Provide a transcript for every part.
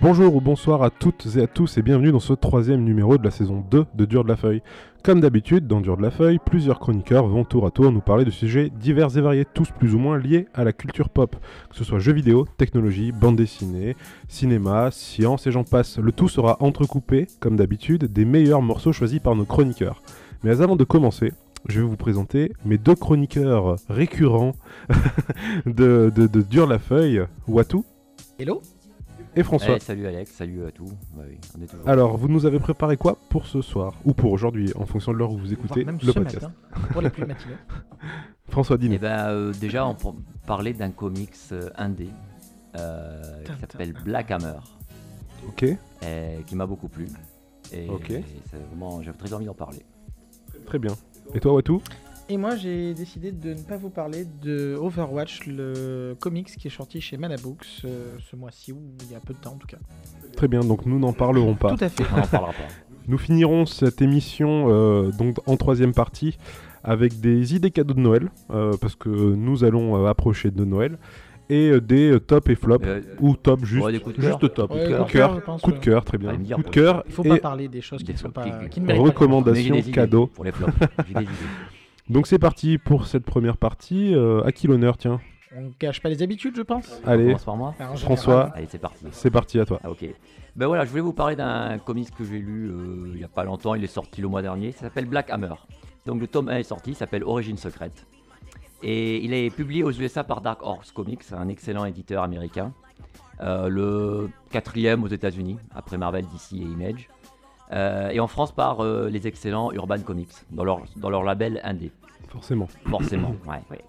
Bonjour ou bonsoir à toutes et à tous et bienvenue dans ce troisième numéro de la saison 2 de Dur de la Feuille. Comme d'habitude, dans Dur de la Feuille, plusieurs chroniqueurs vont tour à tour nous parler de sujets divers et variés, tous plus ou moins liés à la culture pop, que ce soit jeux vidéo, technologie, bande dessinée, cinéma, science et j'en passe. Le tout sera entrecoupé, comme d'habitude, des meilleurs morceaux choisis par nos chroniqueurs. Mais avant de commencer, je vais vous présenter mes deux chroniqueurs récurrents de Dur de la Feuille, Watou. Hello. Et François. Hey, salut Alex, salut à tous. Bah oui, on est toujours... Alors, vous nous avez préparé quoi pour ce soir ou pour aujourd'hui, en fonction de l'heure où vous écoutez même le ce podcast. matin, pour les plus matinaux. François, dis-nous. Eh ben, déjà, on peut parler d'un comics indé qui s'appelle Black Hammer, Ok, qui m'a beaucoup plu. Et Ok. c'est vraiment, j'avais très envie d'en parler. très bien. Et toi, Watou? Et moi, j'ai décidé de ne pas vous parler de Overwatch, le comics qui est sorti chez Mana Books ce mois-ci, ou il y a peu de temps en tout cas. Très bien, donc nous n'en parlerons pas. Tout à fait. On n'en parlera pas. Nous finirons cette émission donc en troisième partie avec des idées cadeaux de Noël, parce que nous allons approcher de Noël, et des top et flop, ou top juste, ouais, des coups de cœur. juste top. Ouais, coup de coup de cœur, cœur, je pense, coup de ouais. cœur, très bien. Allez me dire Coup de pour cœur Il faut et pas parler des choses des qui ne sont pas, flop, qui ne méritent pas. recommandation. Mais j'ai des idées cadeau. pour les flops. J'ai des idées. Donc c'est parti pour cette première partie. À qui l'honneur, tiens? On cache pas les habitudes, je pense. On Allez, commence par moi. Alors, en François. général, Allez, c'est parti. c'est parti à toi. Ah, ok. Ben voilà, je voulais vous parler d'un comics que j'ai lu il y a pas longtemps. Il est sorti le mois dernier. Ça s'appelle Black Hammer. Donc le tome 1 est sorti. Il s'appelle Origine secrète. Et il est publié aux USA par Dark Horse Comics, un excellent éditeur américain. Le 4e aux États-Unis, après Marvel, DC et Image. Et en France par les excellents Urban Comics, dans leur label indé. Forcément. Forcément, ouais.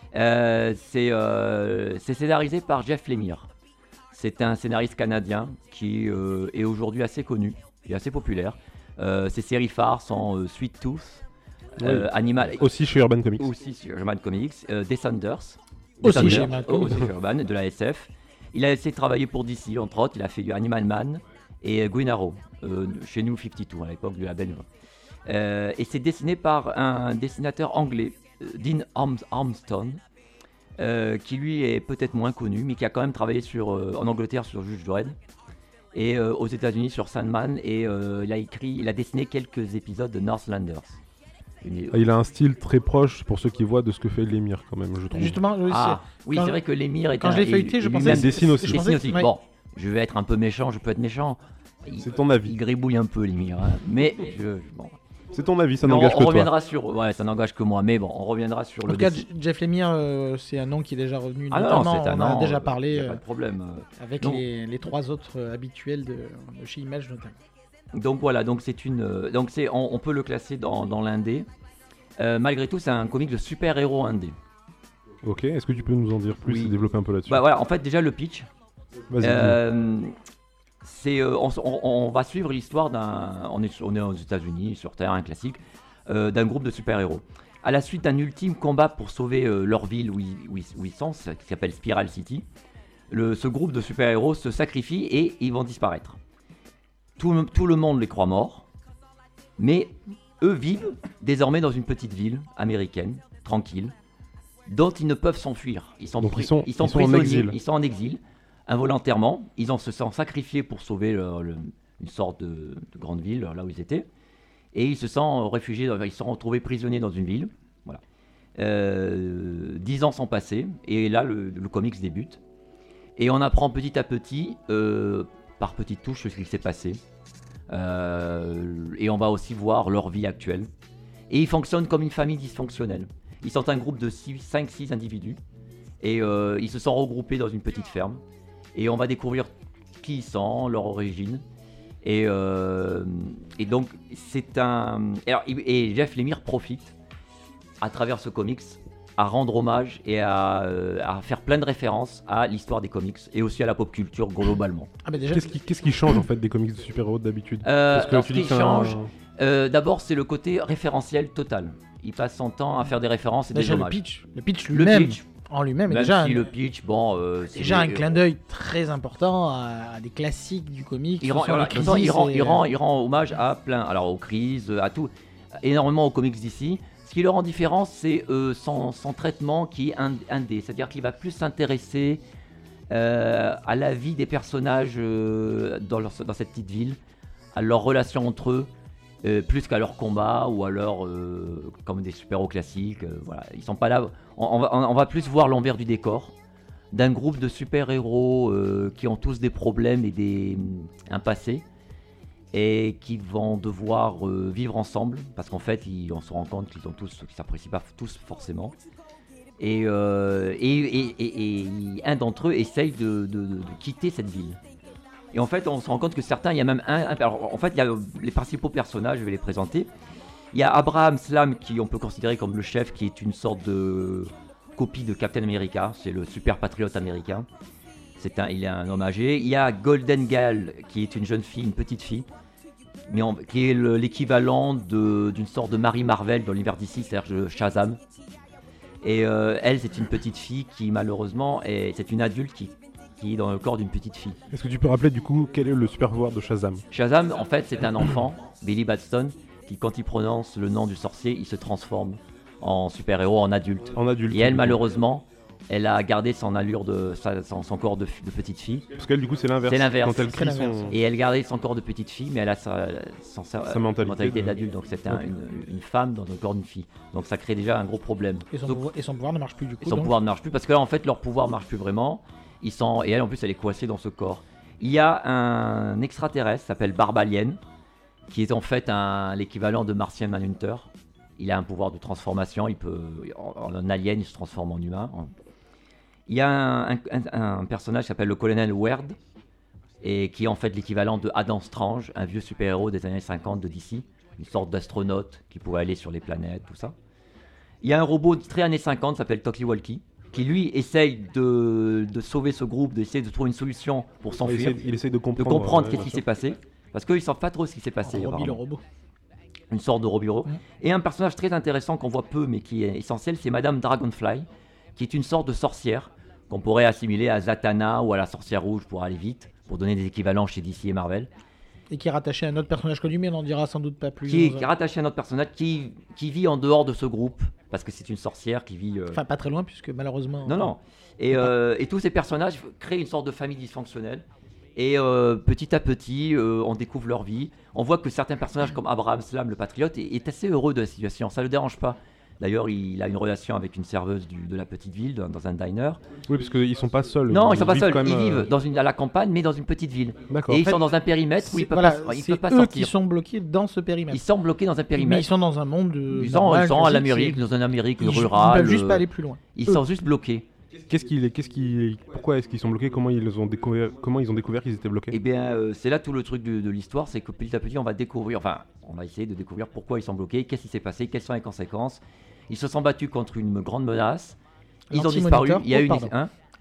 C'est scénarisé par Jeff Lemire. C'est un scénariste canadien qui est aujourd'hui assez connu et assez populaire. Ses séries phares sont Sweet Tooth, Animal... Aussi chez Urban Comics. Aussi sur Urban Comics, Descenders. Aussi chez Urban Comics. Aussi chez Urban, de la SF. Il a essayé de travailler pour DC, entre autres. Il a fait du Animal Man et Green Arrow, chez New 52, à l'époque du label. Et c'est dessiné par un dessinateur anglais, Dean Armstrong, qui lui est peut-être moins connu, mais qui a quand même travaillé en Angleterre sur Judge Dredd et aux États-Unis sur Sandman. Et il a dessiné quelques épisodes de Northlanders. Il a un style très proche, pour ceux qui voient, de ce que fait Lemire quand même, je trouve. Justement, Oui, quand c'est vrai que Lemire est quand je l'ai feuilleté, je pensais Il dessine aussi. je Il pensais dessine aussi. ouais. Bon, je vais être un peu méchant, je peux être méchant. C'est ton avis. Il gribouille un peu, Lemire. Hein. Mais bon. C'est ton avis, ça Mais n'engage on que toi. reviendra sur. Ouais, ça n'engage que moi. Mais bon, on reviendra sur En le tout cas, dessin. Jeff Lemire, c'est un nom qui est déjà revenu. Ah non, notamment, c'est un on en a nom, déjà y a parlé pas de problème. avec Donc- les trois autres habituels de chez Image notamment. Donc voilà, donc on peut le classer dans l'indé. Malgré tout, c'est un comic de super-héros indé. Ok, est-ce que tu peux nous en dire plus Oui. et développer un peu là-dessus? Bah voilà, en fait déjà le pitch. Vas-y, dis-nous. On va suivre l'histoire on est aux États-Unis, sur Terre, un classique, d'un groupe de super-héros. À la suite d'un ultime combat pour sauver leur ville où ils sont, qui s'appelle Spiral City, ce groupe de super-héros se sacrifie et ils vont disparaître. Tout le monde les croit morts, mais eux vivent désormais dans une petite ville américaine, tranquille, dont ils ne peuvent s'enfuir. Ils sont Donc ils sont en prisonniers, exil. ils sont en exil, involontairement. Ils se sont sacrifiés pour sauver une sorte de grande ville, là où ils étaient. Et ils se sont réfugiés, ils se sont retrouvés prisonniers dans une ville. Voilà. 10 ans sont passés, et là, le comics débute. Et on apprend petit à petit, par petites touches, ce qui s'est passé. Et on va aussi voir leur vie actuelle. Et ils fonctionnent comme une famille dysfonctionnelle. Ils sont un groupe de 5-6 individus. Et ils se sont regroupés dans une petite ferme. Et on va découvrir qui ils sont, leur origine. Et donc, c'est un... Et Jeff Lemire profite, à travers ce comics, à rendre hommage et à faire plein de références à l'histoire des comics et aussi à la pop culture globalement. Ah bah déjà, Qu'est-ce qui change en fait des comics de super-héros d'habitude? Alors, Parce que ce tu dis qui que change, d'abord, c'est le côté référentiel total. Il passe son temps à faire des références et des déjà le hommages. pitch Le lui-même pitch, en lui-même est même déjà si le pitch, bon, c'est déjà un clin d'œil très important à des classiques du comics. Il ce rend, sont les de toute façon, crises il rend hommage à plein, alors aux crises, à tout, énormément aux comics d'ici. Ce qui le rend différent, c'est son traitement qui est indé, c'est-à-dire qu'il va plus s'intéresser à la vie des personnages dans cette petite ville, à leurs relations entre eux, plus qu'à leurs combats ou alors comme des super-héros classiques. Voilà. Ils sont pas là. On va plus voir l'envers du décor d'un groupe de super-héros qui ont tous des problèmes et un passé et qui vont devoir vivre ensemble parce qu'en fait on se rend compte qu'ils s'apprécient pas tous forcément. Et un d'entre eux essaye de quitter cette ville. Et en fait, on se rend compte que certains, il y a même alors, en fait, il y a les principaux personnages, je vais les présenter. Il y a Abraham Slam, qui on peut considérer comme le chef, qui est une sorte de copie de Captain America. C'est le super patriote américain. Il est un homme âgé. Il y a Golden Gal, qui est une jeune fille, une petite fille, qui est l'équivalent d'une sorte de Mary Marvel dans l'univers d'ici, c'est-à-dire Shazam. Et elle, c'est une petite fille qui, malheureusement, c'est une adulte qui est dans le corps d'une petite fille. Est-ce que tu peux rappeler, du coup, quel est le super pouvoir de Shazam ? Shazam, en fait, c'est un enfant, Billy Batson, qui, quand il prononce le nom du sorcier, il se transforme en super-héros, en adulte. Et elle, malheureusement, elle a gardé son allure son corps de petite fille. Parce qu'elle, du coup, c'est l'inverse. C'est l'inverse. Quand elle crie Et elle gardait son corps de petite fille, mais elle a sa mentalité d'adulte. Donc c'était une femme dans le corps d'une fille. Donc ça crée déjà un gros problème. Et son pouvoir ne marche plus du coup. Son pouvoir ne marche plus parce que là, en fait, leur pouvoir ne marche plus vraiment. Et elle, en plus, elle est coincée dans ce corps. Il y a un extraterrestre qui s'appelle Barbalien, qui est en fait l'équivalent de Martian Manhunter. Il a un pouvoir de transformation. En alien, il se transforme en humain. Il y a un personnage qui s'appelle le colonel Weird, et qui est en fait l'équivalent de Adam Strange, un vieux super-héros des années 50 de DC, une sorte d'astronaute qui pouvait aller sur les planètes, tout ça. Il y a un robot très années 50 qui s'appelle Talkie Walkie, qui lui essaye de sauver ce groupe, d'essayer de trouver une solution pour s'enfuir. Il essaye de comprendre qu'est-ce qui s'est passé, parce qu'ils ne savent pas trop ce qui s'est passé. Le robot. Une sorte de robot. Et un personnage très intéressant qu'on voit peu mais qui est essentiel, c'est Madame Dragonfly, qui est une sorte de sorcière qu'on pourrait assimiler à Zatanna ou à la sorcière rouge pour aller vite, pour donner des équivalents chez DC et Marvel. Et qui est rattaché à un autre personnage connu, mais on n'en dira sans doute pas plus. Qui est rattaché à un autre personnage qui vit en dehors de ce groupe, parce que c'est une sorcière qui vit... Enfin, pas très loin, puisque malheureusement... Non. Et tous ces personnages créent une sorte de famille dysfonctionnelle. Et petit à petit, on découvre leur vie. On voit que certains personnages, comme Abraham Slam, le patriote, est assez heureux de la situation. Ça ne le dérange pas. D'ailleurs, il a une relation avec une serveuse de la petite ville, dans un diner. Oui, parce qu'ils ne sont pas seuls. Non, ils ne sont pas seuls. Ils vivent à la campagne, mais dans une petite ville. D'accord. Et ils sont dans un périmètre où ils ne peuvent pas sortir. Eux qui sont bloqués dans ce périmètre. Ils sont bloqués dans un périmètre. Mais ils sont dans un monde ils sont à l'Amérique, dans une Amérique rurale. Ils ne peuvent juste pas aller plus loin. Ils sont juste bloqués. Pourquoi est-ce qu'ils sont bloqués ? Comment ils ont découvert qu'ils étaient bloqués ? Eh bien, c'est là tout le truc de l'histoire, c'est que petit à petit, on va essayer de découvrir pourquoi ils sont bloqués, qu'est-ce qui s'est passé, quelles sont les conséquences. Ils se sont battus contre une grande menace. Ils ont disparu. Il y a l'antimoniteur ?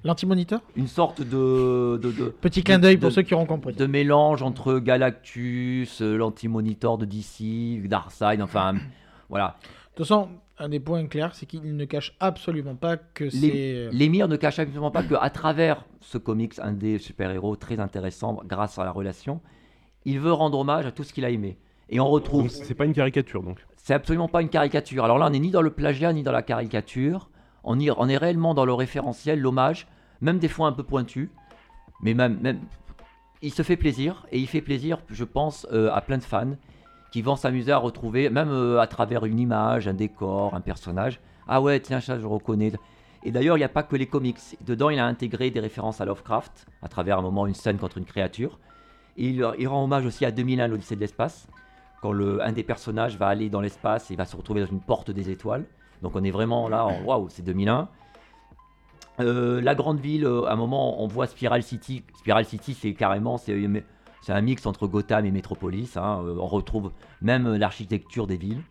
Une sorte de petit clin d'œil pour ceux qui auront compris. De mélange entre Galactus, l'antimoniteur de DC, Darkseid, enfin, voilà. De toute façon, un des points clairs, c'est qu'il ne cache absolument pas que c'est... L'émir ne cache absolument pas qu'à travers ce comics, un des super-héros très intéressant grâce à la relation, il veut rendre hommage à tout ce qu'il a aimé. Et on retrouve... Donc c'est pas une caricature, donc. C'est absolument pas une caricature. Alors là, on n'est ni dans le plagiat, ni dans la caricature. On est réellement dans le référentiel, l'hommage, même des fois un peu pointu. Mais même il se fait plaisir. Et il fait plaisir, je pense, à plein de fans qui vont s'amuser à retrouver, même à travers une image, un décor, un personnage. Ah ouais, tiens, ça, je reconnais. Et d'ailleurs, il n'y a pas que les comics. Dedans, il a intégré des références à Lovecraft, à travers un moment, une scène contre une créature. Et il rend hommage aussi à 2001, l'Odyssée de l'espace, quand un des personnages va aller dans l'espace et va se retrouver dans une porte des étoiles. Donc on est vraiment là, waouh, c'est 2001. La grande ville, à un moment, on voit Spiral City. Spiral City, c'est carrément, c'est un mix entre Gotham et Metropolis. On retrouve même l'architecture des villes.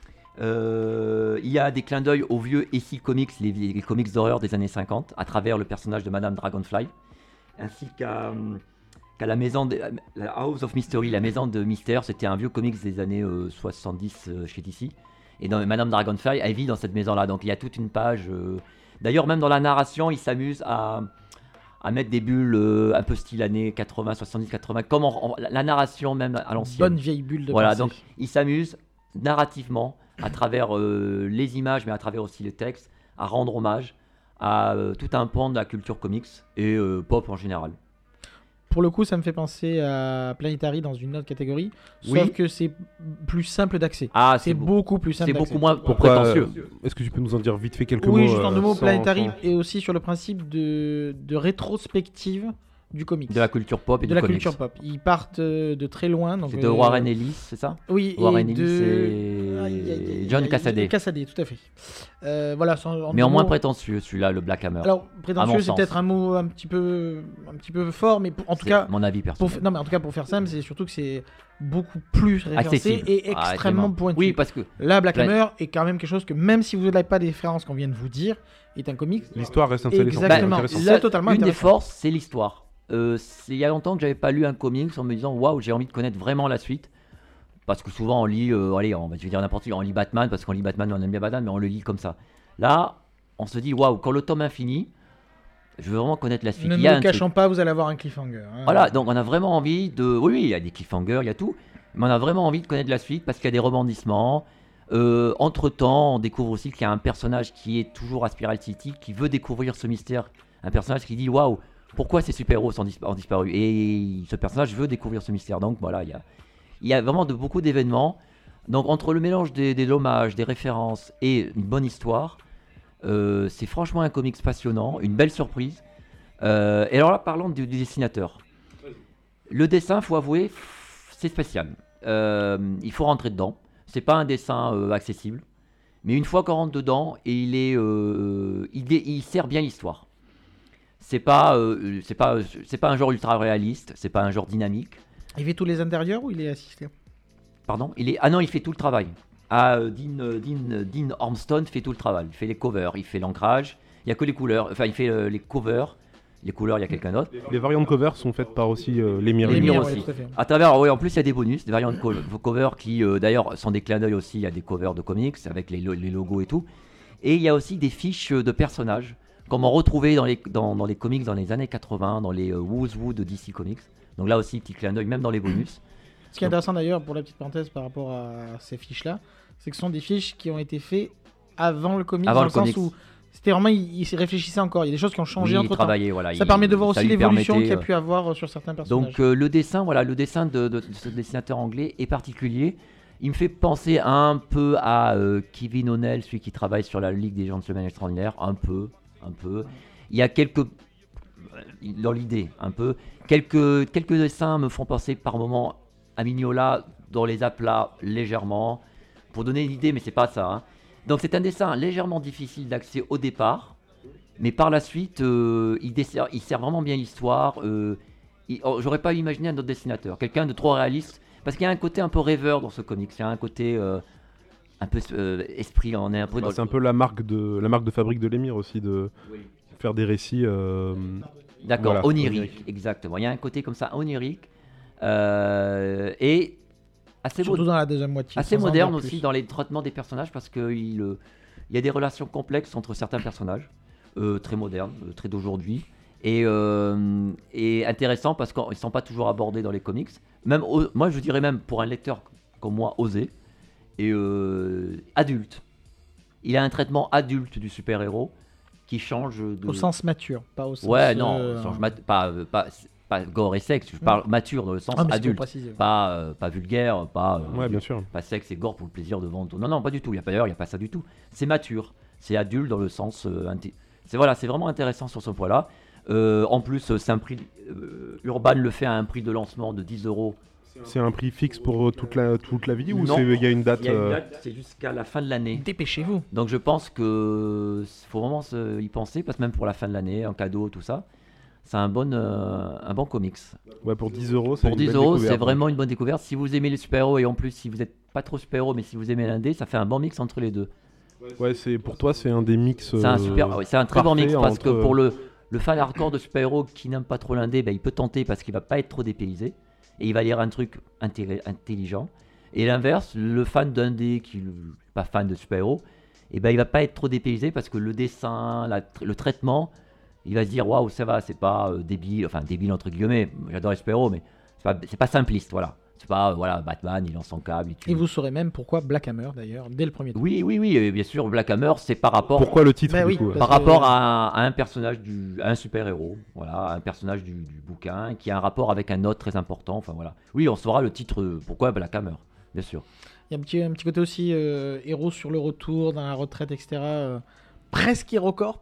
Il y a des clins d'œil aux vieux EC Comics, les comics d'horreur des années 50, à travers le personnage de Madame Dragonfly, ainsi qu'à la maison la House of Mystery, la maison de mystère. C'était un vieux comics des années 70 chez DC. Et Madame Dragonfly, elle vit dans cette maison-là. Donc il y a toute une page. D'ailleurs, même dans la narration, ils s'amusent à mettre des bulles un peu style années 80, 70, 80, comme la narration même à l'ancienne. Bonne vieille bulle de voilà, pensée. donc ils s'amusent narrativement, à travers les images, mais à travers aussi le texte, à rendre hommage à tout un pan de la culture comics et pop en général. Pour le coup, ça me fait penser à Planetary dans une autre catégorie, Oui. sauf que c'est plus simple d'accès. Ah, C'est beaucoup plus simple c'est d'accès. beaucoup moins Pourquoi, prétentieux. Est-ce que tu peux nous en dire vite fait quelques mots Oui, juste en deux mots, sans- Planetary sans- est aussi sur le principe de rétrospective du comics. De la culture pop et De du la comics. culture pop. Ils partent de très loin. Donc, C'est de Warren Ellis, c'est ça? Oui, Warren et Ellis de... Aïe, aïe, aïe, John aïe, Cassaday. Cassaday, tout à fait. Voilà, Mais en moins prétentieux, celui-là, le Black Hammer. Alors, À mon prétentieux, c'est sens. peut-être un mot un petit peu fort, mais en tout C'est cas, mon avis personnel. non, mais en tout cas, pour faire simple, c'est surtout que c'est beaucoup plus référencé Accessible. et Ah, extrêmement tellement. pointu. Oui, parce que Là, Black Plein- Hammer est quand même quelque chose que, même si vous n'avez pas des références qu'on vient de vous dire, est un comics. L'histoire reste intéressante. Exactement. intéressante. Là, totalement une des intéressant. forces, c'est l'histoire. Il y a longtemps que j'avais pas lu un comics en me disant waouh, j'ai envie de connaître vraiment la suite. Parce que souvent on lit, je vais dire n'importe quoi, on lit Batman parce qu'on lit Batman, on aime bien Batman, mais on le lit comme ça. Là, on se dit waouh, quand le tome est fini, je veux vraiment connaître la suite. Ne Il y a nous un cachons truc. pas, vous allez avoir un cliffhanger. Hein. Voilà, donc on a vraiment envie de. Oui, il y a des cliffhangers, il y a tout, mais on a vraiment envie de connaître la suite parce qu'il y a des rebondissements. Entre-temps, on découvre aussi qu'il y a un personnage qui est toujours à Spiral City, qui veut découvrir ce mystère. Un personnage qui dit waouh, pourquoi ces super-héros ont disparu? Et ce personnage veut découvrir ce mystère. Donc voilà, il y a vraiment beaucoup d'événements. Donc entre le mélange des hommages, des références et une bonne histoire, c'est franchement un comics passionnant, une belle surprise. Et alors là, parlons du dessinateur. Le dessin, faut avouer, c'est spécial. Il faut rentrer dedans. C'est pas un dessin accessible, mais une fois qu'on rentre dedans, il sert bien l'histoire. C'est pas un genre ultra réaliste, c'est pas un genre dynamique. Il fait tous les intérieurs ou il est assisté? Pardon, il fait tout le travail. Dean Ormston fait tout le travail. Il fait les covers, il fait l'ancrage. Il y a que les couleurs. Enfin, il fait les covers. Les couleurs, il y a quelqu'un d'autre. Les variantes cover sont faites par aussi l'émir. Les L'émir, Mire ouais, aussi. tout à fait. À travers, oui, en plus, il y a des bonus, des variantes covers qui, d'ailleurs, sont des clins d'œil aussi. Il y a des covers de comics avec les logos et tout. Et il y a aussi des fiches de personnages qu'on on retrouvait dans les comics dans les années 80, dans les Who's Who de DC Comics. Donc là aussi, petit clin d'œil, même dans les bonus. Ce qui est intéressant d'ailleurs, pour la petite parenthèse par rapport à ces fiches-là, c'est que ce sont des fiches qui ont été faites avant le comics, Avant dans le le sens comics. où c'était vraiment, ils s'y réfléchissaient encore. Il y a des choses qui ont changé Oui, entre temps. travailler, voilà, Ça permet de voir ça aussi lui l'évolution qu'il y a permettait, pu avoir sur certains personnages. Donc le dessin de ce dessinateur anglais est particulier. Il me fait penser un peu à Kevin O'Neill, celui qui travaille sur la Ligue des Gentlemen Extraordinaires, un peu. Il y a dans l'idée, un peu. Quelques dessins me font penser par moments à Mignola dans les aplats légèrement, pour donner une idée, mais c'est pas ça. Hein. Donc c'est un dessin légèrement difficile d'accès au départ, mais par la suite, il sert vraiment bien l'histoire. J'aurais pas imaginé un autre dessinateur, quelqu'un de trop réaliste, parce qu'il y a un côté un peu rêveur dans ce comics, il y a un côté un peu esprit, on est un peu dans C'est un peu la marque de fabrique de l'émir aussi, de faire des récits. D'accord, voilà, onirique, exactement. Il y a un côté comme ça, onirique, et assez Surtout dans la deuxième moitié. assez sans en moderne dire aussi plus. dans les traitements des personnages parce qu'il y a des relations complexes entre certains personnages, très modernes, très d'aujourd'hui, et intéressant parce qu'ils ne sont pas toujours abordés dans les comics. Même, moi, je dirais même pour un lecteur comme moi, osé, et adulte. Il a un traitement adulte du super-héros qui change de... Au sens mature, pas au sens. Ouais, non, change pas gore et sexe, je parle mature dans le sens Ah, mais c'est pour adulte. préciser. Pas vulgaire, pas, Ouais, bien sûr. pas sexe et gore pour le plaisir de vendre. Non, pas du tout. D'ailleurs, il n'y a pas ça du tout. C'est mature. C'est adulte dans le sens. C'est vraiment intéressant sur ce point-là. En plus, c'est un prix. Urban le fait à un prix de lancement de 10 €. C'est un prix fixe pour toute la vie ou Non. il y a une date Il y a une date, c'est jusqu'à la fin de l'année. Dépêchez-vous. Donc je pense que faut vraiment y penser, parce que même pour la fin de l'année, en cadeau, tout ça, c'est un bon comics. Ouais, pour 10 €, c'est Pour une 10 belle €, c'est découverte. vraiment une bonne découverte. Si vous aimez les super-héros et en plus si vous n'êtes pas trop super-héros, mais si vous aimez l'indé, ça fait un bon mix entre les deux. Ouais, pour toi, c'est un des mix. C'est un très bon mix parfait parce que entre- pour le fan hardcore de super-héros qui n'aime pas trop l'indé, il peut tenter parce qu'il va pas être trop dépaysé et il va lire un truc intelligent. Et l'inverse, le fan d'indé qui n'est pas fan de super-héros, il va pas être trop dépaysé parce que le dessin, le traitement, il va se dire waouh, ça va, c'est pas débile, enfin débile entre guillemets. J'adore les super-héros, mais c'est pas simpliste, voilà. C'est pas, voilà, Batman, il lance son câble, il tue. Et vous saurez même pourquoi Black Hammer, d'ailleurs, dès le premier tome. Oui, bien sûr, Black Hammer, c'est par rapport... Pourquoi le titre Bah du oui, coup parce Par que- rapport à un personnage, à un super-héros, voilà, un personnage du bouquin, qui a un rapport avec un autre très important, enfin voilà. Oui, on saura le titre, pourquoi Black Hammer, bien sûr. Il y a un petit côté aussi héros sur le retour, dans la retraite, etc. Presque HeroCorp.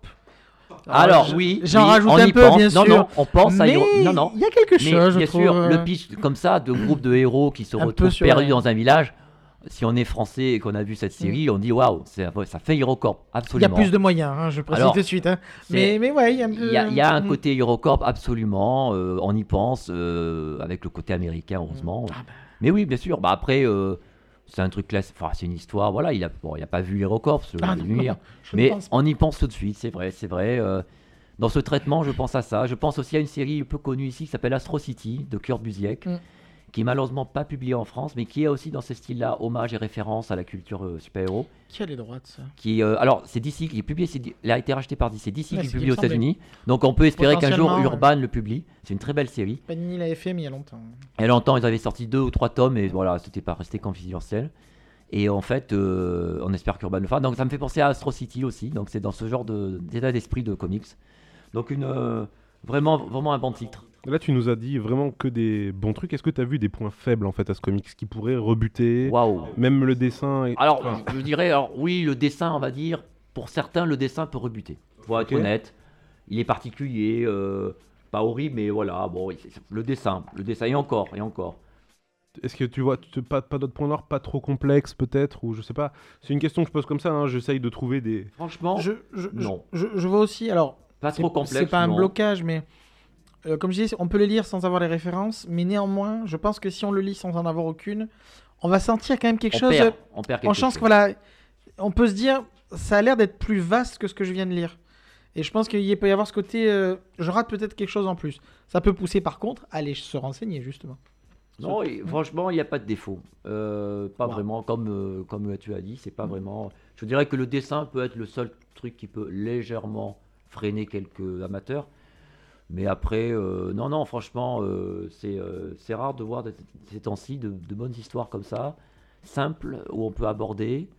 Alors, oui, j'en oui, rajoute on un y peu, pense. bien Non, sûr. non, on pense à Mais Non, il y a quelque mais chose, je bien trouve. sûr, le pitch comme ça, de groupe de héros qui se Un peu retrouvent sur perdus la- dans un village, si on est français et qu'on a vu cette série, on dit waouh, ça fait HeroCorp, Il y a absolument. plus de moyens, hein, je précise Alors, tout de suite. Hein. c'est- Mais ouais, il y a un peu... Il y a un côté HeroCorp, absolument, on y pense, avec le côté américain, heureusement. Ah bah. Mais oui, bien sûr, bah après, c'est un truc classique, enfin, c'est une histoire, voilà, il a pas vu HeroCorp, Ah, je vais non, lui dire. je ne Mais pense pas. on y pense tout de suite, c'est vrai. Dans ce traitement, je pense à ça. Je pense aussi à une série peu connue ici qui s'appelle Astro City de Kurt Busiek, qui est malheureusement pas publiée en France, mais qui est aussi dans ce style-là, hommage et référence à la culture super-héros. Qui a les droits de ça Alors, c'est DC qui est publié, il a été racheté par DC. C'est DC Ouais, qui c'est publie aux ce qui me États-Unis. Donc, on peut espérer qu'un jour Potentiellement, Urban le publie. C'est une très belle série. Panini l'avait fait, mais il y a longtemps. Il y a longtemps, ils avaient sorti 2 ou 3 tomes et voilà, c'était pas resté confidentiel. Et en fait, on espère qu'Urban le fera. Donc, ça me fait penser à Astro City aussi. Donc, c'est dans ce genre d'état d'esprit de comics. Donc, vraiment un bon titre. Là, tu nous as dit vraiment que des bons trucs. Est-ce que tu as vu des points faibles en fait à ce comics qui pourraient rebuter Waouh! même le dessin Alors, enfin, je dirais, oui, le dessin, on va dire, pour certains, le dessin peut rebuter. Faut être Ok. honnête. Il est particulier, pas horrible, mais voilà, bon, le dessin, et encore. est-ce que tu vois pas d'autres points noirs pas trop complexes peut-être ou je sais pas. C'est une question que je pose comme ça. Hein. J'essaye de trouver des. Franchement, non. Je vois aussi, alors, Pas trop complexe. c'est pas un non. blocage, mais comme je disais, on peut les lire sans avoir les références, mais néanmoins, je pense que si on le lit sans en avoir aucune, on va sentir quand même quelque chose. On perd quelque En chance chose. que voilà, on peut se dire, ça a l'air d'être plus vaste que ce que je viens de lire. Et je pense qu'il peut y avoir ce côté, je rate peut-être quelque chose en plus. Ça peut pousser par contre à aller se renseigner justement. Non, franchement, il n'y a pas de défaut. Pas Wow. vraiment, comme tu as dit, c'est pas vraiment. Je dirais que le dessin peut être le seul truc qui peut légèrement freiner quelques amateurs. Mais après, non, franchement, c'est rare de voir ces temps-ci de bonnes histoires comme ça, simples, où on peut aborder,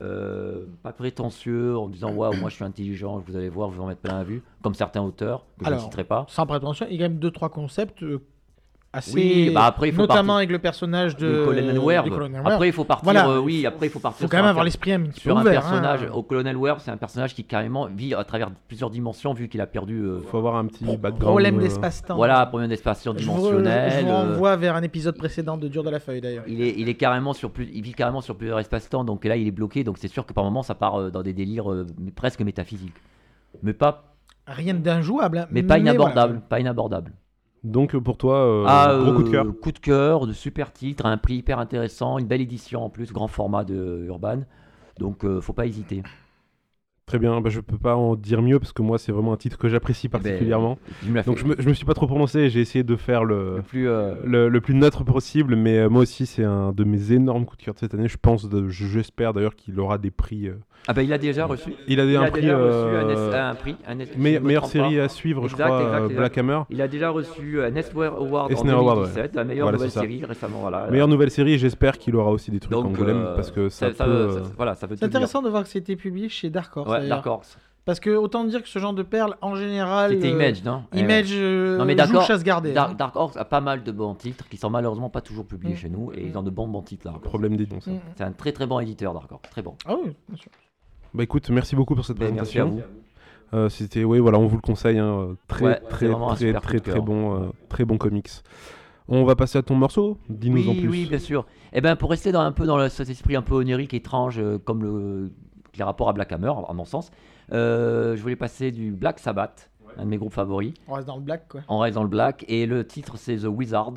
pas prétentieux, en disant waouh, moi je suis intelligent, vous allez voir, je vais en mettre plein la vue, comme certains auteurs, que je ne Alors, citerai pas. Sans prétention, il y a quand même 2-3 concepts assez. Oui, bah après, il faut notamment partir avec le personnage de de Colonel Werb. de Colonel Werb. Après, il faut partir. Voilà. Après, il faut partir. Faut quand même avoir l'esprit un petit peu sur un ouvert. personnage. hein. Au Colonel Werb, c'est un personnage qui carrément vit à travers plusieurs dimensions, vu qu'il a perdu. Faut avoir un petit background. Problème d'espace-temps. Voilà, problème d'espace Je vous dimensionnel. renvoie vers un épisode précédent de Dur de la Feuille d'ailleurs. Il est carrément il vit carrément sur plusieurs espaces-temps, donc là il est bloqué, donc c'est sûr que par moments ça part dans des délires presque métaphysiques, mais pas Rien d'injouable. hein, pas inabordable, voilà. pas inabordable. Donc pour toi, gros coup de cœur. Coup de cœur, de super titre, un prix hyper intéressant, une belle édition en plus, grand format de Urban, donc faut pas hésiter. Très bien, bah, je peux pas en dire mieux parce que moi c'est vraiment un titre que j'apprécie particulièrement. Tu me l'as fait. Donc je me suis pas trop prononcé, j'ai essayé de faire le plus plus neutre possible, mais moi aussi c'est un de mes énormes coups de cœur de cette année. Je pense, j'espère d'ailleurs qu'il aura des prix. Ah bah il a déjà reçu. Il a un prix, déjà reçu un prix, si je me meilleure trompe série pas. à suivre, Exact, je crois, exact. Black Hammer. Il a déjà reçu un Eisner Award Eisner en Award, 2017, la meilleure Voilà, nouvelle c'est ça. série récemment. Voilà. Meilleure nouvelle série, et j'espère qu'il aura aussi des trucs Donc, Angoulême parce que ça ça peut. veut tout C'est dire. intéressant de voir que c'était publié chez Dark Horse. Ouais, d'ailleurs. d'accord. Parce que autant dire que ce genre de perles, en général. C'était Image, non Image Non, mais joue d'accord, chasse gardée. hein. Dark Horse a pas mal de bons titres qui sont malheureusement pas toujours publiés chez nous et ils ont de bons titres là. Problème d'édition, ça. Mm. C'est un très très bon éditeur Dark Horse, très bon. Ah oui, bien sûr. Bah écoute, merci beaucoup pour cette Ben, merci à présentation. vous. C'était, oui, voilà, on vous le conseille, hein, très, Ouais, c'est très, vraiment un très, super très, coup de très cœur. bon, très bon comics. On va passer à ton morceau. Dis-nous en plus. Oui, bien sûr. Et ben pour rester un peu dans cet esprit un peu onirique, étrange, comme les rapports à Black Hammer, à mon sens, je voulais passer du Black Sabbath, un de mes groupes favoris. On reste dans le black, quoi. On reste dans le black et le titre c'est The Wizard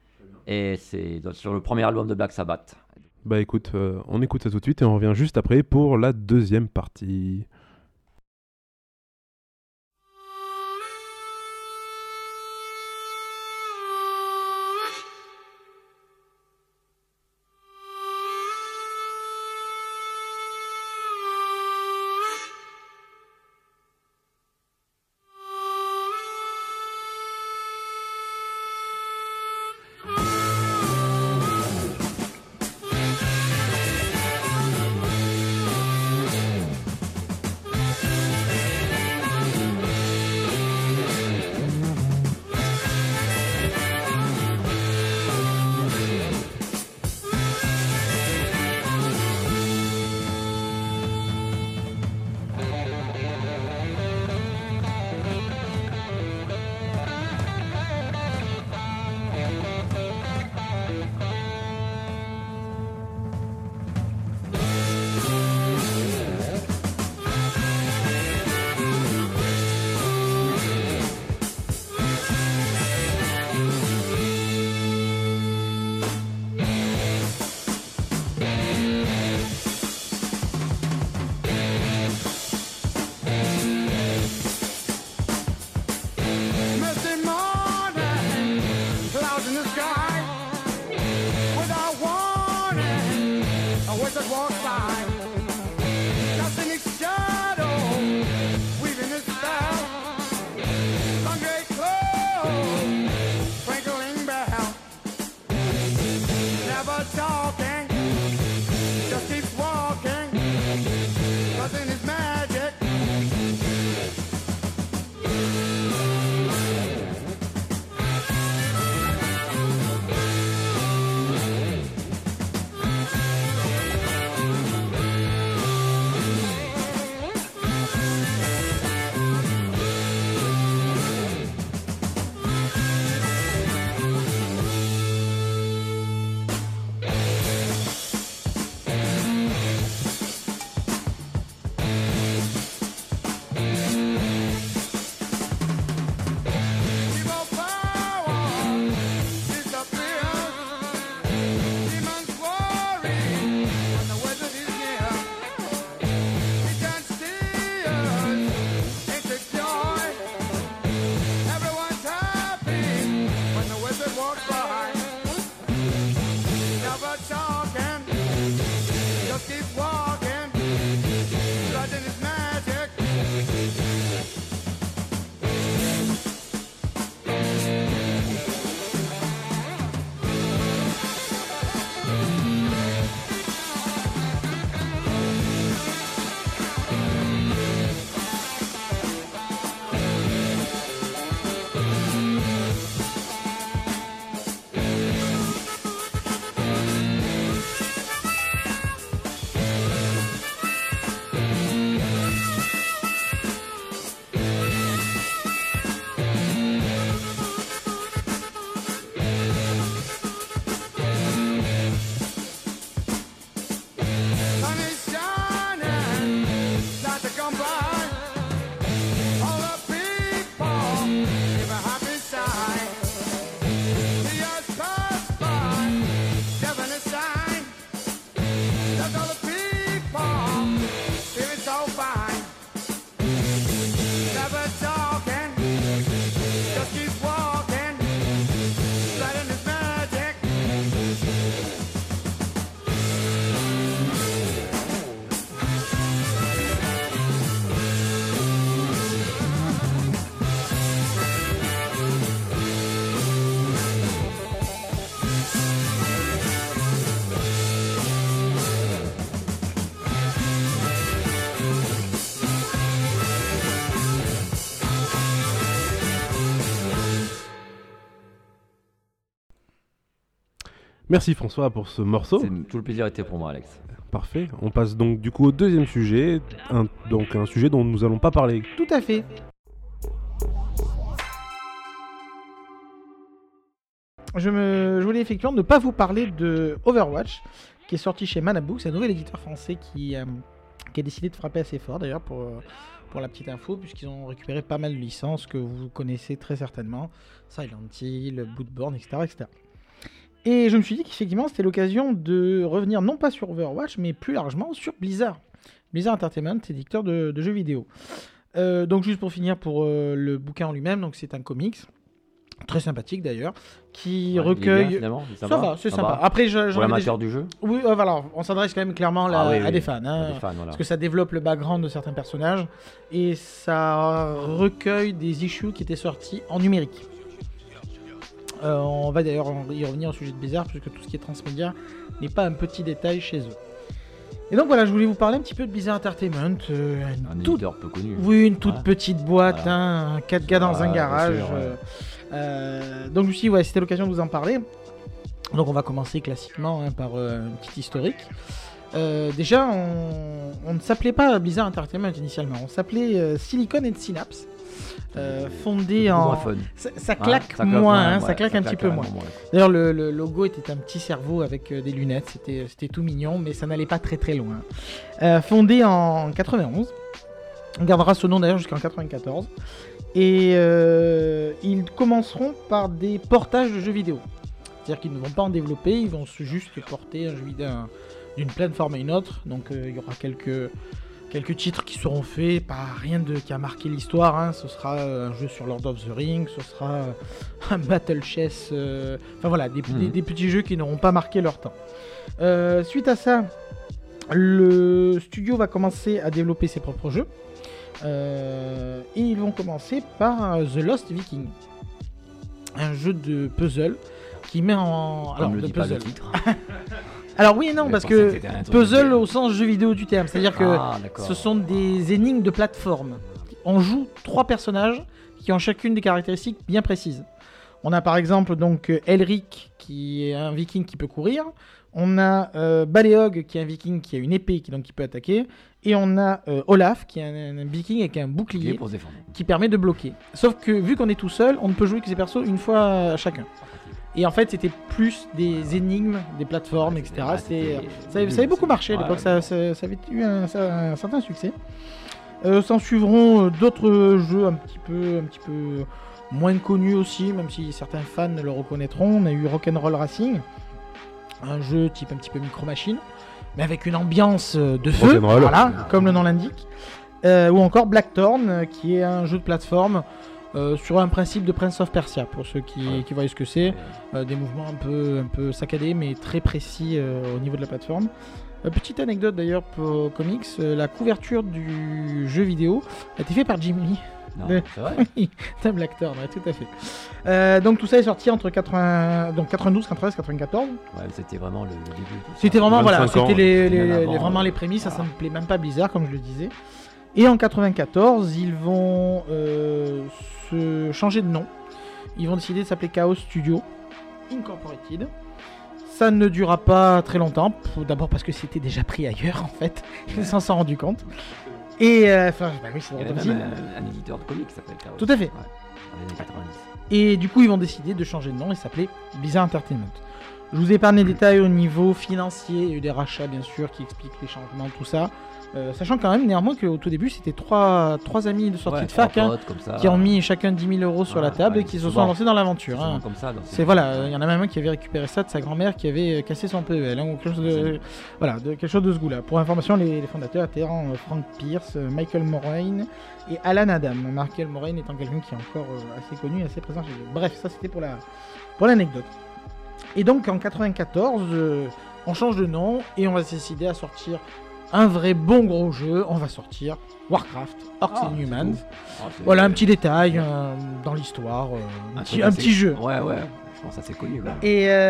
et c'est sur le premier album de Black Sabbath. Bah écoute, on écoute ça tout de suite et on revient juste après pour la deuxième partie. wizard walks by, casting his shadow, weaving his spell. Long gray clothes, twinkling bell. Never talking, just keeps walking, causing his magic. Evil power disappears. Demons worry when the wizard is near. He can steer into joy. Everyone's happy when the wizard walks by. Never talking, just keeps walking, spreading his magic. Sun is shining, start to come by. All the people give a happy sigh. The years pass by, giving a sign. That's all the people feeling so fine. Never talking, just keep walking, spreading his magic. Merci François pour ce morceau. Tout le plaisir était pour moi, Alex. Parfait. On passe donc du coup au deuxième sujet, donc un sujet dont nous allons pas parler. Tout à fait. Je voulais effectivement ne pas vous parler de Overwatch, qui est sorti chez Manabu. C'est un nouvel éditeur français qui a décidé de frapper assez fort d'ailleurs pour la petite info, puisqu'ils ont récupéré pas mal de licences que vous connaissez très certainement. Silent Hill, Bloodborne, etc., etc. Et je me suis dit qu'effectivement c'était l'occasion de revenir non pas sur Overwatch, mais plus largement sur Blizzard. Blizzard Entertainment, éditeur de jeux vidéo. Donc juste pour finir pour le bouquin en lui-même, donc c'est un comics, très sympathique d'ailleurs, qui recueille... Ça va, c'est sympa. Après, pour l'amateur du jeu. Oui, voilà, on s'adresse quand même clairement à des fans. Hein, à des fans, voilà. Parce que ça développe le background de certains personnages, et ça recueille des issues qui étaient sortis en numérique. On va d'ailleurs y revenir au sujet de Blizzard, puisque tout ce qui est transmédia n'est pas un petit détail chez eux. Et donc voilà, je voulais vous parler un petit peu de Blizzard Entertainment. Un éditeur peu connu. Oui, une toute petite boîte, voilà. 4 gars dans un garage. Sûr, donc je me suis dit, ouais, c'était l'occasion de vous en parler. Donc on va commencer classiquement par une petite historique. Déjà, on ne s'appelait pas Blizzard Entertainment initialement, on s'appelait Silicon and Synapse. Fondé en... Ça claque moins, ça claque un petit peu moins. D'ailleurs, le logo était un petit cerveau avec des lunettes, c'était tout mignon, mais ça n'allait pas très très loin. Fondé en 91, on gardera ce nom d'ailleurs jusqu'en 94, et ils commenceront par des portages de jeux vidéo. C'est-à-dire qu'ils ne vont pas en développer, ils vont juste porter un jeu vidéo d'une plateforme à une autre, donc il y aura quelques titres qui seront faits, pas rien qui a marqué l'histoire, hein. Ce sera un jeu sur Lord of the Rings, ce sera un Battle Chess, enfin voilà, des petits jeux qui n'auront pas marqué leur temps. Suite à ça, Le studio va commencer à développer ses propres jeux. Et ils vont commencer par The Lost Viking. Un jeu de puzzle qui met en... Comme le de dit pas le puzzle. titre. Alors oui et non, J'avais parce pensé que c'était un truc puzzle de- au sens jeu vidéo du terme. C'est-à-dire que Ah, d'accord. ce sont des énigmes de plateforme. On joue 3 personnages qui ont chacune des caractéristiques bien précises. On a par exemple donc Elric qui est un viking qui peut courir. On a Baleog qui est un viking qui a une épée qui peut attaquer. Et on a Olaf qui est un viking avec un bouclier Pour se défendre. qui permet de bloquer. Sauf que vu qu'on est tout seul, on ne peut jouer que ces persos une fois chacun. Et en fait c'était plus des énigmes, des plateformes, Ouais, etc. c'était- Ça avait beaucoup marché à Ouais. l'époque, ça avait eu un certain succès. S'en suivront d'autres jeux un petit peu moins connus aussi, même si certains fans le reconnaîtront. On a eu Rock'n'Roll Racing, un jeu type un petit peu Micro Machine, mais avec une ambiance de feu, Rock'n'Roll. voilà, comme le nom l'indique. Ou encore Blackthorn, qui est un jeu de plateforme sur un principe de Prince of Persia, pour ceux qui voient ce que c'est. Des mouvements un peu saccadés, mais très précis au niveau de la plateforme. Petite anecdote d'ailleurs pour comics, la couverture du jeu vidéo a été faite par Jim Lee. Non, Ouais. c'est vrai. Oui, c'est un Blackthorn, ouais, tout à fait. Donc tout ça est sorti entre 92, 93, 94. Ouais, c'était vraiment le début. tout ça. C'était vraiment 25 ans. c'était Même avant, vraiment les prémices, ça me plaît même pas Blizzard comme je le disais. Et en 94, ils vont se changer de nom. Ils vont décider de s'appeler Chaos Studio Incorporated. Ça ne durera pas très longtemps, d'abord parce que c'était déjà pris ailleurs en fait. Ils s'en sont rendus compte. Et enfin, bah oui, c'est Il y drôle avait aussi. même un éditeur de comics qui s'appelle Chaos. Tout à fait. Ouais, dans les années 90. Et du coup, ils vont décider de changer de nom et s'appeler Blizzard Entertainment. Je vous épargne les détails au niveau financier. Il y a eu des rachats, bien sûr, qui expliquent les changements, tout ça. Sachant quand même, néanmoins, qu'au tout début, c'était trois amis de sortie Ouais, de fac trois hein, potes comme ça. qui ont mis chacun 10 000 euros sur la Ouais, table ouais, et qui se souvent. sont lancés dans l'aventure. C'est souvent hein. comme ça. dans ces- C'est voilà, il y en a même un qui avait récupéré ça de sa grand-mère qui avait cassé son PEL, hein, ou quelque chose de, voilà, de quelque chose de ce goût-là. Pour information, les fondateurs étaient Frank Pierce, Michael Moraine et Alan Adam. Michael Moraine étant quelqu'un qui est encore assez connu et assez présent chez eux. Bref, ça c'était pour l'anecdote. Et donc en 94, on change de nom et on va se décider à sortir un vrai bon gros jeu. On va sortir Warcraft, Orcs Ah, and c'est Humans. cool. Ah, c'est- Voilà un petit détail dans l'histoire, un un truc assez- petit jeu. Ouais, ouais. Je pense que c'est connu. quoi.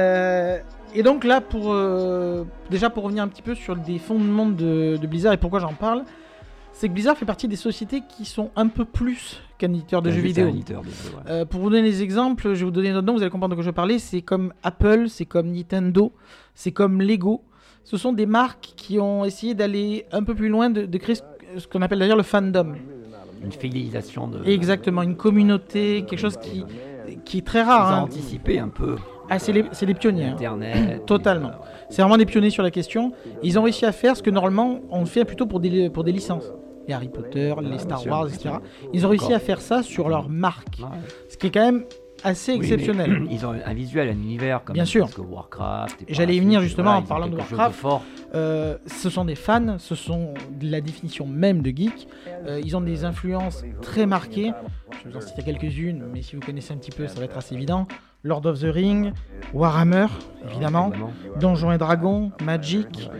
Et donc là, déjà pour revenir un petit peu sur des fondements de Blizzard et pourquoi j'en parle, c'est que Blizzard fait partie des sociétés qui sont un peu plus qu'un éditeur de T'as jeux vu, c'est un vidéo. éditeur de jeux, ouais. Pour vous donner des exemples, je vais vous donner notre nom, vous allez comprendre de quoi je parlais. C'est comme Apple, c'est comme Nintendo, c'est comme Lego. Ce sont des marques qui ont essayé d'aller un peu plus loin, de créer ce qu'on appelle d'ailleurs le fandom. Une fidélisation de. Exactement, une communauté, quelque chose qui est très Ils ont rare. hein. anticipé un peu Ah, c'est les pionniers. hein. Internet. Totalement. C'est vraiment des pionniers sur la question. Ils ont réussi à faire ce que normalement on fait plutôt pour des licences. Les Harry Potter, les bien Star sûr, Wars, bien etc. sûr. Ils ont réussi Encore. à faire ça sur leur marque. Ouais. Ce qui est quand même assez Oui, mais exceptionnel. Ils ont un visuel, un univers comme Bien sûr. que Warcraft. Et j'allais y venir justement en parlant de Warcraft. Fort. Ce sont des fans, ce sont de la définition même de geek. Ils ont des influences très marquées. Je vais vous en citer quelques-unes, mais si vous connaissez un petit peu, ça va être assez évident. Lord of the Ring, Warhammer, évidemment, Donjons et Dragons, Magic,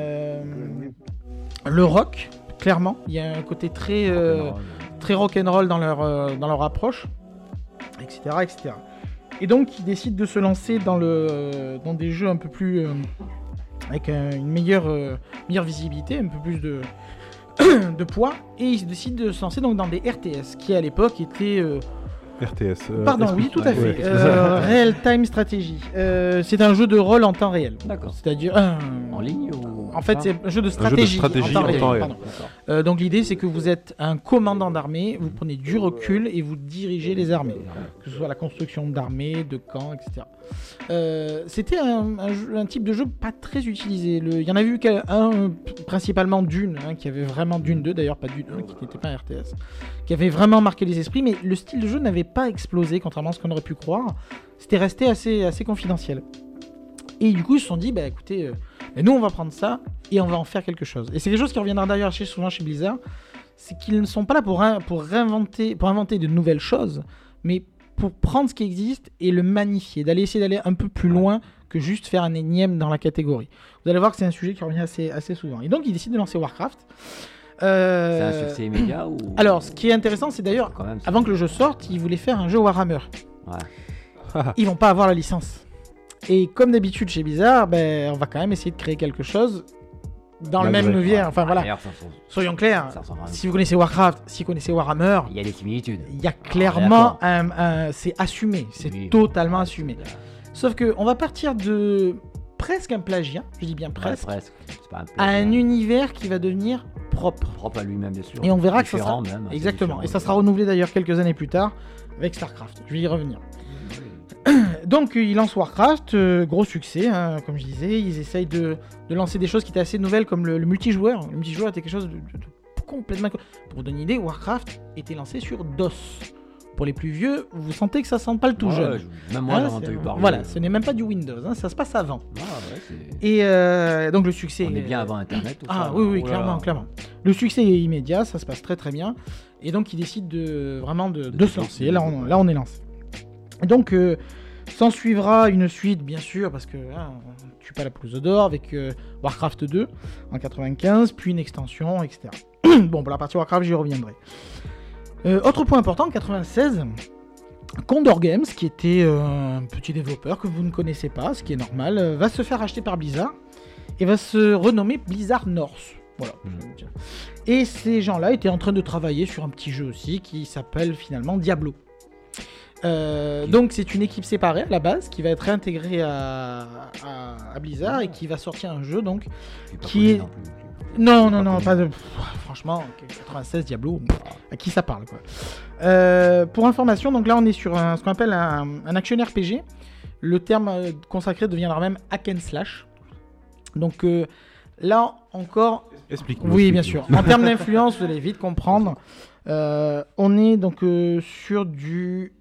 le rock, clairement. Il y a un côté très rock'n'roll dans leur approche, etc., etc. Et donc, ils décident de se lancer dans des jeux un peu plus avec une meilleure visibilité, un peu plus de de poids, et ils décident de se lancer donc dans des RTS, qui à l'époque étaient RTS. pardon, oui, tout à fait. Ouais. Real Time Strategy. C'est un jeu de rôle en temps réel. D'accord. C'est-à-dire En ligne ou. en fait, Ah, c'est un jeu de stratégie, stratégie en temps réel. réel. Pardon. d'accord. Donc l'idée, c'est que vous êtes un commandant d'armée, vous prenez du recul et vous dirigez les armées, que ce soit la construction d'armées, de camps, etc. C'était un type de jeu pas très utilisé. Il y en a eu qu'un, principalement Dune, hein, qui avait vraiment Dune 2, d'ailleurs pas Dune 1, qui n'était pas un RTS, qui avait vraiment marqué les esprits, mais le style de jeu n'avait pas explosé, contrairement à ce qu'on aurait pu croire. C'était resté assez confidentiel. Et du coup, ils se sont dit, bah écoutez, nous on va prendre ça et on va en faire quelque chose. Et c'est quelque chose qui reviendra d'ailleurs souvent chez Blizzard, c'est qu'ils ne sont pas là pour inventer de nouvelles choses, mais pour prendre ce qui existe et le magnifier, essayer d'aller un peu plus loin que juste faire un énième dans la catégorie. Vous allez voir que c'est un sujet qui revient assez souvent. Et donc, il décide de lancer Warcraft. C'est un succès immédiat ou... Alors, ce qui est intéressant, c'est d'ailleurs, Quand même, c'est- avant que le jeu sorte, ils voulaient faire un jeu Warhammer. Ouais. Ils vont pas avoir la licence. Et comme d'habitude chez Blizzard, on va quand même essayer de créer quelque chose dans le même Malgré. univers. Enfin voilà, D'ailleurs, soyons clairs. ça ressemble à un- Si vous connaissez Warcraft, si vous connaissez Warhammer, Il y a des similitudes. il y a clairement d'accord. c'est assumé, c'est Oui. totalement assumé. Sauf que on va partir de presque un plagiat, je dis bien Ouais, presque, presque. C'est pas un à un plagiat. univers qui va devenir propre. Propre à lui-même, bien sûr. Et on verra que ça sera Différent même, assez exactement. différent. Et ça sera renouvelé d'ailleurs quelques années plus tard avec Starcraft. Je vais y revenir. Donc ils lancent Warcraft, gros succès, hein, comme je disais. Ils essayent de lancer des choses qui étaient assez nouvelles comme le multijoueur. Le multijoueur était quelque chose de complètement... Pour vous donner une idée, Warcraft était lancé sur DOS. Pour les plus vieux, vous sentez que ça sent pas le tout Ouais, jeune. Même moi, Hein, j'en ai entendu parler. Voilà, ce n'est même pas du Windows, hein, ça se passe avant. Ah, ouais, c'est- Et donc le succès... On est bien avant Internet. tout Ah ça. oui, Oh là là. clairement. Le succès est immédiat, ça se passe très très bien. Et donc ils décident vraiment de se lancer. Là on est lancé. Et donc s'en suivra une suite, bien sûr, parce que on tue pas la pelouse d'or avec Warcraft 2 en 95, puis une extension, etc. Bon, pour la partie Warcraft, j'y reviendrai. Autre point important, en 96, Condor Games, qui était un petit développeur que vous ne connaissez pas, ce qui est normal, va se faire acheter par Blizzard et va se renommer Blizzard North. Voilà. Et ces gens-là étaient en train de travailler sur un petit jeu aussi qui s'appelle finalement Diablo. Donc c'est une équipe séparée à la base qui va être réintégrée à Blizzard et qui va sortir un jeu donc Je suis pas qui connu est- non plus. non, pas de... Franchement, 96 Diablo, à qui ça parle quoi. Pour information, donc là on est sur ce qu'on appelle un action RPG. Le terme consacré deviendra même hack and slash. Donc là encore, Explique-nous. oui bien sûr. En termes d'influence, vous allez vite comprendre. On est donc sur du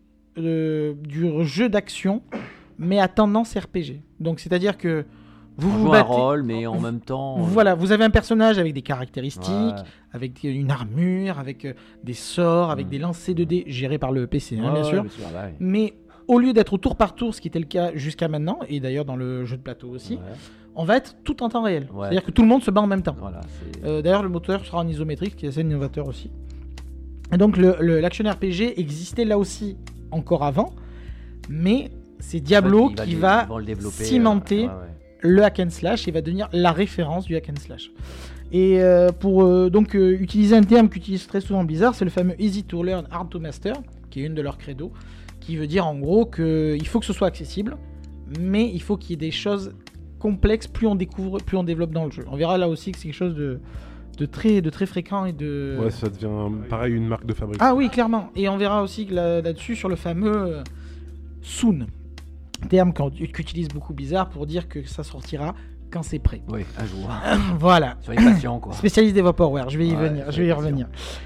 jeu d'action, mais à tendance RPG. Donc c'est-à-dire que vous On vous joue un battez. rôle, mais en même temps. Voilà, vous avez un personnage avec des caractéristiques, Ouais. avec une armure, avec des sorts, avec des lancers de dés gérés par le PC, hein, bien Ouais, sûr. ouais. Mais au lieu d'être au tour par tour, ce qui était le cas jusqu'à maintenant, et d'ailleurs dans le jeu de plateau aussi, Ouais. on va être tout en temps réel. Ouais. C'est-à-dire que tout le monde se bat en même temps. Voilà, c'est- D'ailleurs, le moteur sera en isométrique, ce qui est assez innovateur aussi. Et donc, l'action RPG existait là aussi encore avant, mais c'est Diablo qui va ils vont le développer, cimenter ouais, ouais. le hack and slash et va devenir la référence du hack and slash. Et pour donc utiliser un terme qu'utilise très souvent Blizzard, c'est le fameux easy to learn, hard to master, qui est une de leurs credos, qui veut dire en gros qu'il faut que ce soit accessible, mais il faut qu'il y ait des choses complexes, plus on découvre, plus on développe dans le jeu. On verra là aussi que c'est quelque chose de très fréquent et de... Ouais, ça devient pareil une marque de fabrique. Ah oui, clairement. Et on verra aussi que là-dessus sur le fameux soon, terme qu'utilise beaucoup Blizzard pour dire que ça sortira quand c'est prêt. Oui, un jour. Voilà. Soyez patient, quoi. Spécialiste des Vaporware, je vais y Ouais, venir. Je soyez vais y revenir.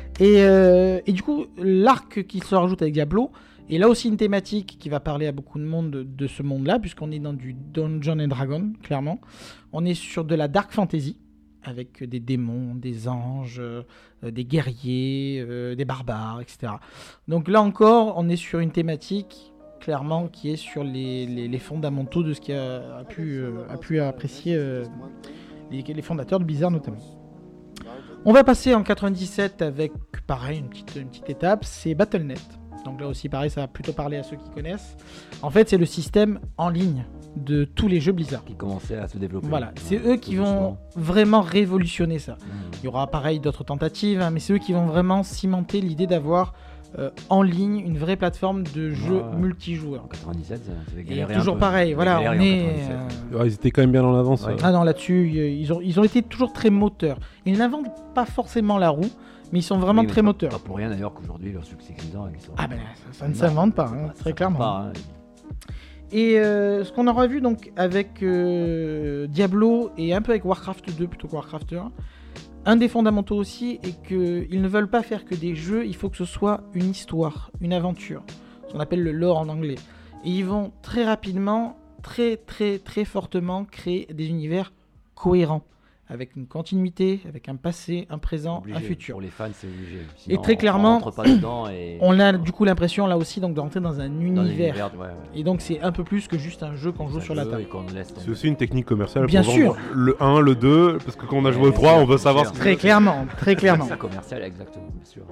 Et du coup, l'arc qui se rajoute avec Diablo est là aussi une thématique qui va parler à beaucoup de monde de ce monde-là, puisqu'on est dans du Dungeon and Dragon, clairement. On est sur de la dark fantasy, avec des démons, des anges, des guerriers, des barbares, etc. Donc là encore, on est sur une thématique clairement qui est sur les fondamentaux de ce qu'a pu apprécier les fondateurs de Blizzard notamment. On va passer en 97 avec, pareil, une petite étape, c'est Battle.net. Donc là aussi, pareil, ça va plutôt parler à ceux qui connaissent. En fait, c'est le système en ligne de tous les jeux Blizzard. Qui commençait à se développer. Voilà, c'est Ouais, eux qui tout vont doucement. vraiment révolutionner ça. Mmh. Il y aura pareil d'autres tentatives, hein, mais c'est eux qui vont vraiment cimenter l'idée d'avoir en ligne une vraie plateforme de jeux Ouais. multijoueurs. En 97, ça avait Et galéré un toujours peu. pareil, Ça voilà, avait on galéré en est... 97. Ouais, ils étaient quand même bien en avance. Ouais. Ah non, là-dessus, ils ont été toujours très moteurs. Ils n'inventent pas forcément la roue, mais ils sont vraiment Oui, mais très pas- moteurs. Pas pour rien d'ailleurs qu'aujourd'hui leur succès qu'ils ont. Ah ben, ça ne s'invente pas, hein, très clairement. Pas, hein. Et ce qu'on aura vu donc avec Diablo et un peu avec Warcraft 2 plutôt que Warcraft 1, un des fondamentaux aussi est qu'ils ne veulent pas faire que des jeux, il faut que ce soit une histoire, une aventure, ce qu'on appelle le lore en anglais. Et ils vont très rapidement, très fortement créer des univers cohérents, avec une continuité, avec un passé, un présent, Obligé. un futur. Pour les fans, c'est obligé. Et très clairement, on rentre pas dedans et On a du coup l'impression là aussi donc de rentrer dans un dans univers. l'univers, ouais. Et donc c'est un peu plus que juste un jeu qu'on joue Ça sur la veut table. et qu'on laisse tomber. C'est aussi une technique commerciale Bien pour sûr. vendre le 1, le 2, parce que quand on a joué au 3, on veut savoir ce que Très clairement, très clairement. C'est commercial, exactement, bien sûr.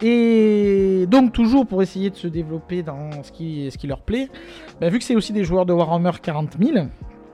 Et donc toujours pour essayer de se développer dans ce qui leur plaît, vu que c'est aussi des joueurs de Warhammer 40 000,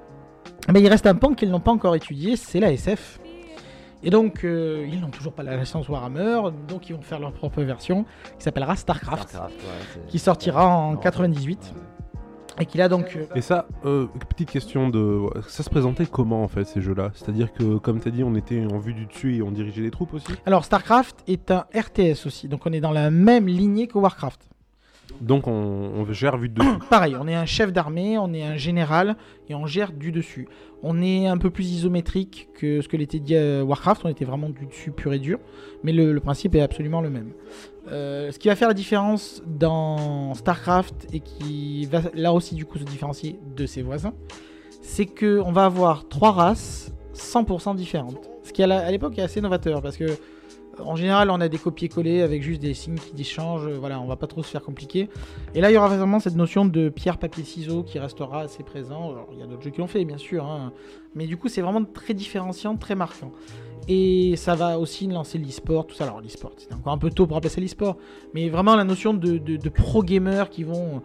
il reste un pan qu'ils n'ont pas encore étudié, c'est la SF. Et donc ils n'ont toujours pas la licence Warhammer, donc ils vont faire leur propre version qui s'appellera StarCraft, Starcraft, ouais, qui sortira en Non, 98 ouais. et qui a donc Et ça, petite question ça se présentait comment en fait ces jeux-là? C'est-à-dire que, comme tu as dit, on était en vue du dessus et on dirigeait les troupes aussi? Alors StarCraft est un RTS aussi, donc on est dans la même lignée que Warcraft. Donc on gère vue de dessus. Pareil, on est un chef d'armée, on est un général et on gère du dessus. On est un peu plus isométrique que ce que l'était dit Warcraft, on était vraiment du dessus pur et dur, mais le principe est absolument le même. Ce qui va faire la différence dans StarCraft et qui va là aussi du coup se différencier de ses voisins, c'est qu'on va avoir 3 races 100% différentes. Ce qui à l'époque est assez novateur parce que en général, on a des copier-coller avec juste des signes qui changent. Voilà, on va pas trop se faire compliquer. Et là, il y aura vraiment cette notion de pierre, papier, ciseaux qui restera assez présent. Alors, il y a d'autres jeux qui l'ont fait, bien sûr. Hein. Mais du coup, c'est vraiment très différenciant, très marquant. Et ça va aussi lancer l'e-sport, tout ça. Alors, l'e-sport, c'est encore un peu tôt pour appeler ça l'e-sport. Mais vraiment, la notion de pro-gamers qui vont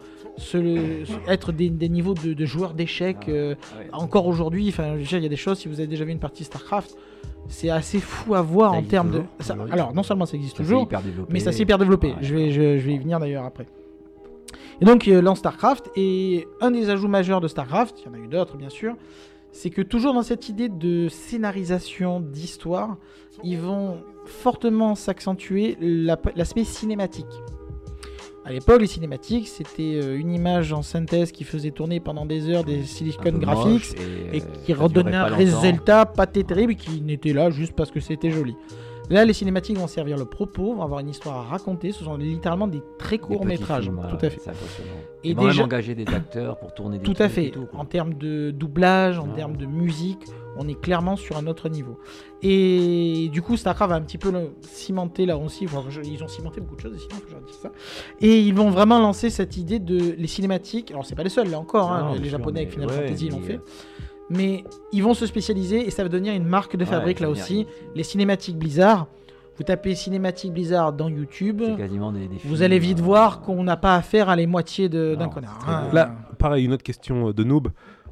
être des niveaux de joueurs d'échecs. Ouais. Encore aujourd'hui, enfin, il y a des choses, si vous avez déjà vu une partie StarCraft, c'est assez fou à voir Ça en existe termes de. toujours, aujourd'hui. Alors, non seulement ça existe Ça, c'est toujours, hyper développé. mais ça s'est hyper développé. Ouais. Je vais y venir d'ailleurs après. Et donc, lance StarCraft, et un des ajouts majeurs de StarCraft, il y en a eu d'autres bien sûr, c'est que toujours dans cette idée de scénarisation, d'histoire, ils vont fortement s'accentuer l'aspect cinématique. À l'époque, les cinématiques, c'était une image en synthèse qui faisait tourner pendant des heures des Un Silicon peu Graphics moche et qui ça redonnait durait un pas longtemps. résultat pas terrible qui n'était là juste parce que c'était joli. Là, les cinématiques vont servir le propos, vont avoir une histoire à raconter. Ce sont littéralement des très Des courts petits métrages. films, Tout ouais, à fait. C'est impressionnant. Et Ils vont même déjà- engager des acteurs pour tourner des Tout trucs à fait. et tout, quoi. En termes de doublage, en Ouais. termes de musique, on est clairement sur un autre niveau. Et du coup, StarCraft va un petit peu le cimenter là aussi. Enfin, ils ont cimenté beaucoup de choses ici, faut que je dise ça. Et ils vont vraiment lancer cette idée de les cinématiques. Alors, c'est pas les seuls là encore. Non, Les bien sûr, Japonais avec mais Final ouais, Fantasy l'ont mais, fait. Mais ils vont se spécialiser et ça va devenir une marque de fabrique là ça veut aussi. dire- Les cinématiques Blizzard. Vous tapez cinématique Blizzard dans YouTube. C'est quasiment des Vous films, allez vite voir qu'on n'a pas affaire à les moitiés d'un Non, connard. c'est très hein. beau. Là, pareil, une autre question de noob.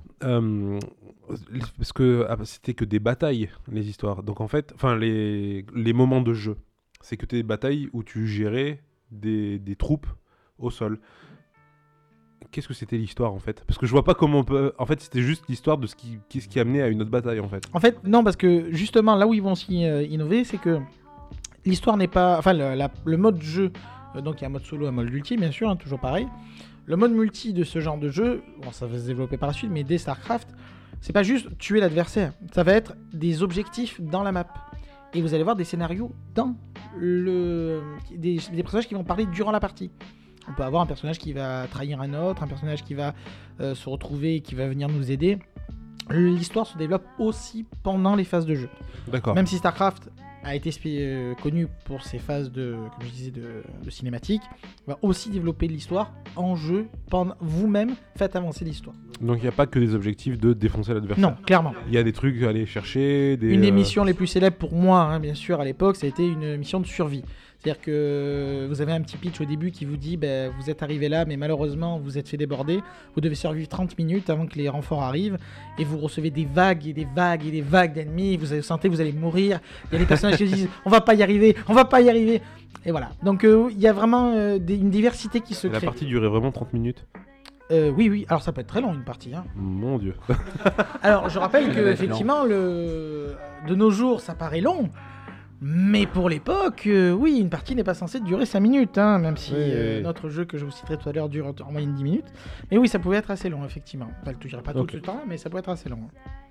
Parce que c'était que des batailles, les histoires. Donc en fait, les moments de jeu, c'est que des batailles où tu gérais des troupes au sol. Qu'est-ce que c'était l'histoire en fait? Parce que je vois pas comment on peut. En fait, c'était juste l'histoire de ce qui amenait à une autre bataille en fait. En fait, non, parce que justement, là où ils vont s'y innover, c'est que l'histoire n'est pas. Enfin, le mode jeu, donc il y a un mode solo, un mode multi, bien sûr, hein, toujours pareil. Le mode multi de ce genre de jeu, bon, ça va se développer par la suite, mais dès StarCraft, c'est pas juste tuer l'adversaire. Ça va être des objectifs dans la map. Et vous allez voir des scénarios dans des personnages qui vont parler durant la partie. On peut avoir un personnage qui va trahir un autre, un personnage qui va se retrouver et qui va venir nous aider. L'histoire se développe aussi pendant les phases de jeu. D'accord. Même si StarCraft a été connu pour ses phases comme je disais, de cinématique, on va aussi développer de l'histoire en jeu. Vous-même faites avancer l'histoire. Donc il n'y a pas que des objectifs de défoncer l'adversaire. Non, clairement. Il y a des trucs à aller chercher. Une des missions les plus célèbres pour moi, hein, bien sûr, à l'époque, ça a été une mission de survie. C'est-à-dire que vous avez un petit pitch au début qui vous dit vous êtes arrivé là, mais malheureusement vous êtes fait déborder. Vous devez survivre 30 minutes avant que les renforts arrivent. Et vous recevez des vagues et des vagues et des vagues d'ennemis. Vous sentez que vous allez mourir. Il y a des personnages qui disent on va pas y arriver, on va pas y arriver. Et voilà. Donc il y a vraiment une diversité qui se La crée. partie durait vraiment 30 minutes. Oui. Alors ça peut être très long une partie. Hein. Mon dieu. Alors je rappelle Ça que devait être effectivement de nos jours ça paraît long. Mais pour l'époque, oui, une partie n'est pas censée durer 5 minutes, hein, même si Oui. notre jeu que je vous citerai tout à l'heure dure en moyenne 10 minutes. Mais oui, ça pouvait être assez long, effectivement. Enfin, je ne dirais pas tout Ok. ce temps, mais ça peut être assez long.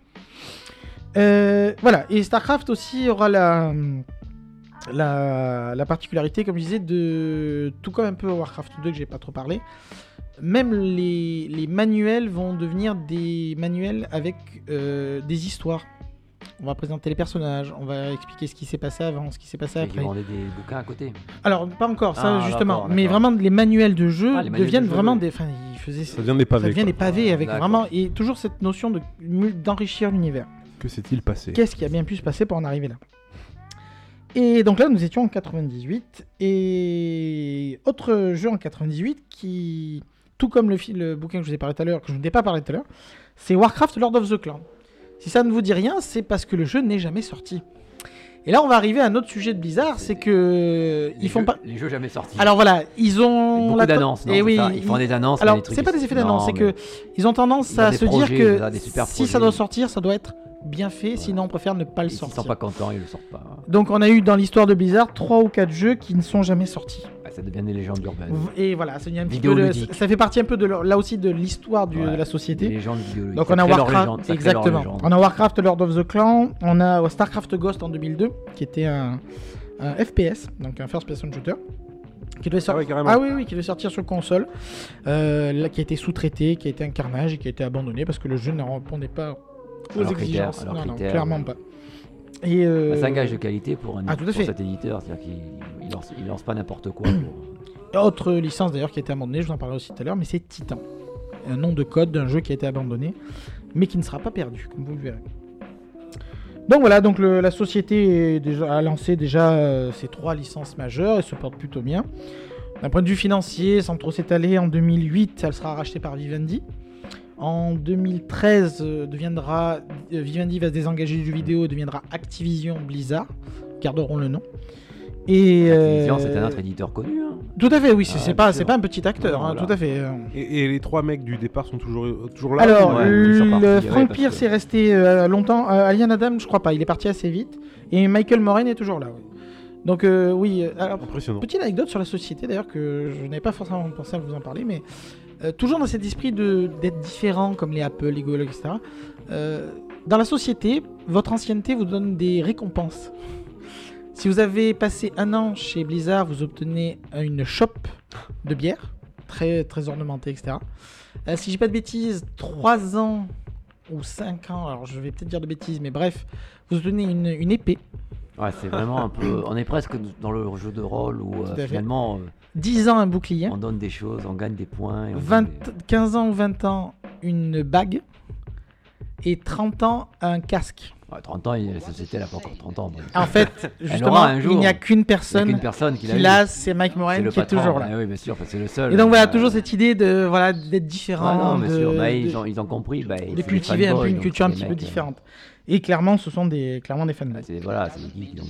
Voilà, et StarCraft aussi aura la particularité, comme je disais, tout comme un peu Warcraft 2 que j'ai pas trop parlé, même les manuels vont devenir des manuels avec des histoires. on va présenter les personnages, on va expliquer ce qui s'est passé avant, ce qui s'est passé Et après. ils vendaient des bouquins à côté. Alors, pas encore, ça Ah, justement, d'accord, mais d'accord. vraiment les manuels de jeu Ah, les manuels deviennent de jeu, vraiment oui. des. Enfin, ils faisaient. Ça devient des pavés. Ça devient quoi. des pavés avec D'accord. vraiment. Et toujours cette notion d'enrichir l'univers. Que s'est-il passé? Qu'est-ce qui a bien pu se passer pour en arriver là? Et donc là, nous étions en 98. Et autre jeu en 98 qui, tout comme le bouquin que je vous ai parlé tout à l'heure, que je ne vous ai pas parlé tout à l'heure, c'est Warcraft Lord of the Clan. Si ça ne vous dit rien, c'est parce que le jeu n'est jamais sorti. Et là, on va arriver à un autre sujet de Blizzard, c'est que Les ils font jeux- pas. Les jeux jamais sortis. Alors voilà, ils ont beaucoup d'annonces, non, Et c'est oui, ça ils font des annonces. mais Alors, des trucs- c'est pas des effets d'annonce, Non, c'est mais que ils ont tendance ils ont à des se dire projets, que voilà, des super si ça projets. doit sortir, ça doit être bien fait, sinon on préfère ne pas le S'ils sortir. sont pas contents, ils le sortent pas. Donc on a eu dans l'histoire de Blizzard 3 ou 4 jeux qui ne sont jamais sortis. Ah, ça devient des légendes urbaines. Et voilà, ça, devient un petit peu Vidéoludique. ça fait partie un peu de là aussi de l'histoire Ouais, de la société. Des légendes vidéoludiques. Donc Ça on a crée leur Warcraft, légende, ça crée leur exactement. légende. On a Warcraft Lord of the Clan, on a Starcraft Ghost en 2002, qui était un FPS, donc un first person shooter. Qui devait sortir. Ah ouais, carrément. Ah oui, oui, qui devait sortir sur console, là, qui a été sous-traité, qui a été un carnage et qui a été abandonné parce que le jeu ne répondait pas aux leurs exigences. critères, à leurs Non, critères, clairement ouais. pas. Et Bah, c'est un gage de qualité pour Ah, tout à pour fait. cet éditeur. C'est-à-dire qu'il lance pas n'importe quoi. autre licence d'ailleurs qui a été abandonnée, je vous en parlerai aussi tout à l'heure, mais c'est Titan. Un nom de code d'un jeu qui a été abandonné, mais qui ne sera pas perdu, comme vous le verrez. Donc voilà, donc la société a lancé déjà ses 3 licences majeures et se porte plutôt bien. D'un point de vue financier, sans trop s'étaler, en 2008, elle sera rachetée par Vivendi. En 2013, Vivendi va se désengager du jeu vidéo et deviendra Activision Blizzard. Garderont le nom. Et Activision, c'est un autre éditeur connu. Hein. tout à fait, oui, c'est Ah, c'est sûr. pas un petit acteur, Non, hein, voilà. tout à fait. Et les 3 mecs du départ sont toujours là? Alors, ouais, ils sont partis, ouais, Frank parce Pierce que- est resté longtemps. Alien Adam, je crois pas, il est parti assez vite. Et Michael Moran est toujours là. Oui. Donc, oui. Alors, Impressionnant. petite anecdote sur la société d'ailleurs que je n'avais pas forcément pensé à vous en parler, mais toujours dans cet esprit d'être différent comme les Apple, les Google, etc. Dans la société, votre ancienneté vous donne des récompenses. Si vous avez passé 1 an chez Blizzard, vous obtenez une shop de bière, très, très ornementée, etc. Si j'ai pas de bêtises, 3 ans ou 5 ans, alors je vais peut-être dire de bêtises, mais bref, vous obtenez une épée. Ouais, c'est vraiment un peu. On est presque dans le jeu de rôle où Tout à fait. finalement 10 ans un bouclier. on donne des choses, on gagne des points. Et on 15 ans ou 20 ans, une bague. Et 30 ans, un casque. Ouais, 30 ans, la société n'a pas encore 30 ans. bon. En fait, justement, aura un jour. il n'y a qu'une Il y a personne qu'une personne qui qui l'a eu. l'a, c'est Mike C'est Moran le qui est patron. toujours là. Ah oui, bien sûr, parce que c'est le seul. Et donc voilà, Euh, toujours cette idée de voilà d'être différent, Ah non, bien de, sûr. Bah, de- ils ont compris. Bah, de c'est des cultiver un peu fanboys, une donc culture un c'est petit des peu mecs, différente. Et clairement, ce sont clairement des fanboys. C'est voilà, c'est des geeks.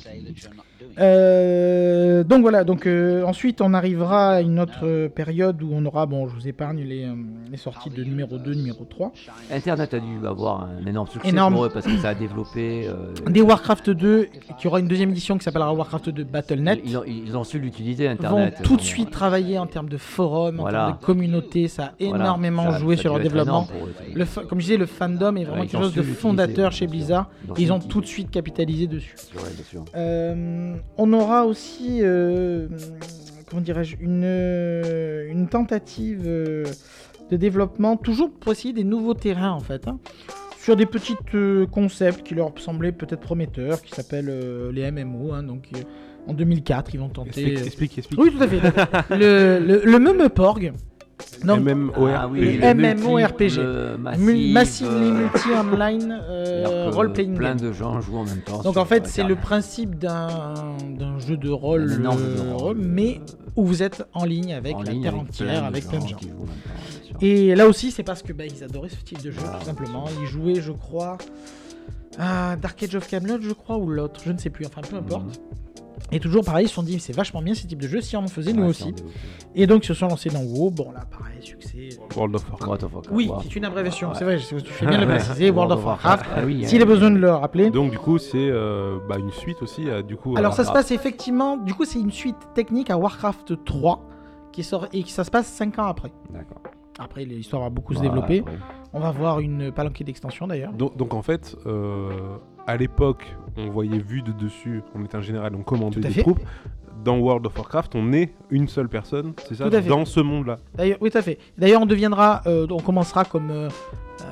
Donc voilà, ensuite on arrivera à une autre période où on aura, bon je vous épargne les sorties de numéro 2, numéro 3. Internet a dû avoir un énorme succès Énorme. pour eux parce que ça a développé. Des Warcraft 2, qui aura une deuxième édition qui s'appellera Warcraft 2 Battle.net. Ils ont su l'utiliser, Vont Internet. tout de suite travailler en termes de forum, en Voilà. termes de communauté, ça a Voilà, énormément ça- joué ça sur a leur dû être développement. énorme pour eux. Comme je disais, le fandom est vraiment Ouais, ils quelque ont chose su de l'utiliser, fondateur bien chez sûr. Blizzard. Ils ont Ils su ont l'utiliser. tout de suite capitalisé dessus. Ouais, bien sûr. On aura aussi, comment dirais-je, une tentative de développement, toujours pour essayer des nouveaux terrains en fait, hein, sur des petits concepts qui leur semblaient peut-être prometteurs, qui s'appellent les MMO. Hein, donc en 2004, ils vont tenter. Explique. Oui, tout à fait. le MMORPG. Donc, MMOR. Ah oui, le le MMORPG. multiple, massif, Massively multi-online alors que role-playing plein game. de gens jouent en même temps. Donc sur en fait, c'est le Internet. principe d'un jeu de rôle, Un énorme jeu de rôle, mais où vous êtes en ligne avec En la ligne terre avec entière, avec plein de gens. qui jouent en même temps, bien sûr. Et là aussi, c'est parce que ils adoraient ce type de jeu, Voilà, tout simplement. Ils jouaient, je crois, à Dark Age of Camelot, je crois, ou l'autre, je ne sais plus, enfin peu importe. Et toujours pareil, ils se sont dit, c'est vachement bien ce type de jeu, si on en faisait nous Ouais, aussi. c'est en développé. Et donc ils se sont lancés dans WoW, bon là pareil, succès. World of Warcraft. World of Warcraft. Oui, Wow. c'est une abréviation, Ouais. c'est vrai, tu fais bien de le préciser, World of Warcraft. Ah oui, S'il est besoin de le rappeler. Donc du coup c'est une suite aussi du coup. Alors ça se passe effectivement, du coup c'est une suite technique à Warcraft 3 qui sort et ça se passe 5 ans après. D'accord. Après l'histoire va beaucoup se Voilà, développer. après. On va voir une palanquée d'extension d'ailleurs. Donc en fait, à l'époque, on voyait vu de dessus, on était un général, on commandait Tout à des fait. troupes. Dans World of Warcraft, on est une seule personne, c'est ça, Tout à fait. dans ce monde-là. D'ailleurs, oui, tout à fait. D'ailleurs, on deviendra, on commencera comme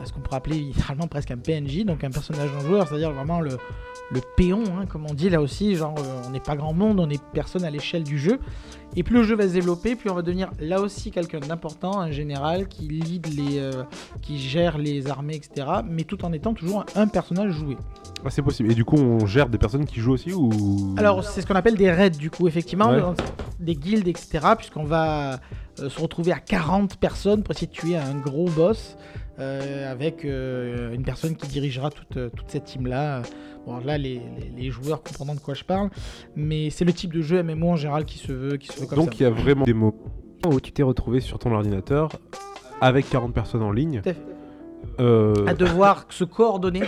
ce qu'on pourrait appeler littéralement presque un PNJ, donc un personnage non joueur, c'est-à-dire vraiment le péon, hein, comme on dit là aussi, genre on n'est pas grand monde, on est personne à l'échelle du jeu. Et plus le jeu va se développer, plus on va devenir là aussi quelqu'un d'important, un général qui lead qui gère les armées, etc. Mais tout en étant toujours un personnage joué. Ah, c'est possible. Et du coup, on gère des personnes qui jouent aussi ou... Alors c'est ce qu'on appelle des raids du coup, effectivement, Ouais. des guildes, etc. Puisqu'on va se retrouver à 40 personnes pour essayer de tuer un gros boss. Avec une personne qui dirigera toute cette team-là. Bon, là, les joueurs comprendront de quoi je parle, mais c'est le type de jeu MMO en général qui se veut comme Donc ça. il y a vraiment des moments où tu t'es retrouvé sur ton ordinateur avec 40 personnes en ligne. Tout à fait. À devoir se coordonner,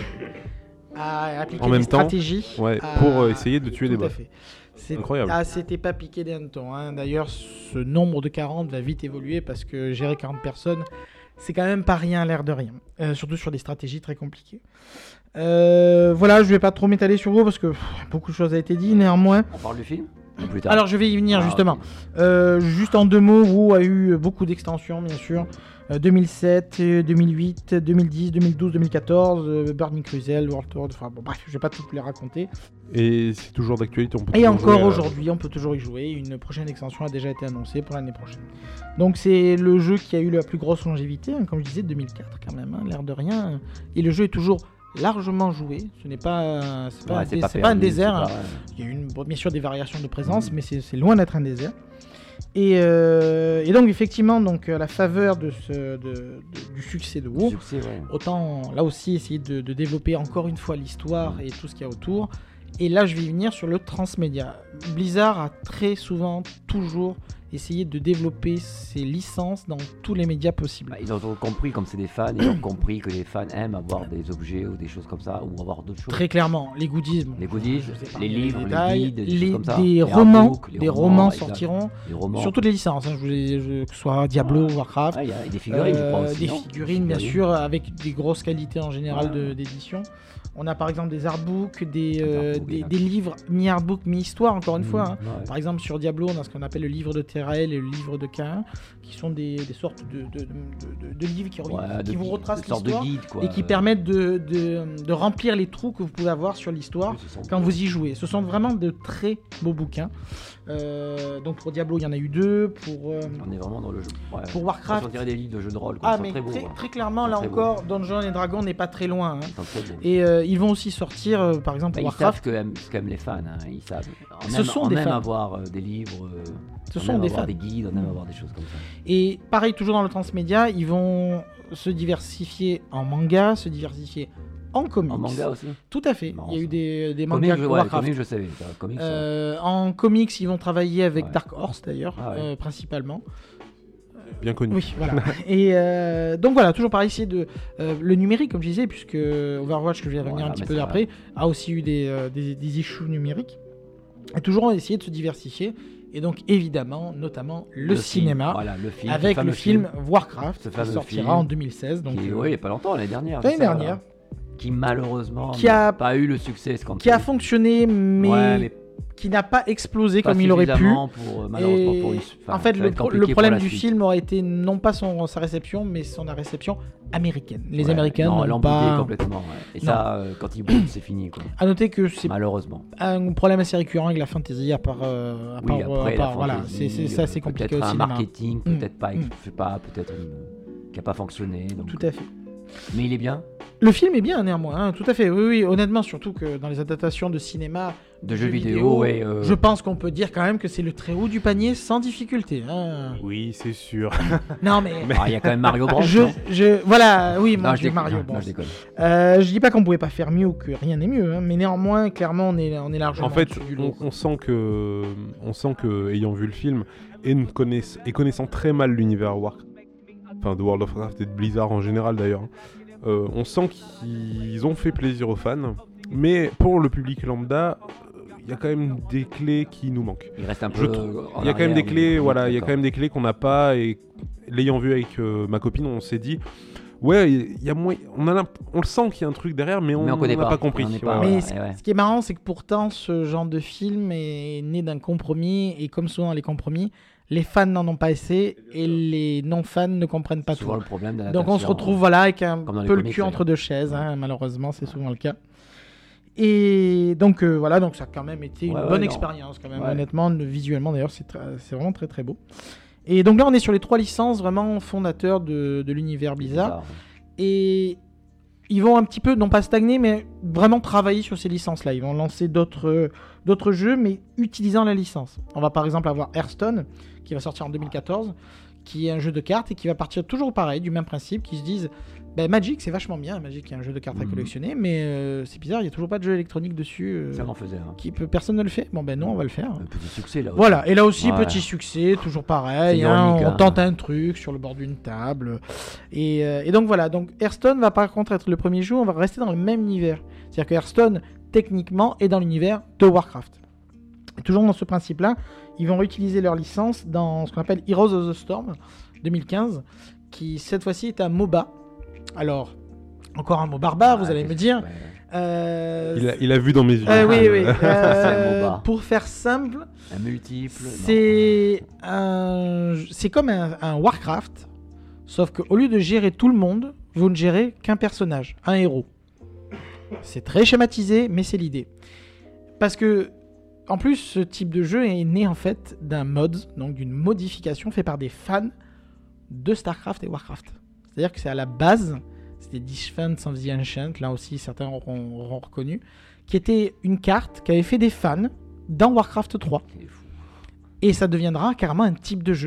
à appliquer En même des temps, stratégies. Ouais, à- pour essayer de tuer des Tout à boss. fait. Incroyable. Ah, c'était pas piqué des hannetons. Hein. D'ailleurs, ce nombre de 40 va vite évoluer parce que gérer 40 personnes, c'est quand même pas rien à l'air de rien. Surtout sur des stratégies très compliquées. Voilà, je vais pas trop m'étaler sur vous parce que beaucoup de choses a été dit. Néanmoins, On parle du film ou plus tard? alors je vais y venir Ah, justement. ok. Juste en deux mots, WoW a eu beaucoup d'extensions, bien sûr. 2007, 2008, 2010, 2012, 2014, Burning Crusade, World Tour, enfin bon bref, je vais pas tout les raconter. Et c'est toujours d'actualité. On peut Et toujours encore jouer à- aujourd'hui, on peut toujours y jouer. Une prochaine extension a déjà été annoncée pour l'année prochaine. Donc c'est le jeu qui a eu la plus grosse longévité, hein, comme je disais, 2004 quand même, hein, l'air de rien. Et le jeu est toujours largement joué. Ce n'est pas, c'est pas, Ouais, un, c'est dé- pas c'est pas un perdu, désert. c'est hein. pas- Il y a eu bien sûr des variations de présence, mais c'est loin d'être un désert. Et donc effectivement, donc à la faveur du succès de WoW, Succès, ouais. autant là aussi essayer de développer encore une fois l'histoire et tout ce qu'il y a autour. Et là, je vais y venir sur le transmédia. Blizzard a très souvent, toujours essayé de développer ses licences dans tous les médias possibles. Bah, ils ont compris, comme c'est des fans, ils ont compris que les fans aiment avoir des objets ou des choses comme ça, ou avoir d'autres choses. Très clairement, les goodies, bon, Les goodies, je vous ai pas les donné livres, les détails, guides, des choses comme ça. des Les romans, artbooks, les des romans exact. sortiront Les romans. sur toutes les licences, hein, que ce soit Diablo, Warcraft. Ouais, il y a des figurines, je crois aussi. Des non figurines, bien sûr, avec des grosses qualités en général d'édition. On a par exemple des artbooks, des artbooks, des exact. livres mi-artbook, mi-histoire, encore une fois. Hein. Ouais. Par exemple, sur Diablo, on a ce qu'on appelle le livre de Terrael et le livre de Cain, qui sont des sortes de livres qui Ouais, vous retracent une sorte de l'histoire guide, quoi. et qui permettent de remplir les trous que vous pouvez avoir sur l'histoire Oui, ce sont- quand vous y jouez. Ce sont vraiment de très beaux bouquins. Donc pour Diablo, il y en a eu 2. Pour On est vraiment dans le jeu. Ouais. pour Warcraft- On dirait des livres de jeux de rôle, quoi. ah Ils sont mais très beaux. très, ouais. très clairement, là Très beau. encore, Donjons et Dragons n'est pas très loin. Hein. Ils sont très beaux. Et ils vont aussi sortir, par exemple, Bah, pour ils savent Warcraft. ce qu'aiment les fans, hein. Ils savent. Ce sont on des aime fans. avoir des livres, Ce on sont aime des avoir fans. des guides, on aime avoir des choses comme ça. Et pareil, toujours dans le transmédia, ils vont se diversifier en manga, se diversifier en comics. En manga aussi. Tout à fait. Marrant, Il y a eu ça. des Comics, mangas ouais, Warcraft. comics, je savais. Comics, En comics, ils vont travailler avec Ouais. Dark Horse d'ailleurs, Ah ouais. principalement. Bien connu. Oui, voilà. Et donc voilà, toujours par ici de le numérique, comme je disais, puisque Overwatch, que je vais revenir Voilà, un petit mais peu c'est après, a aussi eu des issues numériques. Et toujours essayer de se diversifier. Et donc évidemment, notamment le cinéma, Voilà, le film. avec fameux le film Warcraft, Ce qui fameux sortira film en 2016. Donc, Qui, ouais, il n'y a pas longtemps, l'année dernière. l'année c'est ça, dernière, Qui malheureusement Qui a- n'a pas eu le succès escompté. qui a fonctionné, mais, Ouais, mais qui n'a pas explosé pas comme il aurait pu. suffisamment Pour, malheureusement, Et pour une, en fait, ça va le être compliqué pour problème la du suite. film aurait été non pas sa réception, mais son réception américaine. Les Ouais, Américains non, n'ont l'ont boudé pas. complètement. Ouais. Et Non. ça, quand ils boudent, c'est fini. Quoi. À noter que c'est Malheureusement. un problème assez récurrent avec la fantasy, à part. Oui, après, la voilà, fantaisie, c'est ça, c'est compliqué peut-être au un cinéma. marketing, Mm. peut-être pas, Mm. je sais pas, peut-être qui n'a pas fonctionné. Donc... Tout à fait. Mais il est bien. Le film est bien néanmoins, hein, tout à fait. Oui, oui, honnêtement, surtout que dans les adaptations de cinéma, De jeux vidéo, ouais. je pense qu'on peut dire quand même que c'est le très haut du panier sans difficulté. Hein. Oui, c'est sûr. Non mais. Ah, il y a quand même Mario Bros. non Voilà, oui, mon Non, Dieu, je Mario. déconne. Bon. Non, je déconne. Je dis pas qu'on pouvait pas faire mieux ou que rien n'est mieux, hein, mais néanmoins, clairement, on est largement En fait, au-dessus du lot. on sent que, ayant vu le film et connaissant très mal l'univers Warcraft, enfin de World of Warcraft et de Blizzard en général d'ailleurs, on sent qu'ils ont fait plaisir aux fans, mais pour le public lambda, il y a quand même des clés qui nous manquent. Il reste un Je peu. trouve- en Il y a quand même arrière, des clés, oui, voilà, il y a d'accord. quand même des clés qu'on n'a pas, et l'ayant vu avec ma copine, on s'est dit, ouais, il y a moins, on le sent qu'il y a un truc derrière, mais on connaît n'a pas. pas compris. On n'est pas- Ouais, Mais ouais, ce ouais. ce qui est marrant, c'est que pourtant, ce genre de film est né d'un compromis, et comme souvent les compromis, Les fans n'en ont pas assez et les non-fans ne comprennent pas Souvent tout. le problème Donc d'adaptation, on se retrouve voilà, avec un comme dans les peu le comics, cul entre d'ailleurs. deux chaises, hein, malheureusement, c'est souvent le cas. Et donc voilà, donc ça a quand même été une Ouais, bonne non. expérience, quand même, Ouais. honnêtement, visuellement d'ailleurs, c'est vraiment très très beau. Et donc là, on est sur les 3 licences vraiment fondateurs de l'univers Blizzard. Et ils vont un petit peu, non pas stagner, mais vraiment travailler sur ces licences-là. Ils vont lancer d'autres jeux, mais utilisant la licence. On va par exemple avoir Hearthstone, qui va sortir en 2014, qui est un jeu de cartes et qui va partir toujours pareil, du même principe, qui se disent Magic, c'est vachement bien. Magic est un jeu de cartes à collectionner, mais c'est bizarre, il n'y a toujours pas de jeu électronique dessus. Ça m'en faisait. Hein. Personne ne le fait. Bon, ben non, on va le faire. Un petit succès là. Voilà, et là aussi, Ouais. petit succès, toujours pareil. C'est Hein, ironique, on hein. tente un truc sur le bord d'une table. Et donc voilà, donc Hearthstone va par contre être le premier jeu, on va rester dans le même univers. C'est-à-dire que Hearthstone, techniquement, est dans l'univers de Warcraft. Et toujours dans ce principe-là, ils vont réutiliser leur licence dans ce qu'on appelle Heroes of the Storm 2015, qui cette fois-ci est un MOBA. Alors, encore un mot barbare, vous allez me dire. Ouais. Il a vu dans mes yeux. Oui, oui. C'est un MOBA. Pour faire simple, Un multiple. c'est comme un Warcraft, sauf qu'au lieu de gérer tout le monde, vous ne gérez qu'un personnage, un héros. C'est très schématisé, mais c'est l'idée. Parce que, en plus, ce type de jeu est né en fait d'un mod, donc d'une modification faite par des fans de StarCraft et Warcraft. C'est-à-dire que c'est à la base, c'était Defense of the Ancient, là aussi certains auront reconnu, qui était une carte qu'avaient fait des fans dans Warcraft 3. C'est fou. Et ça deviendra carrément un type de jeu.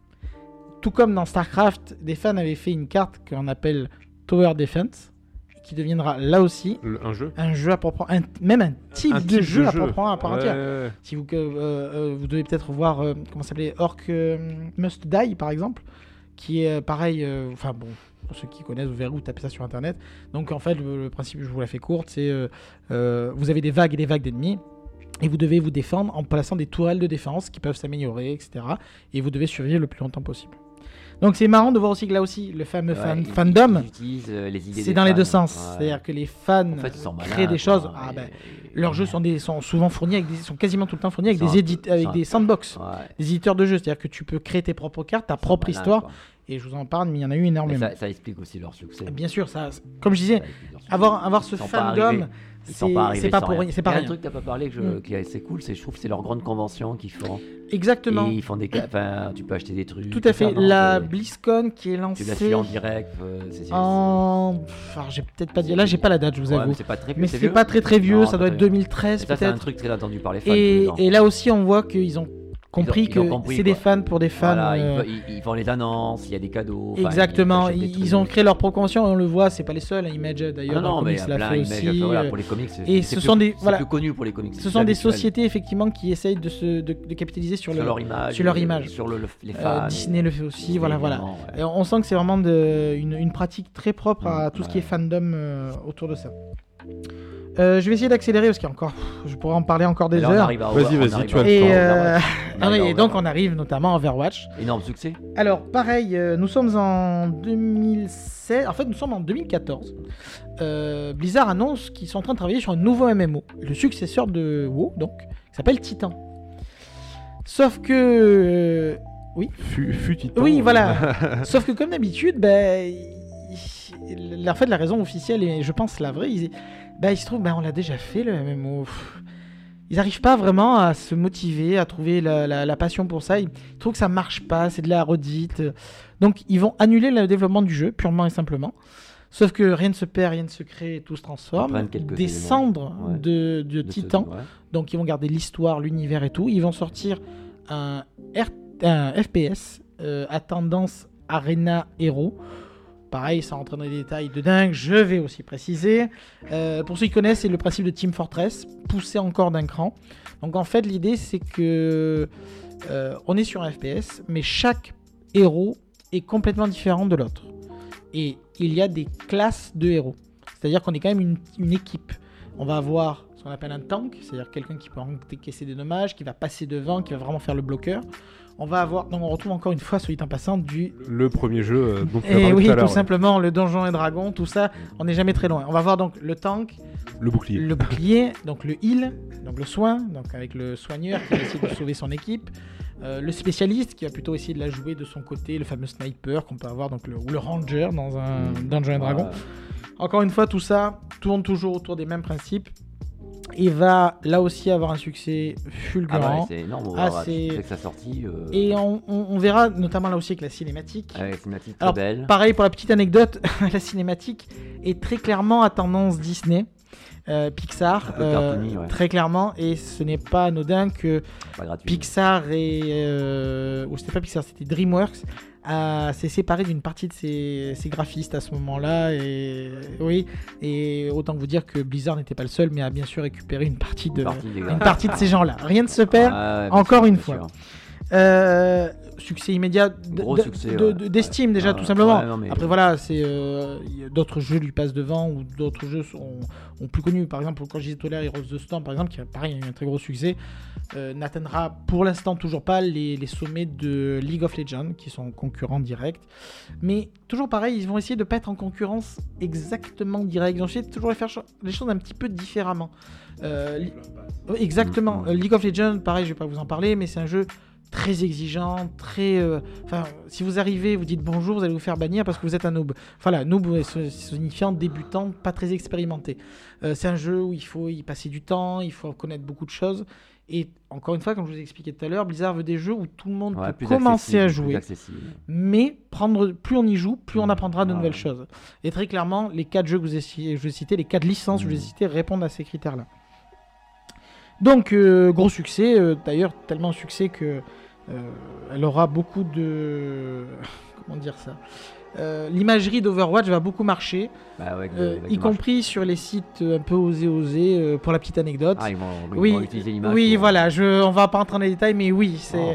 Tout comme dans StarCraft, des fans avaient fait une carte qu'on appelle Tower Defense, qui deviendra là aussi Un jeu. un jeu à proprement, même un type Un de type jeu de à proprement à part entière. Ouais. Si vous, vous devez peut-être voir comment ça s'appelait Orc Must Die par exemple, qui est pareil. Enfin bon, pour ceux qui connaissent, vous verrez, vous tapez ça sur internet. Donc en fait, le principe, je vous la fais courte, c'est vous avez des vagues et des vagues d'ennemis. Et vous devez vous défendre en plaçant des tourelles de défense qui peuvent s'améliorer, etc. Et vous devez survivre le plus longtemps possible. Donc c'est marrant de voir aussi que là aussi, le fameux fandom, Ils utilisent les idées c'est des dans les fans. deux sens. Ouais. C'est-à-dire que les fans En fait, ils sont créent malins, des choses. quoi, Ah, et- ben, leurs jeux sont souvent fournis avec sont quasiment tout le temps fournis avec Ils des, sont avec des sandbox, Ouais. des éditeurs de jeux. C'est-à-dire que tu peux créer tes propres cartes, ta Ils sont propre malins, histoire. quoi. Et je vous en parle, mais il y en a eu Mais énormément. ça explique aussi leur succès. Bien sûr, comme je disais, Ça explique leur succès. avoir ce Ils sont pas fandom, arrivés. Ils sont pas arrivés c'est pas sans pour rien. rien. C'est pas Il y a un rien. truc que t'as pas parlé qui est assez cool, je trouve, c'est leur grande convention qu'ils font. Exactement. Et ils font enfin, tu peux acheter des trucs. Tout à fait. ça, non, La c'est- BlizzCon qui est Tu la lancée suis en direct. alors, j'ai peut-être pas dit. Là, j'ai pas la date, je vous Ouais, avoue. mais c'est pas très vieux. Mais c'est pas très vieux. Non, Ça pas doit très être vieux. 2013 Et ça, c'est un peut-être. truc très attendu par les fans. tous Et, les ans. et là aussi, on voit qu'ils ont compris Ils ont que compris, c'est des quoi. fans pour des fans. Voilà, euh, ils font les annonces, il y a des cadeaux. enfin, Exactement, t'achètes des ils trucs. ont créé leur propre convention et on le voit, c'est pas les seuls. Image d'ailleurs, Ah non, dans mais le il y a comics, l'a plein fait d'Image, aussi. voilà, pour les comics. et c'est ce plus- sont des- c'est voilà. plus connu pour les comics. Ce sont des habituel. sociétés effectivement qui essayent de capitaliser sur Sur leur image. sur leur image. Sur les fans. Disney le fait aussi, Disney, voilà. évidemment, ouais. Et on sent que c'est vraiment une pratique très propre à tout ce qui est fandom autour de ça. Je vais essayer d'accélérer parce qu'il y a encore, je pourrais en parler encore des Et là, on heures. arrive à Vas-y, on vas-y, arrive tu à as le Et, temps. Overwatch. ah oui, arrive à et donc Overwatch. on arrive notamment à Overwatch. Énorme succès. Alors pareil, nous sommes en 2016, en fait nous sommes en 2014. Blizzard annonce qu'ils sont en train de travailler sur un nouveau MMO, le successeur de WoW donc, qui s'appelle Titan. Sauf que Fut Titan. oui, voilà. Sauf que comme d'habitude, en fait, la raison officielle, et je pense la vraie, il se trouve, on l'a déjà fait le MMO. Ils n'arrivent pas vraiment à se motiver, à trouver la passion pour ça. Ils trouvent que ça marche pas, c'est de la redite. Donc, ils vont annuler le développement du jeu, purement et simplement. Sauf que rien ne se perd, rien ne se crée, tout se Ils transforme. prennent quelques Des éléments. cendres Ouais. de De ce- Titan. ouais. Donc ils vont garder l'histoire, l'univers et tout. Ils vont sortir un FPS à tendance Arena Hero. Pareil, sans rentrer dans les détails de dingue, je vais aussi préciser. Pour ceux qui connaissent, c'est le principe de Team Fortress, poussé encore d'un cran. Donc en fait, l'idée c'est que on est sur un FPS, mais chaque héros est complètement différent de l'autre. Et il y a des classes de héros. C'est-à-dire qu'on est quand même une équipe. On va avoir ce qu'on appelle un tank, c'est-à-dire quelqu'un qui peut encaisser des dommages, qui va passer devant, qui va vraiment faire le bloqueur. On va avoir, donc on retrouve encore une fois, soit dit en passant, Le premier jeu dont tu as et parlé oui, tout à tout l'heure. Ouais. simplement, le donjon et dragon, tout ça, on n'est jamais très loin. On va voir donc le tank, Le bouclier. le bouclier, donc le heal, donc le soin, donc avec le soigneur qui va essayer de sauver son équipe. Le spécialiste qui va plutôt essayer de la jouer de son côté, le fameux sniper qu'on peut avoir, donc ou le ranger dans un Dungeons & Dragons. Encore une fois, tout ça tourne toujours autour des mêmes principes. Il va là aussi avoir un succès fulgurant. C'est énorme, avec sa sortie. Et on verra notamment là aussi avec la cinématique. La cinématique très Alors, belle. pareil pour la petite anecdote, la cinématique est très clairement à tendance Disney, Pixar, Un peu cartoony, ouais. très clairement. Et ce n'est pas anodin que Pas gratuit. Pixar ou c'était pas Pixar, c'était DreamWorks s'est séparé d'une partie de ses graphistes à ce moment-là, et oui, et autant vous dire que Blizzard n'était pas le seul, mais a bien sûr récupéré une partie de ces gens-là. Rien ne se perd, encore une fois. Succès immédiat d'Esteam déjà, tout simplement. Après voilà, d'autres jeux lui passent devant, ou d'autres jeux sont plus connus. Par exemple, quand je disais tout à l'heure Heroes of the Storm, par exemple, qui a pareil eu un très gros succès, n'atteindra pour l'instant toujours pas les sommets de League of Legends, qui sont concurrents directs. Mais toujours pareil, ils vont essayer de pas être en concurrence exactement directe. Ils vont essayer de toujours faire les choses un petit peu différemment. Exactement. League of Legends, pareil, je vais pas vous en parler, mais c'est un jeu très exigeant, très... si vous arrivez, vous dites bonjour, vous allez vous faire bannir parce que vous êtes un noob. Voilà, noob signifiant débutant, pas très expérimenté. C'est un jeu où il faut y passer du temps, il faut connaître beaucoup de choses. Et encore une fois, comme je vous ai expliqué tout à l'heure, Blizzard veut des jeux où tout le monde peut commencer à jouer. Mais plus on y joue, plus on apprendra de nouvelles choses. Et très clairement, les 4 jeux que je vous ai cités, les 4 licences que je vous ai citées répondent à ces critères-là. Donc, gros succès, d'ailleurs, tellement succès que elle aura beaucoup de... Comment dire ça, l'imagerie d'Overwatch va beaucoup marcher, y compris sur les sites un peu osés, pour la petite anecdote. Ils vont utiliser l'image. Oui, voilà, on va pas rentrer dans les détails, mais oui,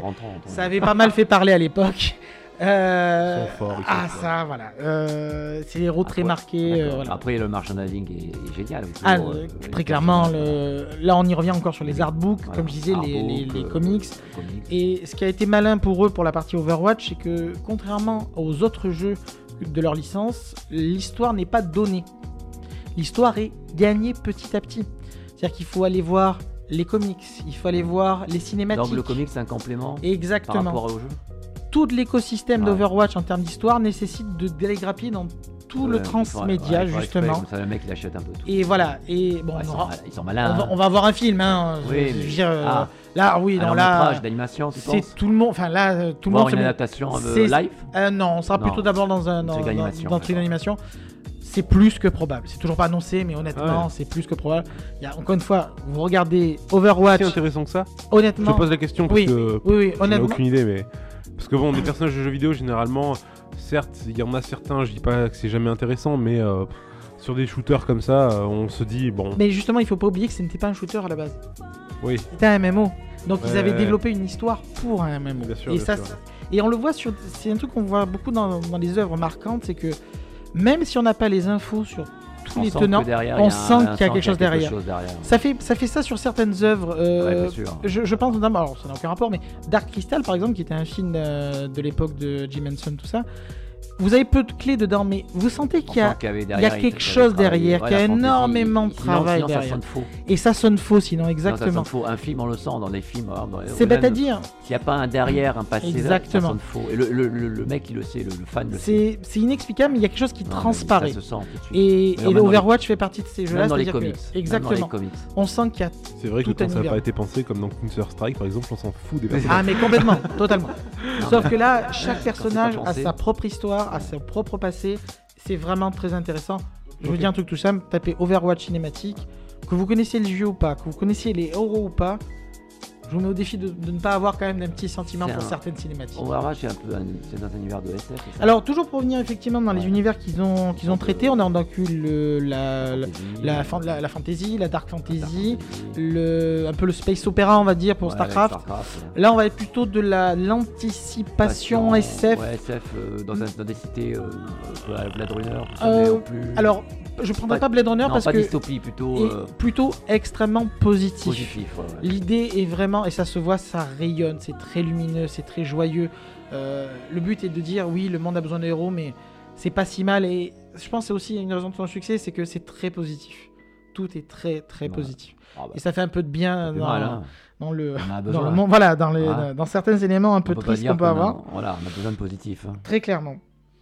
ça avait pas mal fait parler à l'époque. Ils sont forts, ça, voilà. C'est des héros très marqués. Voilà. Après, le merchandising est génial. Très clairement, là, on y revient encore sur les artbooks, comme je disais, les comics. Et ce qui a été malin pour eux pour la partie Overwatch, c'est que contrairement aux autres jeux de leur licence, l'histoire n'est pas donnée. L'histoire est gagnée petit à petit. C'est-à-dire qu'il faut aller voir les comics, il faut aller voir les cinématiques. Donc le comics, c'est un complément. Exactement. Par rapport au jeu. Tout l'écosystème d'Overwatch en termes d'histoire nécessite de dégrappiller dans tout le transmédia, justement. Comme ça, le mec, il achète un peu tout. Et voilà. Et bon, ils sont malins. On va avoir un film, hein. Oui, je veux dire, là, oui, un métrage d'animation, tu c'est penses tout le monde. Enfin, là, tout le monde. Une adaptation live. Non, on sera plutôt d'abord dans un truc d'animation. C'est plus que probable. C'est toujours pas annoncé, mais honnêtement, c'est plus que probable. Il y a, encore une fois, vous regardez Overwatch. C'est intéressant que ça. Honnêtement. Je pose la question parce que oui, je n'ai aucune idée, mais parce que bon, des personnages de jeux vidéo généralement, certes, il y en a certains. Je dis pas que c'est jamais intéressant, mais sur des shooters comme ça, on se dit bon. Mais justement, il faut pas oublier que ce n'était pas un shooter à la base. Oui. C'était un MMO. Donc ils avaient développé une histoire pour un MMO. Bien sûr, et bien sûr. Et on le voit c'est un truc qu'on voit beaucoup dans les œuvres marquantes, c'est que même si on n'a pas les infos sur tous les tenants, on sent qu'il y a quelque chose derrière. Ça fait ça sur certaines œuvres. Je pense notamment, alors ça n'a aucun rapport, mais Dark Crystal par exemple, qui était un film de l'époque de Jim Henson, tout ça. Vous avez peu de clés dedans, mais vous sentez qu'il y a quelque chose derrière, qu'il y a énormément de travail derrière. Ça sonne faux. Et ça sonne faux, sinon, exactement. Ça sonne faux. Un film, on le sent dans les films. C'est bête à dire. S'il n'y a pas un derrière, un passé, exactement. Ça sonne faux. Et le mec, il le sait, le fan le sait. C'est inexplicable, mais il y a quelque chose qui transparaît. Ça se sent tout de suite. Et Overwatch fait partie de ces jeux-là. Même dans les comics. Exactement. On sent qu'il y a. C'est vrai que quand ça n'a pas été pensé, comme dans Counter-Strike par exemple, on s'en fout des personnages. Ah, mais complètement, totalement. Sauf que là, chaque personnage a sa propre histoire, a son propre passé. C'est vraiment très intéressant. Je vous dis un truc tout simple, tapez Overwatch cinématique, que vous connaissiez le jeu ou pas, que vous connaissiez les héros ou pas, je vous mets au défi de ne pas avoir quand même un petit sentiment pour certaines cinématiques. Overwatch, c'est dans un univers de SF. Alors toujours pour revenir effectivement dans les univers qu'ils ont traités, on a inclus la fantasy, la dark fantasy, un peu le space opéra on va dire pour Starcraft. Là on va être plutôt de l'anticipation SF. Ouais, SF dans des cités Blade Runner. Alors je prendrais pas Blade Runner parce que dystopie, plutôt extrêmement positif. Ouais. L'idée est vraiment, et ça se voit, ça rayonne, c'est très lumineux, c'est très joyeux. Le but est de dire oui, le monde a besoin de héros, mais c'est pas si mal. Et je pense que c'est aussi une raison de son succès, c'est que c'est très positif. tout est très très Ouais. positif. Ah bah, Et ça fait un peu de bien ça fait dans, mal, hein. dans le On a dans besoin. le monde, voilà, Ouais. dans certains éléments un peu On peut pas tristes dire qu'on peut qu'on a- avoir. Voilà, on a besoin de positif. Hein. Très clairement.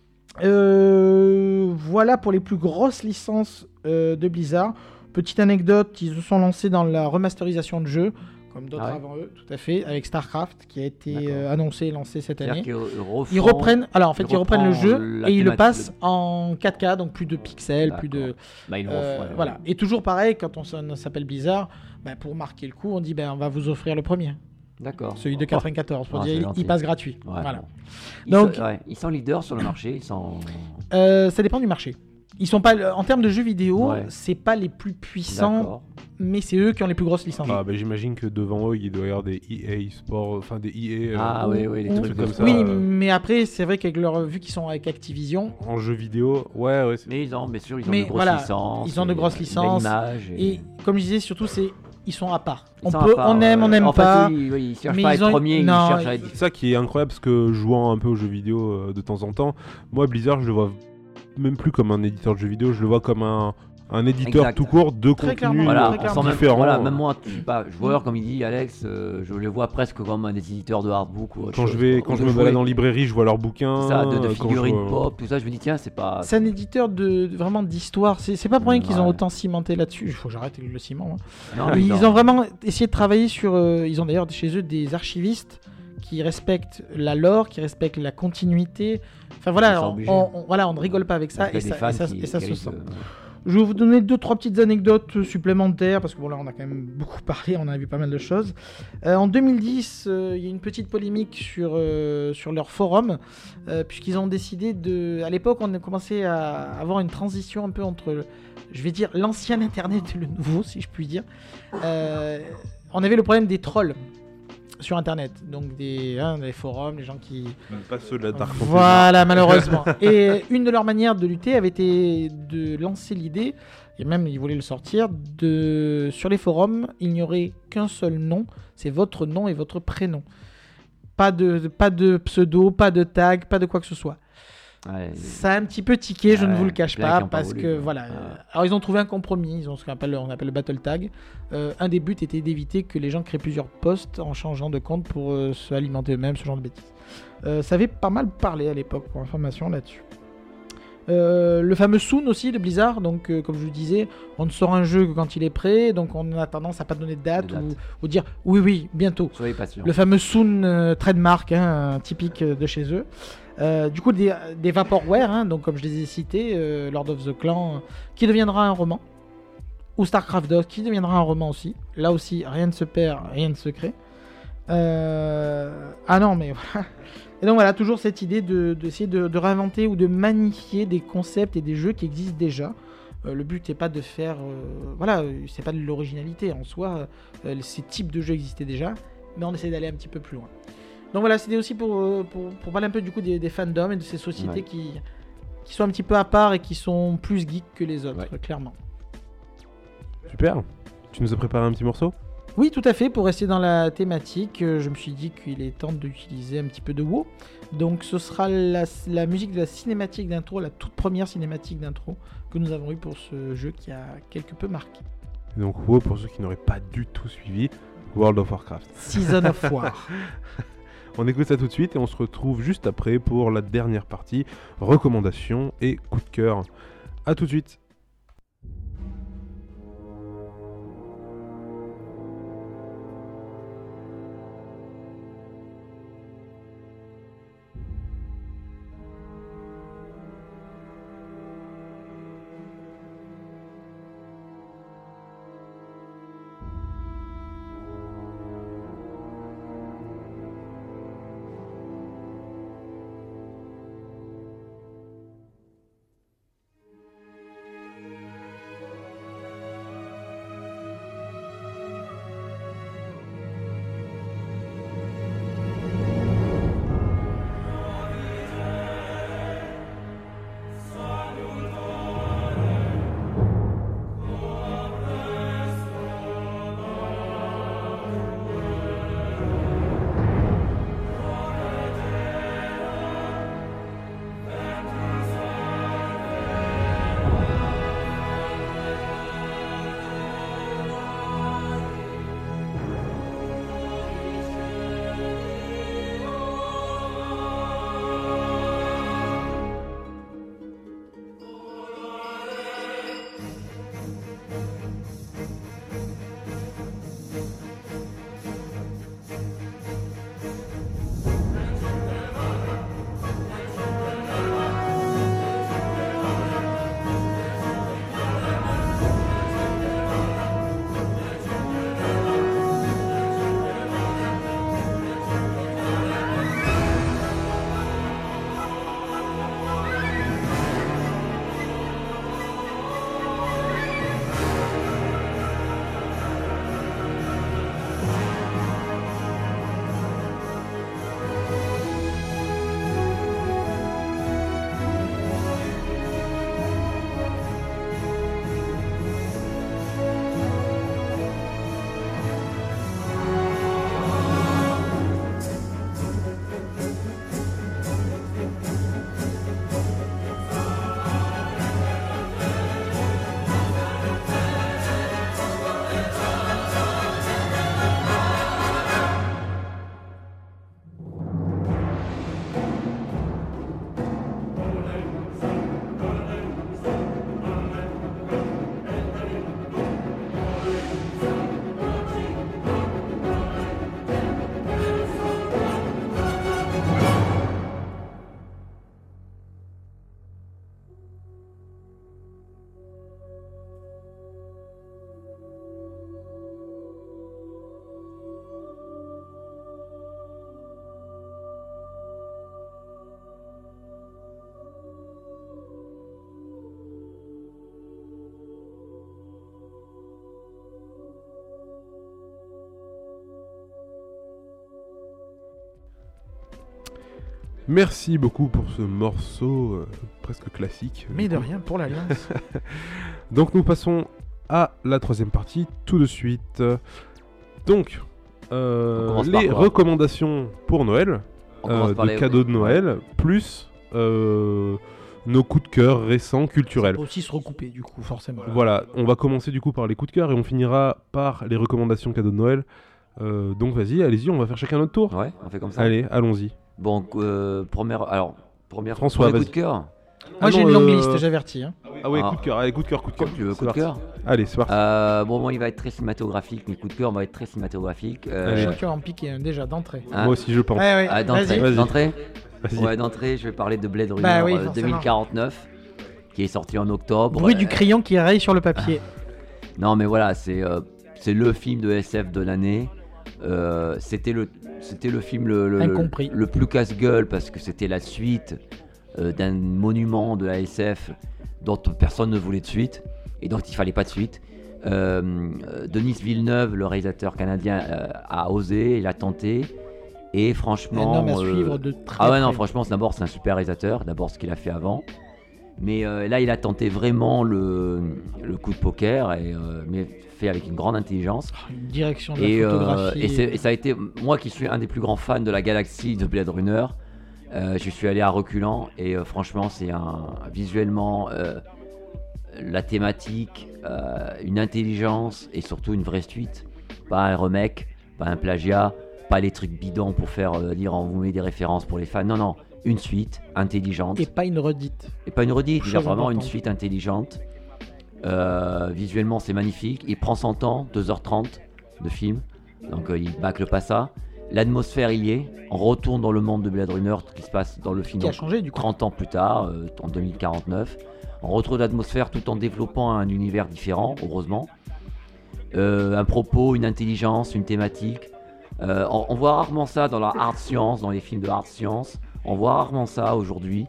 Voilà pour les plus grosses licences de Blizzard. Petite anecdote, ils se sont lancés dans la remasterisation de jeux, comme d'autres Ah ouais. avant eux, tout à fait, avec StarCraft, qui a été D'accord. annoncé et lancé cette année. C'est-à-dire qu'ils Ils reprennent, alors en fait, ils reprennent le reprend jeu la et ils le thématique passent de- en 4K, donc plus de pixels, plus de. D'accord. Bah, ils le refont, ouais. Voilà. Et toujours pareil, quand on s'appelle Blizzard, bah, pour marquer le coup, on dit on va vous offrir le premier, D'accord. celui de 94, pour Ah, c'est dire gentil. il passe gratuit. Ouais, Voilà. bon. Donc- Ils sont leaders sur le marché. Ils sont. Ça dépend du marché. Ils sont pas, en termes de jeux vidéo, Ouais. c'est pas les plus puissants, D'accord. mais c'est eux qui ont les plus grosses licences. Ah, bah, j'imagine que devant eux, il doit y avoir des EA Sport, enfin des EA Ah oui, oui, les Ou- trucs comme comme ça. Oui, mais après, c'est vrai qu'avec leur, vu qu'ils sont avec Activision, en jeux vidéo. Ouais, c'est- Mais ils ont, bien sûr, ils ont Mais de grosses voilà, licences. ils ont de et, grosses une belle licences, image et comme je disais, surtout, ils sont à part. Ils On sont à peut, part, on aime, ouais. on n'aime En fait, pas. ils cherchent mais pas à ils être ont- premiers, ils non, cherchent à être. C'est ça qui est incroyable parce que jouant un peu aux jeux vidéo de temps en temps, moi Blizzard je le vois même plus comme un éditeur de jeux vidéo, je le vois comme un éditeur Exact. tout court de Très contenu clairement, Voilà, très on clairement. sent même, différents. voilà, même moi, je suis pas joueur, comme il dit Alex, je les vois presque comme un éditeur de hardbook ou autre Quand chose, quand ou je de me balade jouets. en librairie, je vois leurs bouquins. C'est ça, de quand je figurines vois- pop, tout ça, je me dis, tiens, c'est pas. C'est un éditeur vraiment d'histoire. C'est pas pour rien qu'ils ont Ouais. autant cimenté là-dessus. Il faut que j'arrête avec le ciment. Hein. Non, mais Ils non. ont vraiment essayé de travailler sur. Ils ont d'ailleurs chez eux des archivistes qui respectent la lore, qui respectent la continuité. Enfin Ils voilà, sont on, obligés. voilà, on ne rigole pas avec ça, Parce qu'il et y a des ça, fans et ça se risquent sent. de- Je vais vous donner 2-3 petites anecdotes supplémentaires, parce que bon, là, on a quand même beaucoup parlé, on a vu pas mal de choses. En 2010, il y a une petite polémique sur leur forum, puisqu'ils ont décidé de... À l'époque, on a commencé à avoir une transition un peu entre, je vais dire, l'ancien Internet et le nouveau, si je puis dire. On avait le problème des trolls sur Internet, donc des forums, les gens qui... Même pas ceux de la Dark Fantasy. Voilà, malheureusement. Et une de leurs manières de lutter avait été de lancer l'idée, et même ils voulaient le sortir, sur les forums, il n'y aurait qu'un seul nom, c'est votre nom et votre prénom. Pas de pseudo, pas de tag, pas de quoi que ce soit. Ouais, Ça a un petit peu tiqué, je ne Ouais, vous le cache plein qui pas, ont pas parce voulu, que quoi. voilà. Ouais. Alors ils ont trouvé un compromis, ils ont ce qu'on appelle, on appelle le battle tag. Un des buts était d'éviter que les gens créent plusieurs posts en changeant de compte pour se alimenter eux-mêmes, ce genre de bêtises. Ça avait pas mal parlé à l'époque, pour information là-dessus. Le fameux Soon aussi de Blizzard, donc comme je vous disais, on ne sort un jeu que quand il est prêt, donc on a tendance à pas donner de date, De date. ou dire oui, bientôt. Soyez patient. Le fameux Soon trademark, typique de chez eux. Du coup, des Vaporware, donc comme je les ai cités, Lord of the Clan, qui deviendra un roman, ou StarCraft 2, qui deviendra un roman aussi. Là aussi, rien ne se perd, rien ne se crée. Ah non, mais voilà. Et donc voilà, toujours cette idée d'essayer de réinventer ou de magnifier des concepts et des jeux qui existent déjà. Le but n'est pas de faire... c'est pas de l'originalité en soi. Ces types de jeux existaient déjà, mais on essaie d'aller un petit peu plus loin. Donc voilà, c'était aussi pour parler un peu du coup des fandoms et de ces sociétés Ouais. qui sont un petit peu à part et qui sont plus geeks que les autres, Ouais. clairement. Super. Tu nous as préparé un petit morceau? Oui, tout à fait. Pour rester dans la thématique, je me suis dit qu'il est temps d'utiliser un petit peu de WoW. Donc ce sera la musique de la cinématique d'intro, la toute première cinématique d'intro que nous avons eue pour ce jeu qui a quelque peu marqué. Et donc WoW, pour ceux qui n'auraient pas du tout suivi, World of Warcraft. Season of War. On écoute ça tout de suite et on se retrouve juste après pour la dernière partie, recommandations et coup de cœur. A tout de suite. Merci beaucoup pour ce morceau presque classique. Mais de rien pour l'Alliance. Donc nous passons à la troisième partie tout de suite. Donc, commence par les quoi recommandations pour Noël, On commence par de les cadeaux de Noël, plus nos coups de cœur récents culturels. Ça peut aussi se recouper du coup, forcément. Voilà, on va commencer du coup par les coups de cœur et on finira par les recommandations cadeaux de Noël. Donc vas-y, allez-y, on va faire chacun notre tour. Ouais, on fait comme ça. Allez, allons-y. Bon, première François, premier coup vas-y. de cœur. Moi j'ai non, une longue liste, j'avertis. Hein. Ah ouais, Ah. coup de cœur, allez, coup de cœur. Comme tu veux, C'est coup de parti. cœur. Allez, c'est parti. Bon, moi, il va être très cinématographique. Mes coups de cœur vont être très cinématographiques. Allez. Je crois que tu vas en piquer un déjà d'entrée. Hein Moi aussi, je pense. Ouais, Ah, d'entrée, Vas-y. d'entrée Vas-y. Ouais, d'entrée, je vais parler de Blade Runner Bah oui, forcément. 2049, qui est sorti en octobre. Bruit du crayon qui raye sur le papier. Non, mais voilà, c'est le film de SF de l'année. C'était le film Incompris. le plus casse-gueule parce que c'était la suite d'un monument de la SF dont personne ne voulait de suite et dont il fallait pas de suite. Denis Villeneuve, le réalisateur canadien, a osé, il a tenté. Et franchement. Un homme à suivre de très Ah ouais, non, près. franchement, d'abord, c'est un super réalisateur. D'abord, ce qu'il a fait avant. Mais là, il a tenté vraiment le coup de poker, mais fait avec une grande intelligence. Une direction de la Et photographie. ça a été, moi qui suis un des plus grands fans de la galaxie de Blade Runner, je suis allé à reculant et franchement, c'est visuellement la thématique, une intelligence et surtout une vraie suite. Pas un remake, pas un plagiat, pas les trucs bidons pour faire dire on vous met des références pour les fans. Non, non, une suite intelligente. Et pas une redite. Et pas une redite, il y a Chose vraiment une importante. suite intelligente. Visuellement, c'est magnifique. Il prend son temps, 2h30 de film. Donc, il bâcle pas ça. L'atmosphère, il y est. On retourne dans le monde de Blade Runner qui se passe dans le film Qui a donc, changé du coup. 30 ans plus tard, en 2049. On retrouve l'atmosphère tout en développant un univers différent, heureusement. Un propos, une intelligence, une thématique. On voit rarement ça dans la hard science, dans les films de hard science. On voit rarement ça aujourd'hui.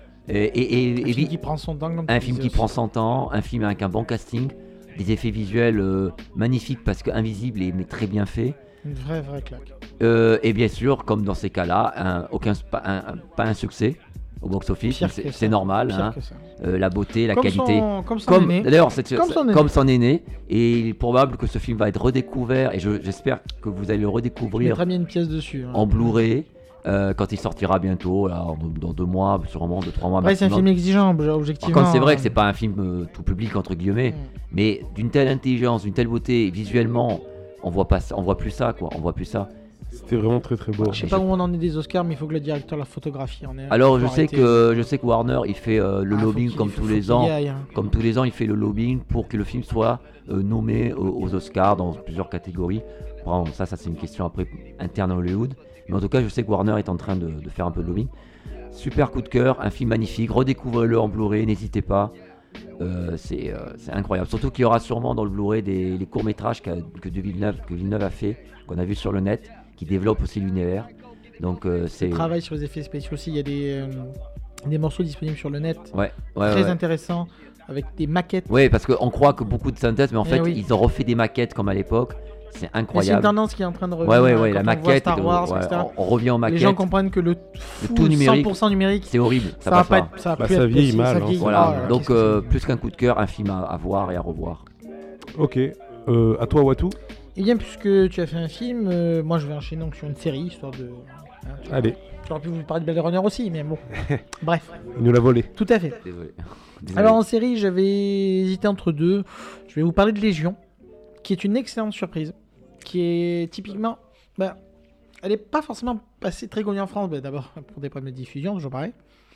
Un film qui prend son temps. Comme tu Un film disais qui aussi. prend son temps, un film avec un bon casting, des effets visuels magnifiques parce qu'invisibles mais très bien faits. Une vraie claque. Et bien sûr, comme dans ces cas-là, pas un succès au box-office, Pire mais que ça. c'est normal. Pire hein. que ça. La beauté, la Comme qualité. Comme son aîné. D'ailleurs, Comme son son aîné. Et il est probable que ce film va être redécouvert. Et j'espère que vous allez le Il redécouvrir mettra bien une pièce dessus. hein. en Blu-ray quand il sortira bientôt, là, dans 2 mois, sûrement 2-3 mois Après, c'est un maximum. film exigeant, Par objectivement. contre, c'est vrai que c'est pas un film tout public entre guillemets, Mm. mais d'une telle intelligence, d'une telle beauté, visuellement, on voit plus ça, quoi. On voit plus ça. C'était vraiment très très beau. Je sais pas où on en est des Oscars, mais il faut que le directeur de la photographie en ait un. Alors, Faut je sais arrêter. que Warner, il fait le Ah, faut lobbying qu'il- comme faut tous qu'il les y ans. aille, hein. Comme tous les ans, il fait le lobbying pour que le film soit nommé aux Oscars dans plusieurs catégories. Bon, ça c'est une question après interne à Hollywood. Mais en tout cas, je sais que Warner est en train de faire un peu de lobbying. Super coup de cœur, un film magnifique. Redécouvrez-le en Blu-ray, n'hésitez pas. C'est incroyable. Surtout qu'il y aura sûrement dans le Blu-ray les courts-métrages que Villeneuve a fait, qu'on a vu sur le net, qui développent aussi l'univers. Donc c'est. Il travaille sur les effets spéciaux aussi. Il y a des morceaux disponibles sur le net. Ouais, Très ouais. intéressants. Avec des maquettes. Oui, parce qu'on croit que beaucoup de synthèses, mais en Eh fait, oui. ils ont refait des maquettes comme à l'époque. C'est Mais c'est une incroyable. tendance qui est en train de revenir. Ouais, quand la on maquette. voit Star Wars, ouais, etc. on revient aux Les maquettes. gens comprennent que le tout numérique, 100% numérique, c'est horrible. ça va passe pas pas. être, ça va Bah, plus ça être vieillit possible, mal, ça hein. vieillit Voilà, mal, donc qu'est-ce que c'est. plus qu'un coup de cœur, un film à voir et à revoir. Ok. À toi, Watou. Et bien, puisque tu as fait un film, moi je vais enchaîner donc sur une série, histoire de. hein, tu vois. Allez, J'aurais pu vous parler de Blade Runner aussi, mais bon. Bref, il nous l'a volé. tout à fait. Désolé. Alors en série, j'avais hésité entre deux. Je vais vous parler de Légion, qui est une excellente surprise, qui est typiquement, elle n'est pas forcément passée très connue en France, d'abord pour des problèmes de diffusion, toujours pareil,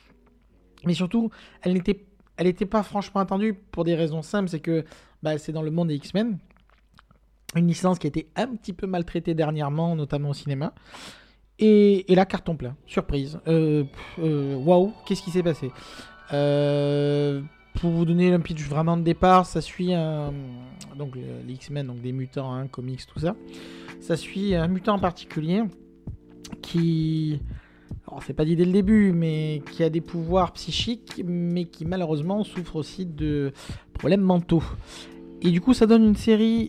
mais surtout, elle n'était pas franchement attendue pour des raisons simples, c'est que c'est dans le monde des X-Men, une licence qui a été un petit peu maltraitée dernièrement, notamment au cinéma. Et là, carton plein, surprise. Waouh, qu'est-ce qui s'est passé? Pour vous donner un pitch vraiment de départ, ça suit donc les X-Men, donc des mutants, hein, comics, tout ça. Ça suit un mutant en particulier qui, alors c'est pas dit dès le début, mais qui a des pouvoirs psychiques, mais qui malheureusement souffre aussi de problèmes mentaux. Et du coup, ça donne une série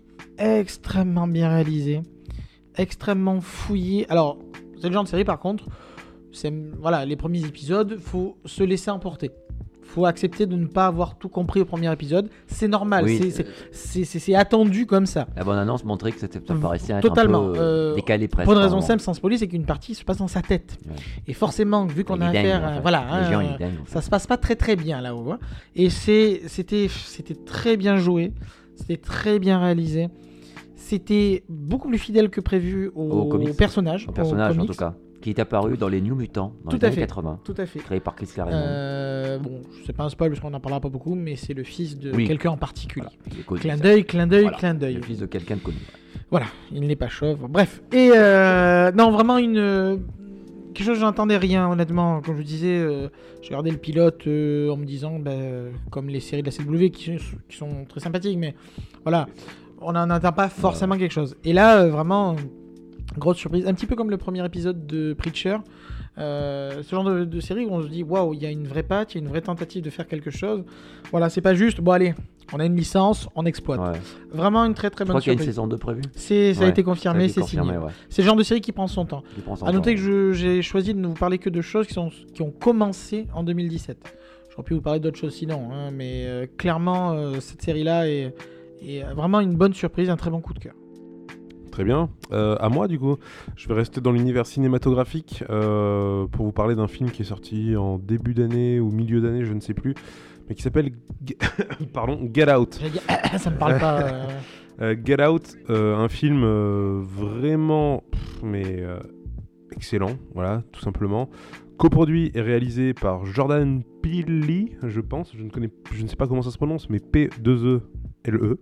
extrêmement bien réalisée, extrêmement fouillée. Alors, c'est le genre de série par contre, voilà, les premiers épisodes, faut se laisser emporter. Faut accepter de ne pas avoir tout compris au premier épisode. C'est normal, Oui, c'est attendu comme ça. La bande annonce montrait que ça paraissait être Totalement. un peu décalé presque. Pour une raison par moment. simple, sans spoiler, c'est qu'une partie se passe dans sa tête. Ouais. Et forcément, vu qu'on Il a est dingue, affaire, en fait. voilà, Le géant, il est dingue, en fait. ça se passe pas très très bien là-haut. Hein. Et c'était très bien joué, c'était très bien réalisé, c'était beaucoup plus fidèle que prévu aux comics. personnages, Un personnage en comics. tout cas, qui est apparu dans les New Mutants dans Tout les à années fait. 80, Tout à fait. créé par Chris Claremont. Bon, c'est pas un spoil parce qu'on en parlera pas beaucoup, mais c'est le fils de Oui. quelqu'un en particulier. Voilà, il est connu, Clin ça. d'œil, clin d'œil, Voilà, clin d'œil. Le fils de quelqu'un de connu. Voilà, il n'est pas chauve. Bref. Et non, vraiment quelque chose, j'entendais rien, honnêtement. Comme je vous disais, j'ai regardé le pilote en me disant, comme les séries de la CW qui sont très sympathiques, mais voilà, on n'en attend pas forcément quelque chose. Et là, vraiment, grosse surprise. Un petit peu comme le premier épisode de Preacher. Ce genre de série où on se dit, waouh, il y a une vraie patte, il y a une vraie tentative de faire quelque chose. Voilà, c'est pas juste, bon, allez, on a une licence, on exploite. Ouais. Vraiment une très très Je bonne crois qu'il y a une surprise. saison 2 prévue. Ça a Ouais, été confirmé, c'est confirmé, signé. ouais. C'est le genre de série qui prend son temps. Il prend son À noter temps. que j'ai choisi de ne vous parler que de choses qui ont commencé en 2017. J'aurais pu vous parler d'autres choses sinon, hein, mais clairement, cette série-là est vraiment une bonne surprise, un très bon coup de cœur. Très bien. À moi, du coup, je vais rester dans l'univers cinématographique pour vous parler d'un film qui est sorti en début d'année ou milieu d'année, je ne sais plus, mais qui s'appelle pardon, Get Out. J'allais dire, ça me parle pas. Get Out, un film vraiment excellent, voilà, tout simplement. Coproduit et réalisé par Jordan Peele, je pense, je ne sais pas comment ça se prononce, mais P2ELE.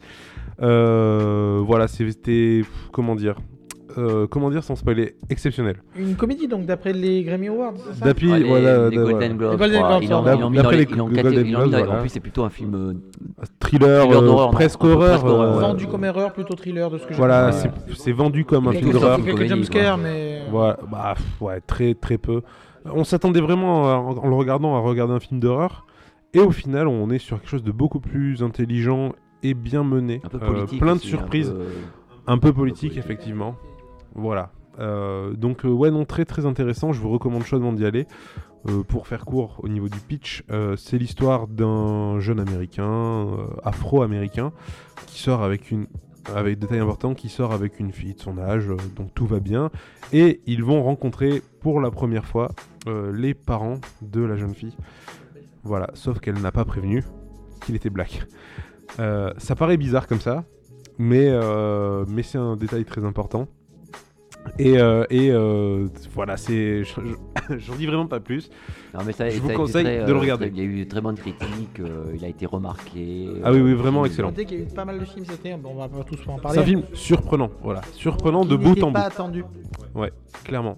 Voilà, c'était comment dire sans spoiler, exceptionnel. Une comédie donc d'après les Grammy Awards, c'est ça D'après Les Golden Globes. Les Golden je crois. Globes, Ils l'ont pardon. mis dans D'après les. les Ils l'ont Golden caté- ils l'ont mis dans- Globes, voilà. En plus, c'est plutôt un film. Thriller d'horreur, presque un peu horreur. presque horreur, ouais. Vendu comme erreur, plutôt thriller de ce que j'ai Voilà, compris. c'est vendu comme un Il y a film quelques- d'horreur. quelques comédie, jumpscares, quoi. mais Voilà, ouais, très très peu. On s'attendait vraiment en le regardant à regarder un film d'horreur, et au final, on est sur quelque chose de beaucoup plus intelligent et bien mené. Un peu politique. Plein de aussi, surprises. Un peu politique, effectivement. Voilà. Donc, ouais, non, très très intéressant. Je vous recommande chaudement d'y aller. Pour faire court au niveau du pitch, c'est l'histoire d'un jeune américain, afro-américain, qui sort avec détail important, qui sort avec une fille de son âge, donc tout va bien. Et ils vont rencontrer pour la première fois les parents de la jeune fille. Voilà, sauf qu'elle n'a pas prévenu qu'il était black. Ça paraît bizarre comme ça, mais c'est un détail très important. Et voilà, j'en dis vraiment pas plus. Non, mais ça, Je ça vous a été conseille très, de le regarder. Il y a eu de très bonnes critiques, il a été remarqué. Ah oui, vraiment excellent. notez qu'il y a eu pas mal de films cet été. Bon, on va pas tous en C'est parler. un film surprenant, voilà, surprenant Qui de bout n'était en bout. pas attendu. Ouais, clairement.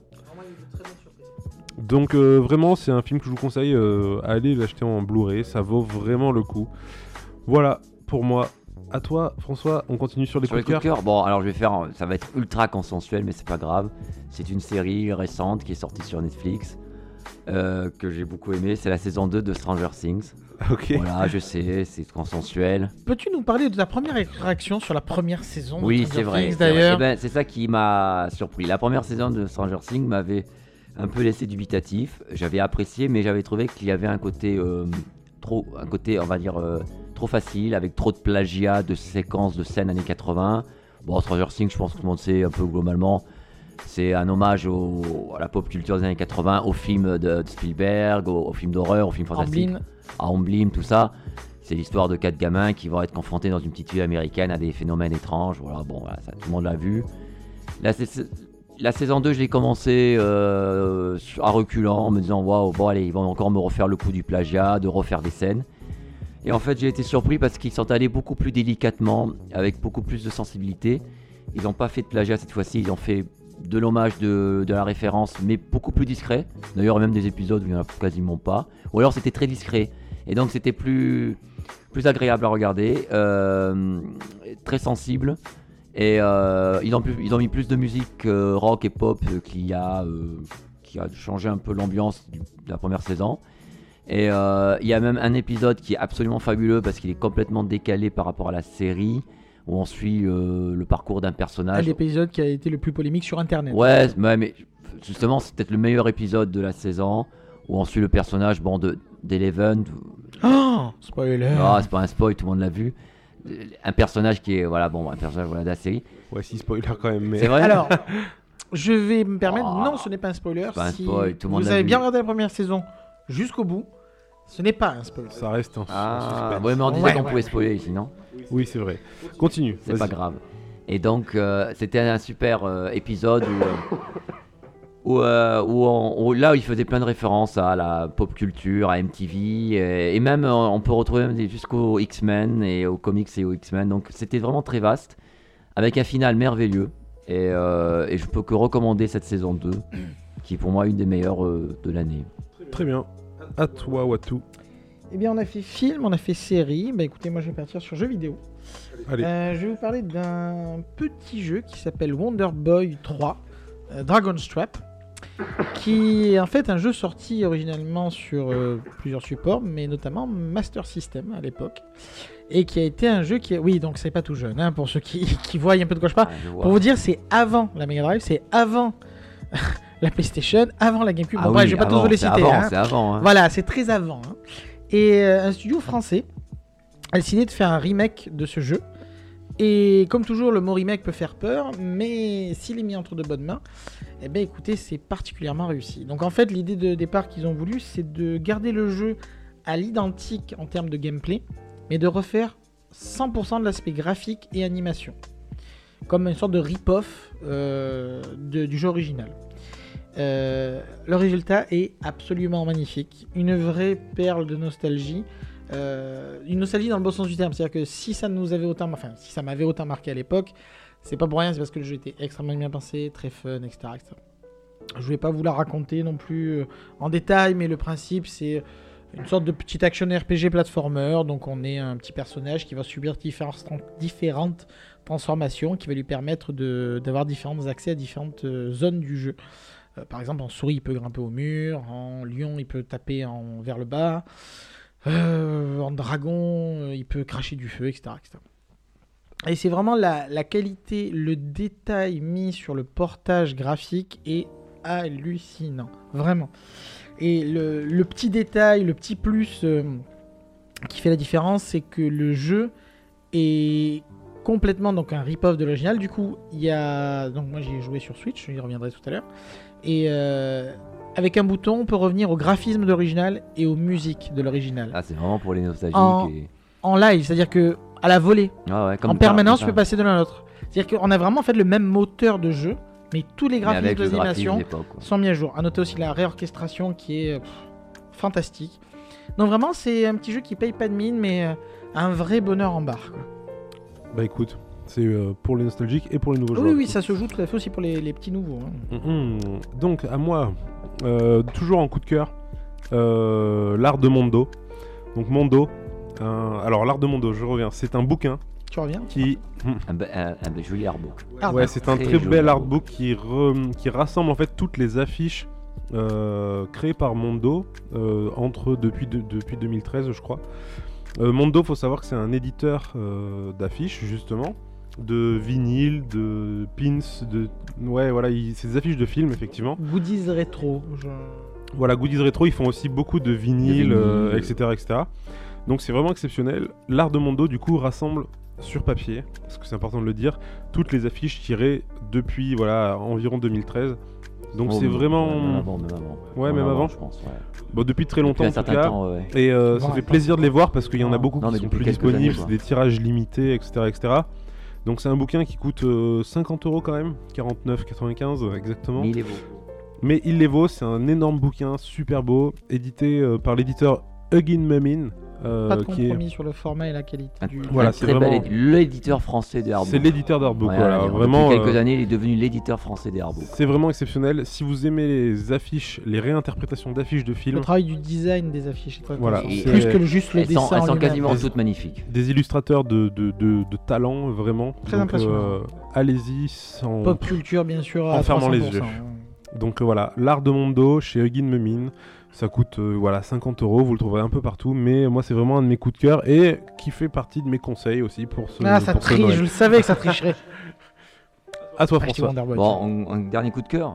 Donc vraiment, c'est un film que je vous conseille à aller l'acheter en Blu-ray, ça vaut vraiment le coup. Voilà pour moi. À toi, François, on continue sur les Sur coups les de coups de cœur. cœur, bon, alors ça va être ultra consensuel, mais c'est pas grave. C'est une série récente qui est sortie sur Netflix, que j'ai beaucoup aimé. C'est la saison 2 de Stranger Things. Ok. Voilà, je sais, c'est consensuel. Peux-tu nous parler de ta première réaction sur la première saison de Oui, Stranger c'est vrai. Things, c'est vrai. d'ailleurs Eh ben, c'est ça qui m'a surpris. La première saison de Stranger Things m'avait un peu laissé dubitatif. J'avais apprécié, mais j'avais trouvé qu'il y avait un côté on va dire, trop facile, avec trop de plagiat, de séquences, de scènes années 80. Bon, Stranger Things, je pense que tout le monde sait un peu globalement. C'est un hommage à la pop culture des années 80, aux films de Spielberg, aux films d'horreur, aux films fantastiques, Amblin. à Amblin, tout ça. C'est l'histoire de 4 gamins qui vont être confrontés dans une petite ville américaine à des phénomènes étranges. Voilà, bon, voilà, ça, tout le monde l'a vu. La saison 2, je l'ai commencé à reculant, en me disant waouh, bon allez, ils vont encore me refaire le coup du plagiat, de refaire des scènes. Et en fait, j'ai été surpris parce qu'ils sont allés beaucoup plus délicatement, avec beaucoup plus de sensibilité. Ils n'ont pas fait de plagiat cette fois-ci, ils ont fait de l'hommage, de la référence, mais beaucoup plus discret. D'ailleurs, même des épisodes où il n'y en a quasiment pas. Ou alors c'était très discret. Et donc c'était plus agréable à regarder, très sensible. Et ils ont mis plus de musique rock et pop qui a changé un peu l'ambiance de la première saison. Et il y a même un épisode qui est absolument fabuleux parce qu'il est complètement décalé par rapport à la série, où on suit le parcours d'un Un personnage. l'épisode qui a été le plus polémique sur Internet. Ouais, mais justement, c'est peut-être le meilleur épisode de la saison où on suit le personnage d'Eleven. Oh, spoiler. Ah, c'est pas un spoil, tout le monde l'a vu. Un personnage qui est un personnage de la série. Ouais, si spoiler quand même. Mais... C'est vrai. Alors, je vais me permettre. Oh. Non, ce n'est pas un spoiler. pas un Si spoil, tout le monde vous l'a avez vu. bien regardé la première saison jusqu'au bout, ce n'est pas un spoiler. Ça reste un suspense. Ouais, mais on disait Ouais, qu'on ouais. pouvait spoiler ici, non? Oui, c'est vrai. Continue. C'est vas-y. pas grave. Et donc, c'était un super épisode où là, il faisait plein de références à la pop culture, à MTV, et même on peut retrouver même jusqu'aux X-Men et aux comics et aux X-Men. Donc, c'était vraiment très vaste, avec un final merveilleux. Et je peux que recommander cette saison 2, qui est pour moi une des meilleures de l'année. Très bien. À toi, Watu. Eh bien, on a fait film, on a fait série. Bah écoutez, moi je vais partir sur jeux vidéo. Allez. Je vais vous parler d'un petit jeu qui s'appelle Wonder Boy 3 Dragon's Trap, qui est en fait un jeu sorti originalement sur plusieurs supports, mais notamment Master System à l'époque, et qui a été un jeu qui... Oui, donc c'est pas tout jeune, hein, pour ceux qui voient un peu de quoi je parle. Je vois. Pour vous dire, c'est avant la Mega Drive, c'est avant la PlayStation, avant la GameCube. Bon, Ah bref, oui, je vais pas tous avant, vous les c'est citer. avant, hein. c'est avant. Hein. Voilà, c'est très avant. Hein. Et un studio français a décidé de faire un remake de ce jeu. Et comme toujours, le mot remake peut faire peur, mais s'il est mis entre de bonnes mains, eh bien écoutez, c'est particulièrement réussi. Donc en fait, l'idée de départ qu'ils ont voulu, c'est de garder le jeu à l'identique en termes de gameplay, mais de refaire 100% de l'aspect graphique et animation. Comme une sorte de rip-off du jeu original. Le résultat est absolument magnifique. Une vraie perle de nostalgie. Une nostalgie dans le bon sens du terme. C'est-à-dire que si ça m'avait autant marqué à l'époque, c'est pas pour rien, c'est parce que le jeu était extrêmement bien pensé, très fun, etc. etc. Je vais pas vous la raconter non plus en détail, mais le principe c'est une sorte de petit action RPG platformer. Donc on est un petit personnage qui va subir différentes transformations qui va lui permettre d'avoir différents accès à différentes zones du jeu. Par exemple, en souris, il peut grimper au mur. En lion, il peut taper vers le bas. En dragon, il peut cracher du feu, etc. etc. Et c'est vraiment la qualité, le détail mis sur le portage graphique est hallucinant. Vraiment. Et le petit détail, le petit plus qui fait la différence, c'est que le jeu est complètement donc un rip-off de l'original. Du coup, il y a... Donc moi, j'y ai joué sur Switch, j'y reviendrai tout à l'heure. Et avec un bouton, on peut revenir au graphisme de l'original et aux musiques de l'original. Ah, c'est vraiment pour les nostalgiques. En live, c'est-à-dire que à la volée, Ah ouais, comme en ça, permanence, tu comme peux ça. passer de l'un à l'autre. C'est-à-dire qu'on a vraiment fait le même moteur de jeu, mais tous les Mais graphismes avec le graphisme d'animation d'époque, quoi. sont mis à jour. À noter aussi la réorchestration qui est fantastique. Donc vraiment, c'est un petit jeu qui paye pas de mine, mais un vrai bonheur en barre, quoi. Bah écoute, c'est pour les nostalgiques et pour les nouveaux Oui, joueurs. oui, ça se joue tout à fait aussi pour les petits nouveaux. Hein. Donc à moi, toujours en coup de cœur, l'art de Mondo. Donc Mondo, alors l'art de Mondo, je reviens, c'est un bouquin Tu reviens qui... Un joli artbook. Ah, ouais, c'est un très très joli bel artbook. artbook qui rassemble en fait toutes les affiches créées par Mondo depuis 2013 je crois. Mondo, faut savoir que c'est un éditeur d'affiches justement, de vinyle, de pins, ouais voilà, c'est des affiches de films effectivement. Goodies rétro. Voilà, Goodies Rétro, ils font aussi beaucoup de vinyles, De etc., etc. Donc c'est vraiment exceptionnel. L'art de Mondo, du coup, rassemble sur papier, parce que c'est important de le dire, toutes les affiches tirées depuis environ 2013. Donc Oh, c'est vraiment... Même avant, même avant. Ouais, même avant. je pense, ouais. Bon, depuis très longtemps Depuis un en tout certain cas. temps, ouais. Et ça Ouais, fait plaisir de les voir parce qu'il y en a Non, beaucoup non, qui mais sont depuis plus quelques disponibles, années, c'est quoi. des tirages limités, etc., etc. Donc c'est un bouquin qui coûte 50 € quand même, 49,95 exactement. Mais il est beau. Mais il les vaut, c'est un énorme bouquin, super beau, édité par l'éditeur Huggin Mumin. Pas de qui est... compromis sur le format et la qualité du... Voilà, Un c'est très vraiment- l'éditeur français des artbooks. C'est l'éditeur d'artbook, Ouais, voilà, depuis vraiment. quelques années, il est devenu l'éditeur français des artbooks. C'est vraiment exceptionnel. Si vous aimez les affiches, les réinterprétations d'affiches de films, Le travail du design des affiches. Quoi, Voilà, c'est c'est- plus que juste le Elles dessin. sont en lui-même. quasiment Des- toutes magnifiques. des illustrateurs de talent, vraiment. Très Donc, impressionnant. allez-y sans... Pop culture, bien sûr. En à fermant les 300%, yeux. hein. Donc voilà, l'art de Mondo chez Huggin Mumin. Ça coûte 50 €, vous le trouverez un peu partout, mais moi c'est vraiment un de mes coups de cœur et qui fait partie de mes conseils aussi pour ce Ah, ça pour ce triche, Noël. je le savais que ça tricherait. À toi Achetez François. Wonder Boy. Bon, un dernier coup de cœur.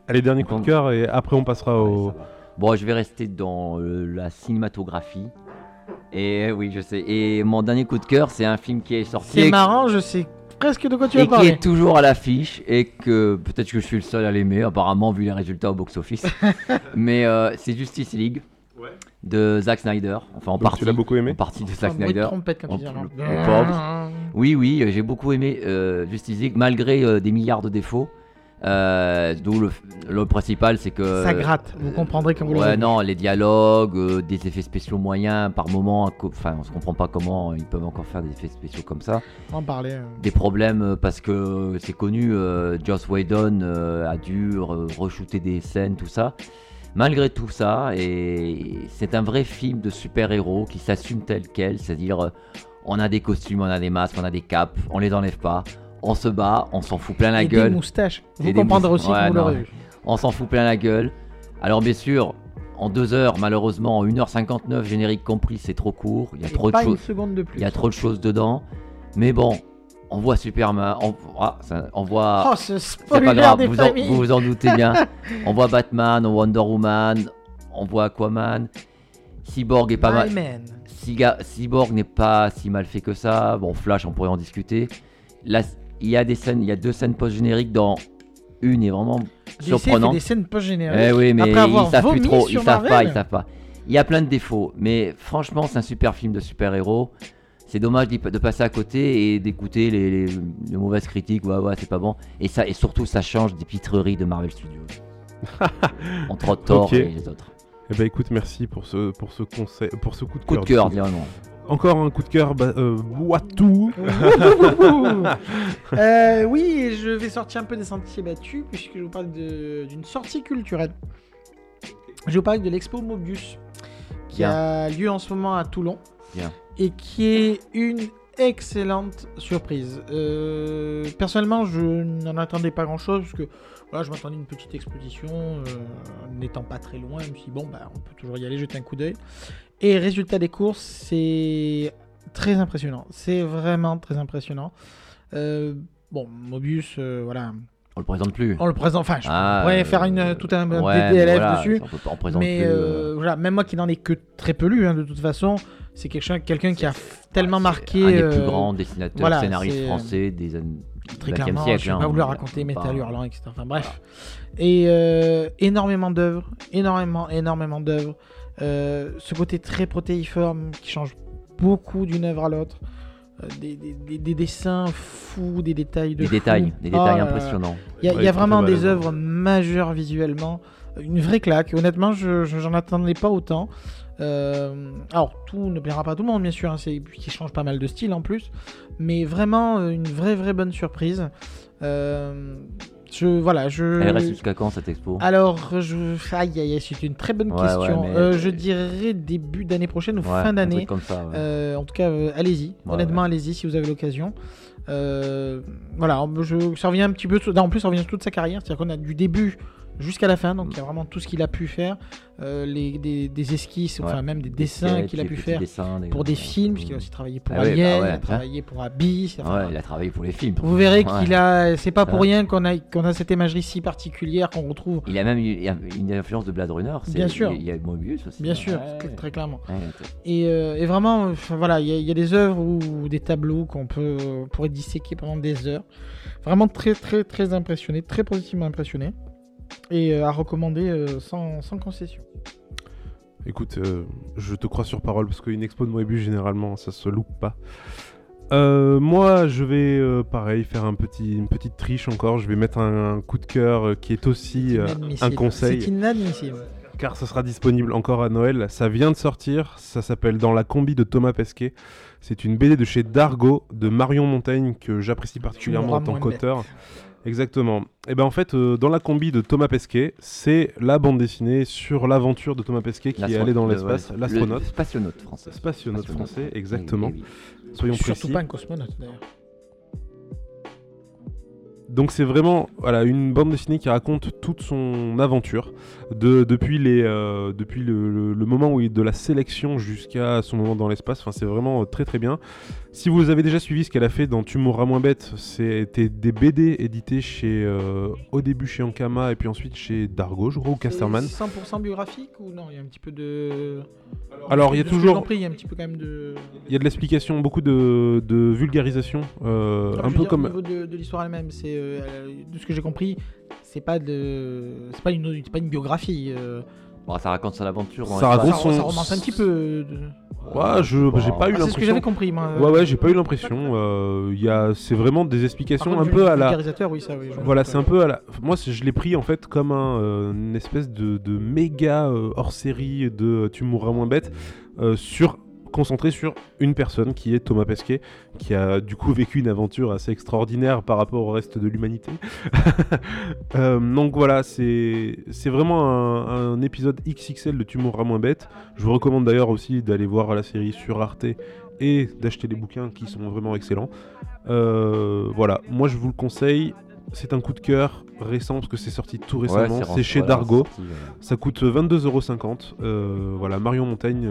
Allez, dernier coup de cœur et après on passera au... ça va. Bon, je vais rester dans la cinématographie. Et oui, je sais. Et mon dernier coup de cœur, c'est un film qui est sorti. C'est et- marrant, je sais presque de quoi tu Et vas qui parler. est toujours à l'affiche. Et que peut-être que je suis le seul à l'aimer, apparemment, vu les résultats au box-office. Mais c'est Justice League de Zack Snyder. Enfin, en Donc, partie. tu l'as beaucoup aimé En partie de Un Zack bruit de Snyder. trompette quand tu dis Le alors. pauvre. Oui, j'ai beaucoup aimé Justice League, malgré des milliards de défauts. D'où le principal, c'est que. Ça gratte, vous comprendrez quand vous le Ouais, verrez. non, les dialogues, des effets spéciaux moyens par moment. Enfin, on se comprend pas comment ils peuvent encore faire des effets spéciaux comme ça. On va en parler. Des problèmes parce que c'est connu, Joss Whedon a dû re-shooter des scènes, tout ça. Malgré tout ça, et c'est un vrai film de super-héros qui s'assume tel quel, c'est-à-dire on a des costumes, on a des masques, on a des capes, on les enlève pas, on se bat, on s'en fout plein la Et gueule. des moustaches. Vous Et des comprendrez aussi moustaches. quand vous Ouais, l'aurez non. vu. On s'en fout plein la gueule. Alors bien sûr, en 2 heures, malheureusement, en 1h59, générique compris, c'est trop court. Il y a Et trop de pas une choses. seconde de plus. Il y a trop de choses dedans. Mais bon, on voit Superman, on voit... Oh, ce c'est spoiler pas grave, des vous familles. vous en doutez bien. On voit Batman, on voit Wonder Woman, on voit Aquaman. Cyborg est pas mal. My man. Cyborg n'est pas si mal fait que ça. Bon, Flash, on pourrait en discuter. Là, il y a 2 scènes post-génériques dans une est vraiment DC fait surprenante. des scènes post-génériques. Eh oui, mais Après avoir ils savent plus vomi trop, sur ils savent Marvel. pas. Il y a plein de défauts, mais franchement, c'est un super film de super-héros. C'est dommage de passer à côté et d'écouter les mauvaises critiques. Ouais, c'est pas bon. Et surtout, ça change des pitreries de Marvel Studios. Entre Thor Ok. et les autres. Eh ben écoute, merci pour ce conseil, pour ce coup de Coup cœur. de cœur, vraiment. Encore un coup de cœur, Watu. Oui, et je vais sortir un peu des sentiers battus puisque je vous parle d'une sortie culturelle. Je vais vous parler de l'expo Mobius qui Bien. a lieu en ce moment à Toulon Bien. et qui est une excellente surprise. Personnellement, je n'en attendais pas grand-chose parce que voilà, je m'attendais à une petite exposition n'étant pas très loin. Je me suis dit, bon, bah, on peut toujours y aller, jeter un coup d'œil. Et résultat des courses, c'est très impressionnant. C'est vraiment très impressionnant. Bon, Mobius, voilà, On le présente plus. on le présente. Enfin, je Ah, pourrais faire tout un Ouais, DDLF voilà, dessus. on présente Mais plus. voilà, même moi qui n'en ai que très peu lu, hein, de toute façon, c'est quelqu'un qui a tellement marqué. Un des plus grands dessinateurs, voilà, scénaristes c'est, français des années Très 20e clairement, siècle. je vais hein, pas vouloir on raconter peut Métal pas- Hurlant, etc. Enfin bref. Et énormément d'œuvres, énormément d'œuvres. Ce côté très protéiforme qui change beaucoup d'une œuvre à l'autre. Des dessins fous, des détails de Des fou. détails Oh là là. impressionnants. Il y a Ouais, vraiment très des balèze. œuvres majeures visuellement. Une vraie claque. Honnêtement, j'en attendais pas autant. Alors, tout ne plaira pas à tout le monde, bien sûr. Hein, qui change pas mal de style en plus. Mais vraiment, une vraie bonne surprise. Elle reste jusqu'à quand cette expo? Alors, aïe, c'est une très bonne Ouais, question. ouais, mais- Je dirais début d'année prochaine ou Ouais, fin un d'année. truc comme ça. Ouais. En tout cas, allez-y. Ouais, Honnêtement, allez-y si vous avez l'occasion. Voilà, ça revient un petit peu. En plus, ça revient sur toute sa carrière. C'est-à-dire qu'on a du début jusqu'à la fin. Donc, il y a vraiment tout ce qu'il a pu faire. Des esquisses, enfin, Ouais. même des Des dessins sketchs, qu'il a des pu petits faire dessins, pour des films, puisqu'il a aussi travaillé pour Ah ouais, Alien, bah ouais, il a hein. travaillé pour Abyss. Enfin, Ouais, il a travaillé pour les films. vous verrez Ouais. qu'il a. C'est pas pour Ouais. rien qu'on a cette imagerie si particulière qu'on retrouve. Il a même une influence de Blade Runner. Bien sûr. Il y a Mobius aussi. Bien sûr, Ouais. très clairement. Ouais, Et vraiment, enfin, voilà, il y a des œuvres ou des tableaux qu'on pourrait disséquer pendant des heures. Vraiment très impressionné, très positivement impressionné. Et à recommander sans concession. Écoute, je te crois sur parole parce qu'une expo de Moebius, généralement, ça se loupe pas. Moi, je vais, pareil, faire une petite triche encore. Je vais mettre un coup de cœur qui est aussi Inadmissible. un conseil. C'est inadmissible. Car ça sera disponible encore à Noël. Ça vient de sortir. Ça s'appelle Dans la combi de Thomas Pesquet. C'est une BD de chez Dargo, de Marion Montaigne, que j'apprécie particulièrement en tant moins qu'auteur. Exactement. Et ben en fait, dans la combi de Thomas Pesquet, c'est la bande dessinée sur l'aventure de Thomas Pesquet qui est allé dans l'espace, l'astronaute. Le spationaute français. Spationaute français, exactement. Oui, oui. Soyons Surtout précis. pas un cosmonaute d'ailleurs. Donc c'est vraiment une bande dessinée qui raconte toute son aventure depuis le moment de la sélection jusqu'à son moment dans l'espace. Enfin, c'est vraiment très très bien. Si vous avez déjà suivi ce qu'elle a fait dans Tu mourras moins bête, c'était des BD édités au début chez Ankama et puis ensuite chez Dargo, je crois, ou Casterman. C'est 100% biographique ou non? Il y a un petit peu de... Alors il y a De ce que toujours... j'ai compris, il y a un petit peu quand même de... Il y a de l'explication, beaucoup de vulgarisation, Non, un je veux peu dire, comme... au niveau de l'histoire elle-même, c'est de ce que j'ai compris, c'est pas une biographie. Bon, ça raconte son aventure. dans Ça l'espace. raconte Ça romance un petit peu. Ouais, j'ai pas eu C'est ce que l'impression... j'avais compris, moi. Ouais, j'ai pas eu l'impression. C'est vraiment des explications Par contre, un peu à la... vulgarisateur, oui, ça, oui. Voilà, c'est un peu à la... Moi, je l'ai pris en fait comme une espèce de méga hors-série de Tu mourras moins bête, concentré sur une personne qui est Thomas Pesquet, qui a du coup vécu une aventure assez extraordinaire par rapport au reste de l'humanité. Donc voilà, c'est vraiment un épisode XXL de Tu mourras moins bête. Je vous recommande d'ailleurs aussi d'aller voir la série sur Arte et d'acheter les bouquins qui sont vraiment excellents. Voilà, moi je vous le conseille. C'est un coup de cœur récent parce que c'est sorti tout récemment. C'est chez Dargo. Ça coûte 22,50 €. Voilà, Marion Montaigne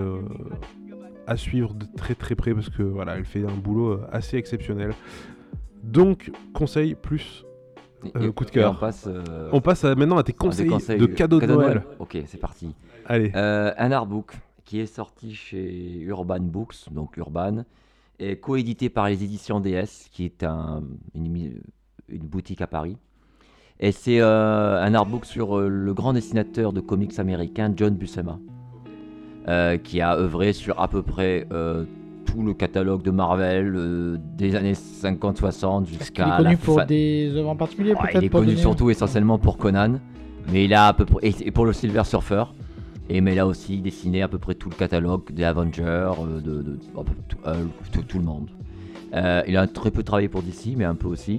à suivre de très très près parce que voilà, elle fait un boulot assez exceptionnel. Donc conseil plus coup de cœur. On passe maintenant à tes conseils de cadeaux de Noël. Ok, c'est parti. Allez. Un artbook qui est sorti chez Urban Books, donc Urban, et coédité par les éditions DS, qui est une boutique à Paris. Et c'est un artbook sur le grand dessinateur de comics américain John Buscema, qui a œuvré sur à peu près tout le catalogue de Marvel des années 50-60 jusqu'à Il est connu pour des œuvres en particulier, peut-être. Il est connu surtout essentiellement pour Conan, mais il a à peu près et pour le Silver Surfer. Mais il a aussi dessiné à peu près tout le catalogue des Avengers, tout le monde. Il a très peu travaillé pour DC, mais un peu aussi.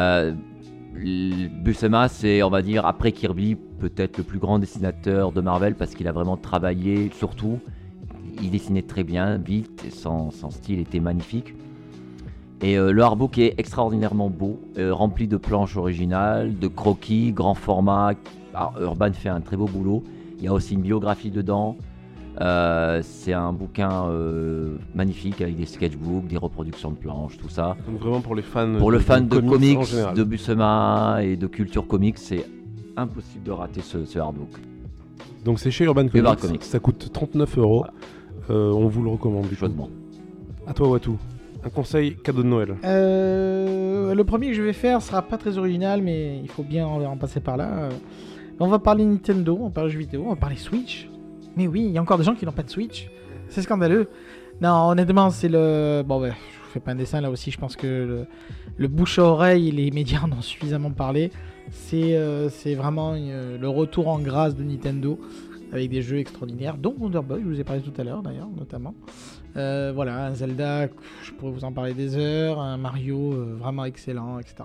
Buscema, c'est, on va dire, après Kirby, peut-être le plus grand dessinateur de Marvel parce qu'il a vraiment travaillé, surtout, il dessinait très bien, vite, et son style était magnifique. Et le artbook est extraordinairement beau, rempli de planches originales, de croquis, grand format. Alors, Urban fait un très beau boulot. Il y a aussi une biographie dedans. C'est un bouquin magnifique avec des sketchbooks, des reproductions de planches, tout ça. Donc vraiment pour les fans de comics, en général. de Buscema et de culture comics, c'est impossible de rater ce artbook. Donc c'est chez Urban Comics. Ça coûte 39 €. Voilà. On vous le recommande Chaudement. À toi Watou, un conseil cadeau de Noël. Le premier que je vais faire sera pas très original, mais il faut bien en passer par là. On va parler Nintendo, on va parler jeux vidéo, on va parler Switch. Mais oui, il y a encore des gens qui n'ont pas de Switch. C'est scandaleux. Non, honnêtement, c'est le... Bon, je vous fais pas un dessin là aussi. Je pense que le bouche à oreille et les médias en ont suffisamment parlé. C'est vraiment le retour en grâce de Nintendo avec des jeux extraordinaires, dont Wonder Boy, je vous ai parlé tout à l'heure d'ailleurs, notamment. Voilà, un Zelda, je pourrais vous en parler des heures, un Mario vraiment excellent, etc.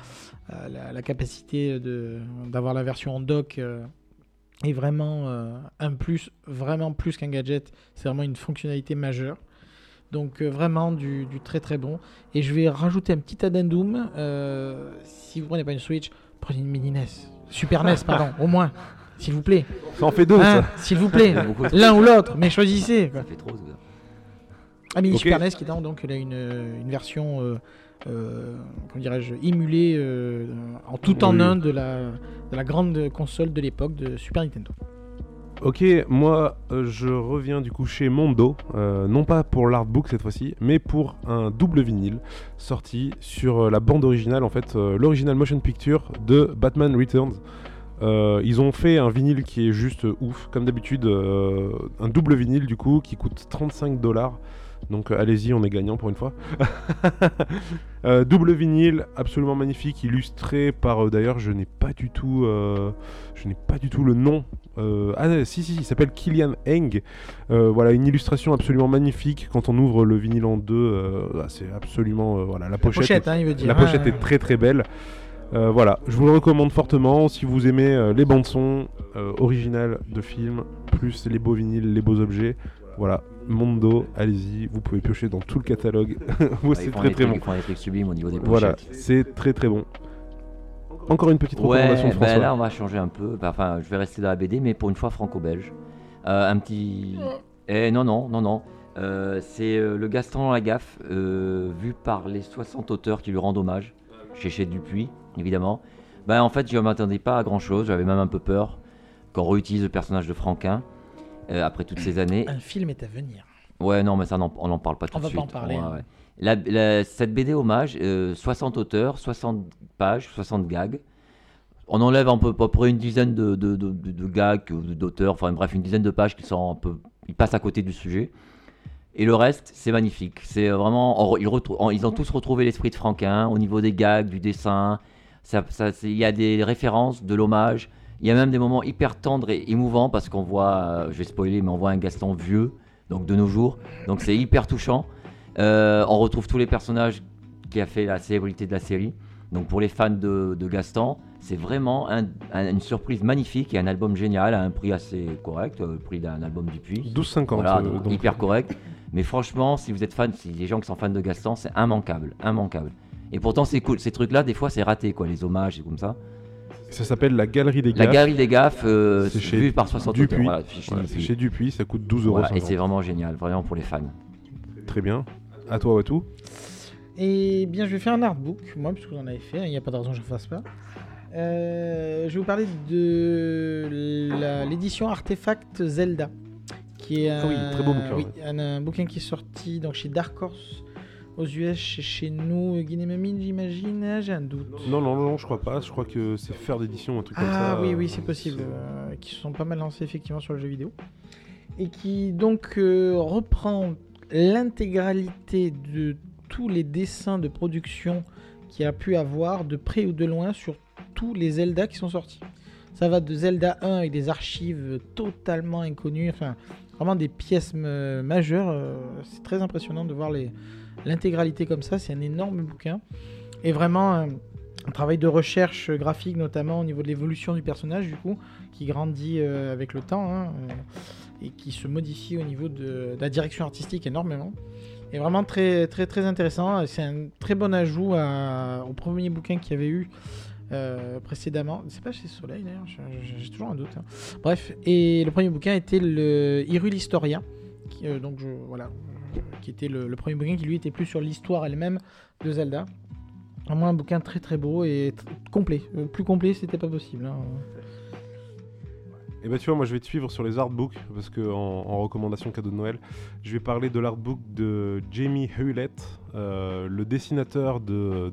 La capacité d'avoir la version en dock est vraiment un plus, vraiment plus qu'un gadget, c'est vraiment une fonctionnalité majeure. Donc vraiment du très très bon. Et je vais rajouter un petit addendum, si vous prenez pas une Switch, prenez une mini NES, Super NES pardon, au moins, s'il vous plaît. Ça en fait deux, ça. S'il vous plaît, l'un ou l'autre, mais choisissez. Ça fait trop, ça. Ah, mini Super NES qui est donc il a une version comment dirais-je, émulée en tout en un de la grande console de l'époque de Super Nintendo. Ok, moi je reviens du coup chez Mondo, non pas pour l'artbook cette fois-ci, mais pour un double vinyle sorti sur la bande originale, en fait, l'original motion picture de Batman Returns. Ils ont fait un vinyle qui est juste ouf, comme d'habitude, un double vinyle du coup qui coûte 35 $. Donc allez-y, on est gagnant pour une fois. Double vinyle, absolument magnifique, illustré par d'ailleurs, je n'ai pas du tout le nom. Si, il s'appelle Kilian Heng. Voilà, une illustration absolument magnifique. Quand on ouvre le vinyle en deux, c'est absolument voilà, la pochette. Il veut dire. La pochette est très très belle. Voilà, je vous le recommande fortement si vous aimez les bandes son originales de films, plus les beaux vinyles, les beaux objets. Voilà, Mondo, allez-y, vous pouvez piocher dans tout le catalogue. C'est très très bon. Ils font des trucs sublimes au niveau des pochettes. Voilà, c'est très très bon. Encore une petite recommandation de François. Là on va changer un peu. Enfin, je vais rester dans la BD, mais pour une fois franco-belge. Un petit. Non. C'est le Gaston Lagaffe, vu par les 60 auteurs qui lui rendent hommage, chez Dupuis, évidemment. En fait, je ne m'attendais pas à grand chose, j'avais même un peu peur qu'on réutilise le personnage de Franquin après toutes ces années. Un film est à venir. Ouais, non, mais ça, on n'en parle pas tout de suite. On va pas en parler. Ouais. Cette BD hommage, 60 auteurs, 60 pages, 60 gags. On enlève à peu près une dizaine de gags, d'auteurs, enfin bref, une dizaine de pages qui sont un peu. Ils passent à côté du sujet. Et le reste, c'est magnifique. C'est vraiment. Ils ont tous retrouvé l'esprit de Franquin au niveau des gags, du dessin. Il y a des références, de l'hommage. Il y a même des moments hyper tendres et émouvants parce qu'on voit, je vais spoiler, mais on voit un Gaston vieux, donc de nos jours. Donc c'est hyper touchant. On retrouve tous les personnages qui a fait la célébrité de la série. Donc pour les fans de Gaston, c'est vraiment une surprise magnifique et un album génial à un prix assez correct, le prix d'un album Dupuis. 12,50. Voilà, donc hyper correct. Mais franchement, si vous êtes fan, si les gens qui sont fans de Gaston, c'est immanquable. Et pourtant c'est cool, ces trucs-là, des fois c'est raté, quoi, les hommages et comme ça. Ça s'appelle La Galerie des Gaffes. La Galerie des Gaffes, c'est chez vu par 60 Dupuis. auteurs. Voilà, C'est chez Dupuis, ça coûte 12 €. Voilà, et c'est vraiment génial, vraiment pour les fans. Très bien. À toi, Watou. Et bien, je vais faire un artbook, moi, puisque vous en avez fait, il n'y a pas de raison que je ne fasse pas. Je vais vous parler de l'édition Artefact Zelda, qui est très beau bouquin. oui, un bouquin qui est sorti donc, chez Dark Horse aux US, chez nous, Guinémamine, j'imagine. J'ai un doute. Non, je crois pas. Je crois que c'est Faire d'édition, un truc comme ça. Ah oui, c'est possible. Qui se sont pas mal lancés effectivement sur le jeu vidéo. Et qui donc reprend l'intégralité de tous les dessins de production qu'il y a pu avoir de près ou de loin sur tous les Zelda qui sont sortis. Ça va de Zelda 1 avec des archives totalement inconnues, enfin vraiment des pièces majeures. C'est très impressionnant de voir l'intégralité comme ça. C'est un énorme bouquin et vraiment un travail de recherche graphique, notamment au niveau de l'évolution du personnage, du coup, qui grandit avec le temps et qui se modifie au niveau de la direction artistique énormément. Et vraiment très, très, très intéressant. C'est un très bon ajout au premier bouquin qu'il y avait eu précédemment. C'est pas chez Soleil d'ailleurs, j'ai toujours un doute. Hein. Bref, et le premier bouquin était le Hyrule Historia, qui était le premier bouquin qui lui était plus sur l'histoire elle-même de Zelda. Vraiment un bouquin très très beau et complet. Plus complet, c'était pas possible. Hein. Et bah tu vois, moi je vais te suivre sur les artbooks parce que en recommandation cadeau de Noël, je vais parler de l'artbook de Jamie Hewlett, le dessinateur de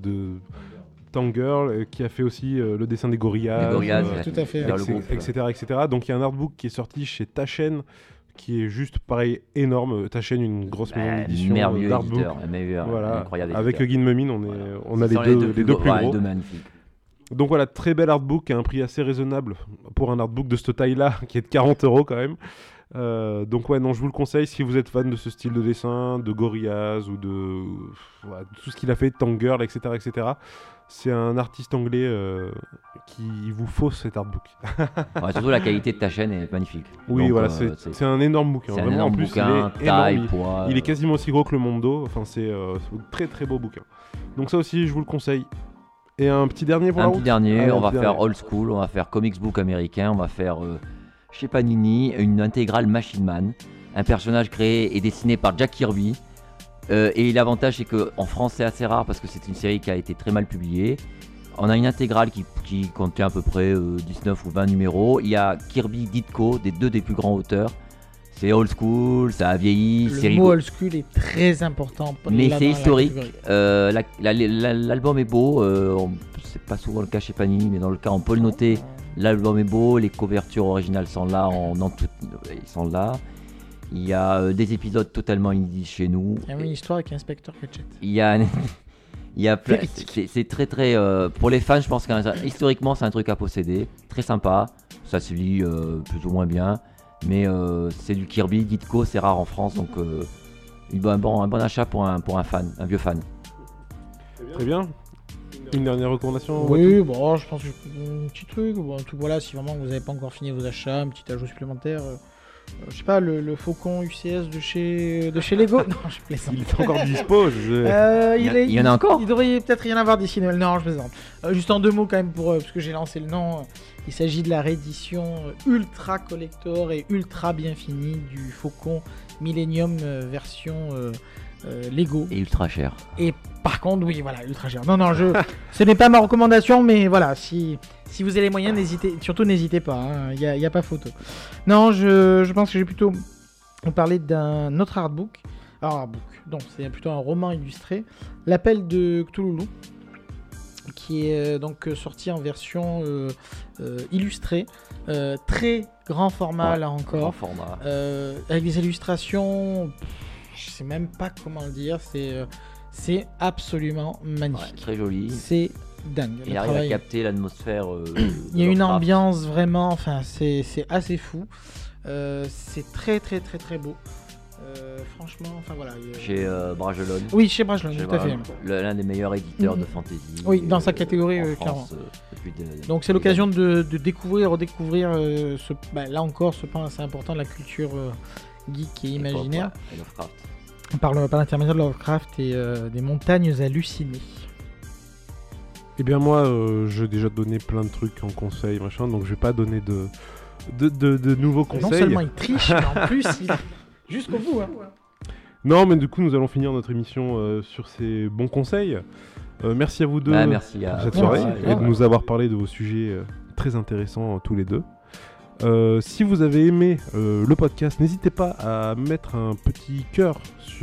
Tangirl, qui a fait aussi le dessin des Gorillaz, tout à fait, etc. Donc il y a un artbook qui est sorti chez Taschen, qui est juste pareil énorme. Taschen, une grosse maison d'édition d'artbook, voilà, incroyable avec Guinémamine, on a les deux plus gros. Les deux magnifiques. Donc voilà, très bel artbook à un prix assez raisonnable pour un artbook de cette taille-là, qui est de 40 € quand même. Donc ouais, non, je vous le conseille si vous êtes fan de ce style de dessin, de Gorillaz ou de tout ce qu'il a fait, Tangirl, etc. C'est un artiste anglais qui vous faut cet artbook. Surtout la qualité de ta chaîne est magnifique. Oui, donc, voilà, c'est un énorme bouquin. C'est vraiment, un énorme en plus, bouquin, il est taille, énorme. poids. Il est quasiment aussi gros que le Mondo. Enfin, c'est un très très beau bouquin. Donc ça aussi, je vous le conseille. Et un petit dernier pour la route. On va faire old school, on va faire comics book américain, on va faire chez Panini une intégrale Machine Man, un personnage créé et dessiné par Jack Kirby. Et l'avantage c'est qu'en France c'est assez rare parce que c'est une série qui a été très mal publiée. On a une intégrale qui contient à peu près 19 ou 20 numéros. Il y a Kirby, Ditko, des plus grands auteurs. C'est old school, ça a vieilli. Le mot old school est très important. Mais c'est historique. L'album est beau. C'est pas souvent le cas chez Panini, mais dans le cas, on peut le noter. L'album est beau. Les couvertures originales sont là. Ils sont là. Il y a des épisodes totalement inédits chez nous. Il y a une histoire avec Inspector Gadget. Il y a c'est très très pour les fans, je pense qu'historiquement c'est un truc à posséder. Très sympa. Ça se lit plus ou moins bien. Mais c'est du Kirby, Ditko, c'est rare en France, donc un bon achat pour un fan, un vieux fan. Très bien. Une dernière recommandation? Oui, bon, je pense que un petit truc. Bon, tout, voilà, si vraiment vous n'avez pas encore fini vos achats, un petit ajout supplémentaire. je sais pas, le Faucon UCS de chez Lego. Non, je plaisante. Il est encore dispo. Il y en a encore. Il devrait peut-être y en avoir d'ici Noël. Non, je plaisante. Juste en 2 mots quand même parce que j'ai lancé le nom. Il s'agit de la réédition ultra collector et ultra bien finie du Faucon Millennium version Lego. Et ultra cher. Et par contre, oui, voilà, ultra cher. Non, ce n'est pas ma recommandation, mais voilà, si vous avez les moyens, n'hésitez pas, il n'y a pas photo. Non, je pense que j'ai plutôt vous parler d'un autre artbook. Alors, artbook, donc c'est plutôt un roman illustré, L'Appel de Cthulhu, qui est donc sorti en version illustrée, très grand format là encore, Grand format. avec des illustrations, je sais même pas comment le dire, c'est absolument Ouais, magnifique. très joli. C'est dingue. Il le arrive à travail. capter l'atmosphère. Il y a une Lovecraft. ambiance vraiment, enfin c'est assez fou. C'est très très très très beau. Franchement, enfin voilà. Chez Bragelonne. Oui, chez Bragelonne, Chez tout à fait. Bragelonne, l'un des meilleurs éditeurs de fantasy. Oui, dans sa catégorie, en clairement. France, depuis Donc c'est l'occasion de découvrir, redécouvrir là encore ce pan assez important de la culture geek et imaginaire Et Lovecraft. par l'intermédiaire de Lovecraft et des montagnes hallucinées. Eh bien moi, j'ai déjà donné plein de trucs en conseil, machin, donc je vais pas donner de nouveaux conseils. Non seulement il triche, mais en plus il... jusqu'au bout. Hein. Non, mais du coup, nous allons finir notre émission sur ces bons conseils. Merci à vous deux Merci pour à cette Ouais, soirée merci. et de nous avoir parlé de vos sujets très intéressants tous les deux. Si vous avez aimé le podcast, n'hésitez pas à mettre un petit cœur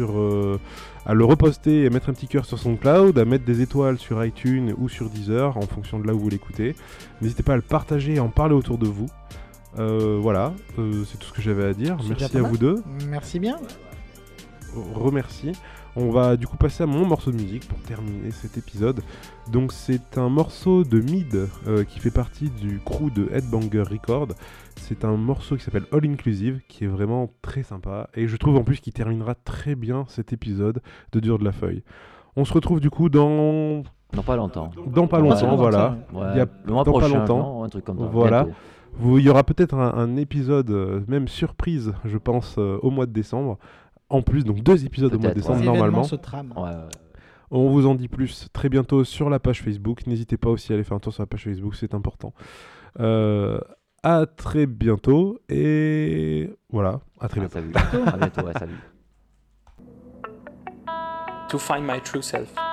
à le reposter et mettre un petit cœur sur SoundCloud, à mettre des étoiles sur iTunes ou sur Deezer en fonction de là où vous l'écoutez. N'hésitez pas à le partager et à en parler autour de vous. Voilà, c'est tout ce que j'avais à dire. C'est Merci déjà à pas vous deux. Merci bien. Remercie. On va du coup passer à mon morceau de musique pour terminer cet épisode. Donc c'est un morceau de Mid qui fait partie du crew de Headbanger Record. C'est un morceau qui s'appelle All Inclusive qui est vraiment très sympa et je trouve en plus qu'il terminera très bien cet épisode de Dur de la Feuille. On se retrouve du coup dans pas longtemps. pas longtemps, voilà. Ouais, Il y a le mois dans pas prochain, longtemps. non, un truc comme ça. Voilà. bientôt. Il y aura peut-être un épisode même surprise, je pense, au mois de décembre. En plus, donc 2 épisodes au mois de Peut-être, décembre Les normalement. événements se trament. Ouais. On vous en dit plus très bientôt sur la page Facebook. N'hésitez pas aussi à aller faire un tour sur la page Facebook, c'est important. À très bientôt et voilà, à très bientôt. Salut. À bientôt, ouais, salut. To find my true self.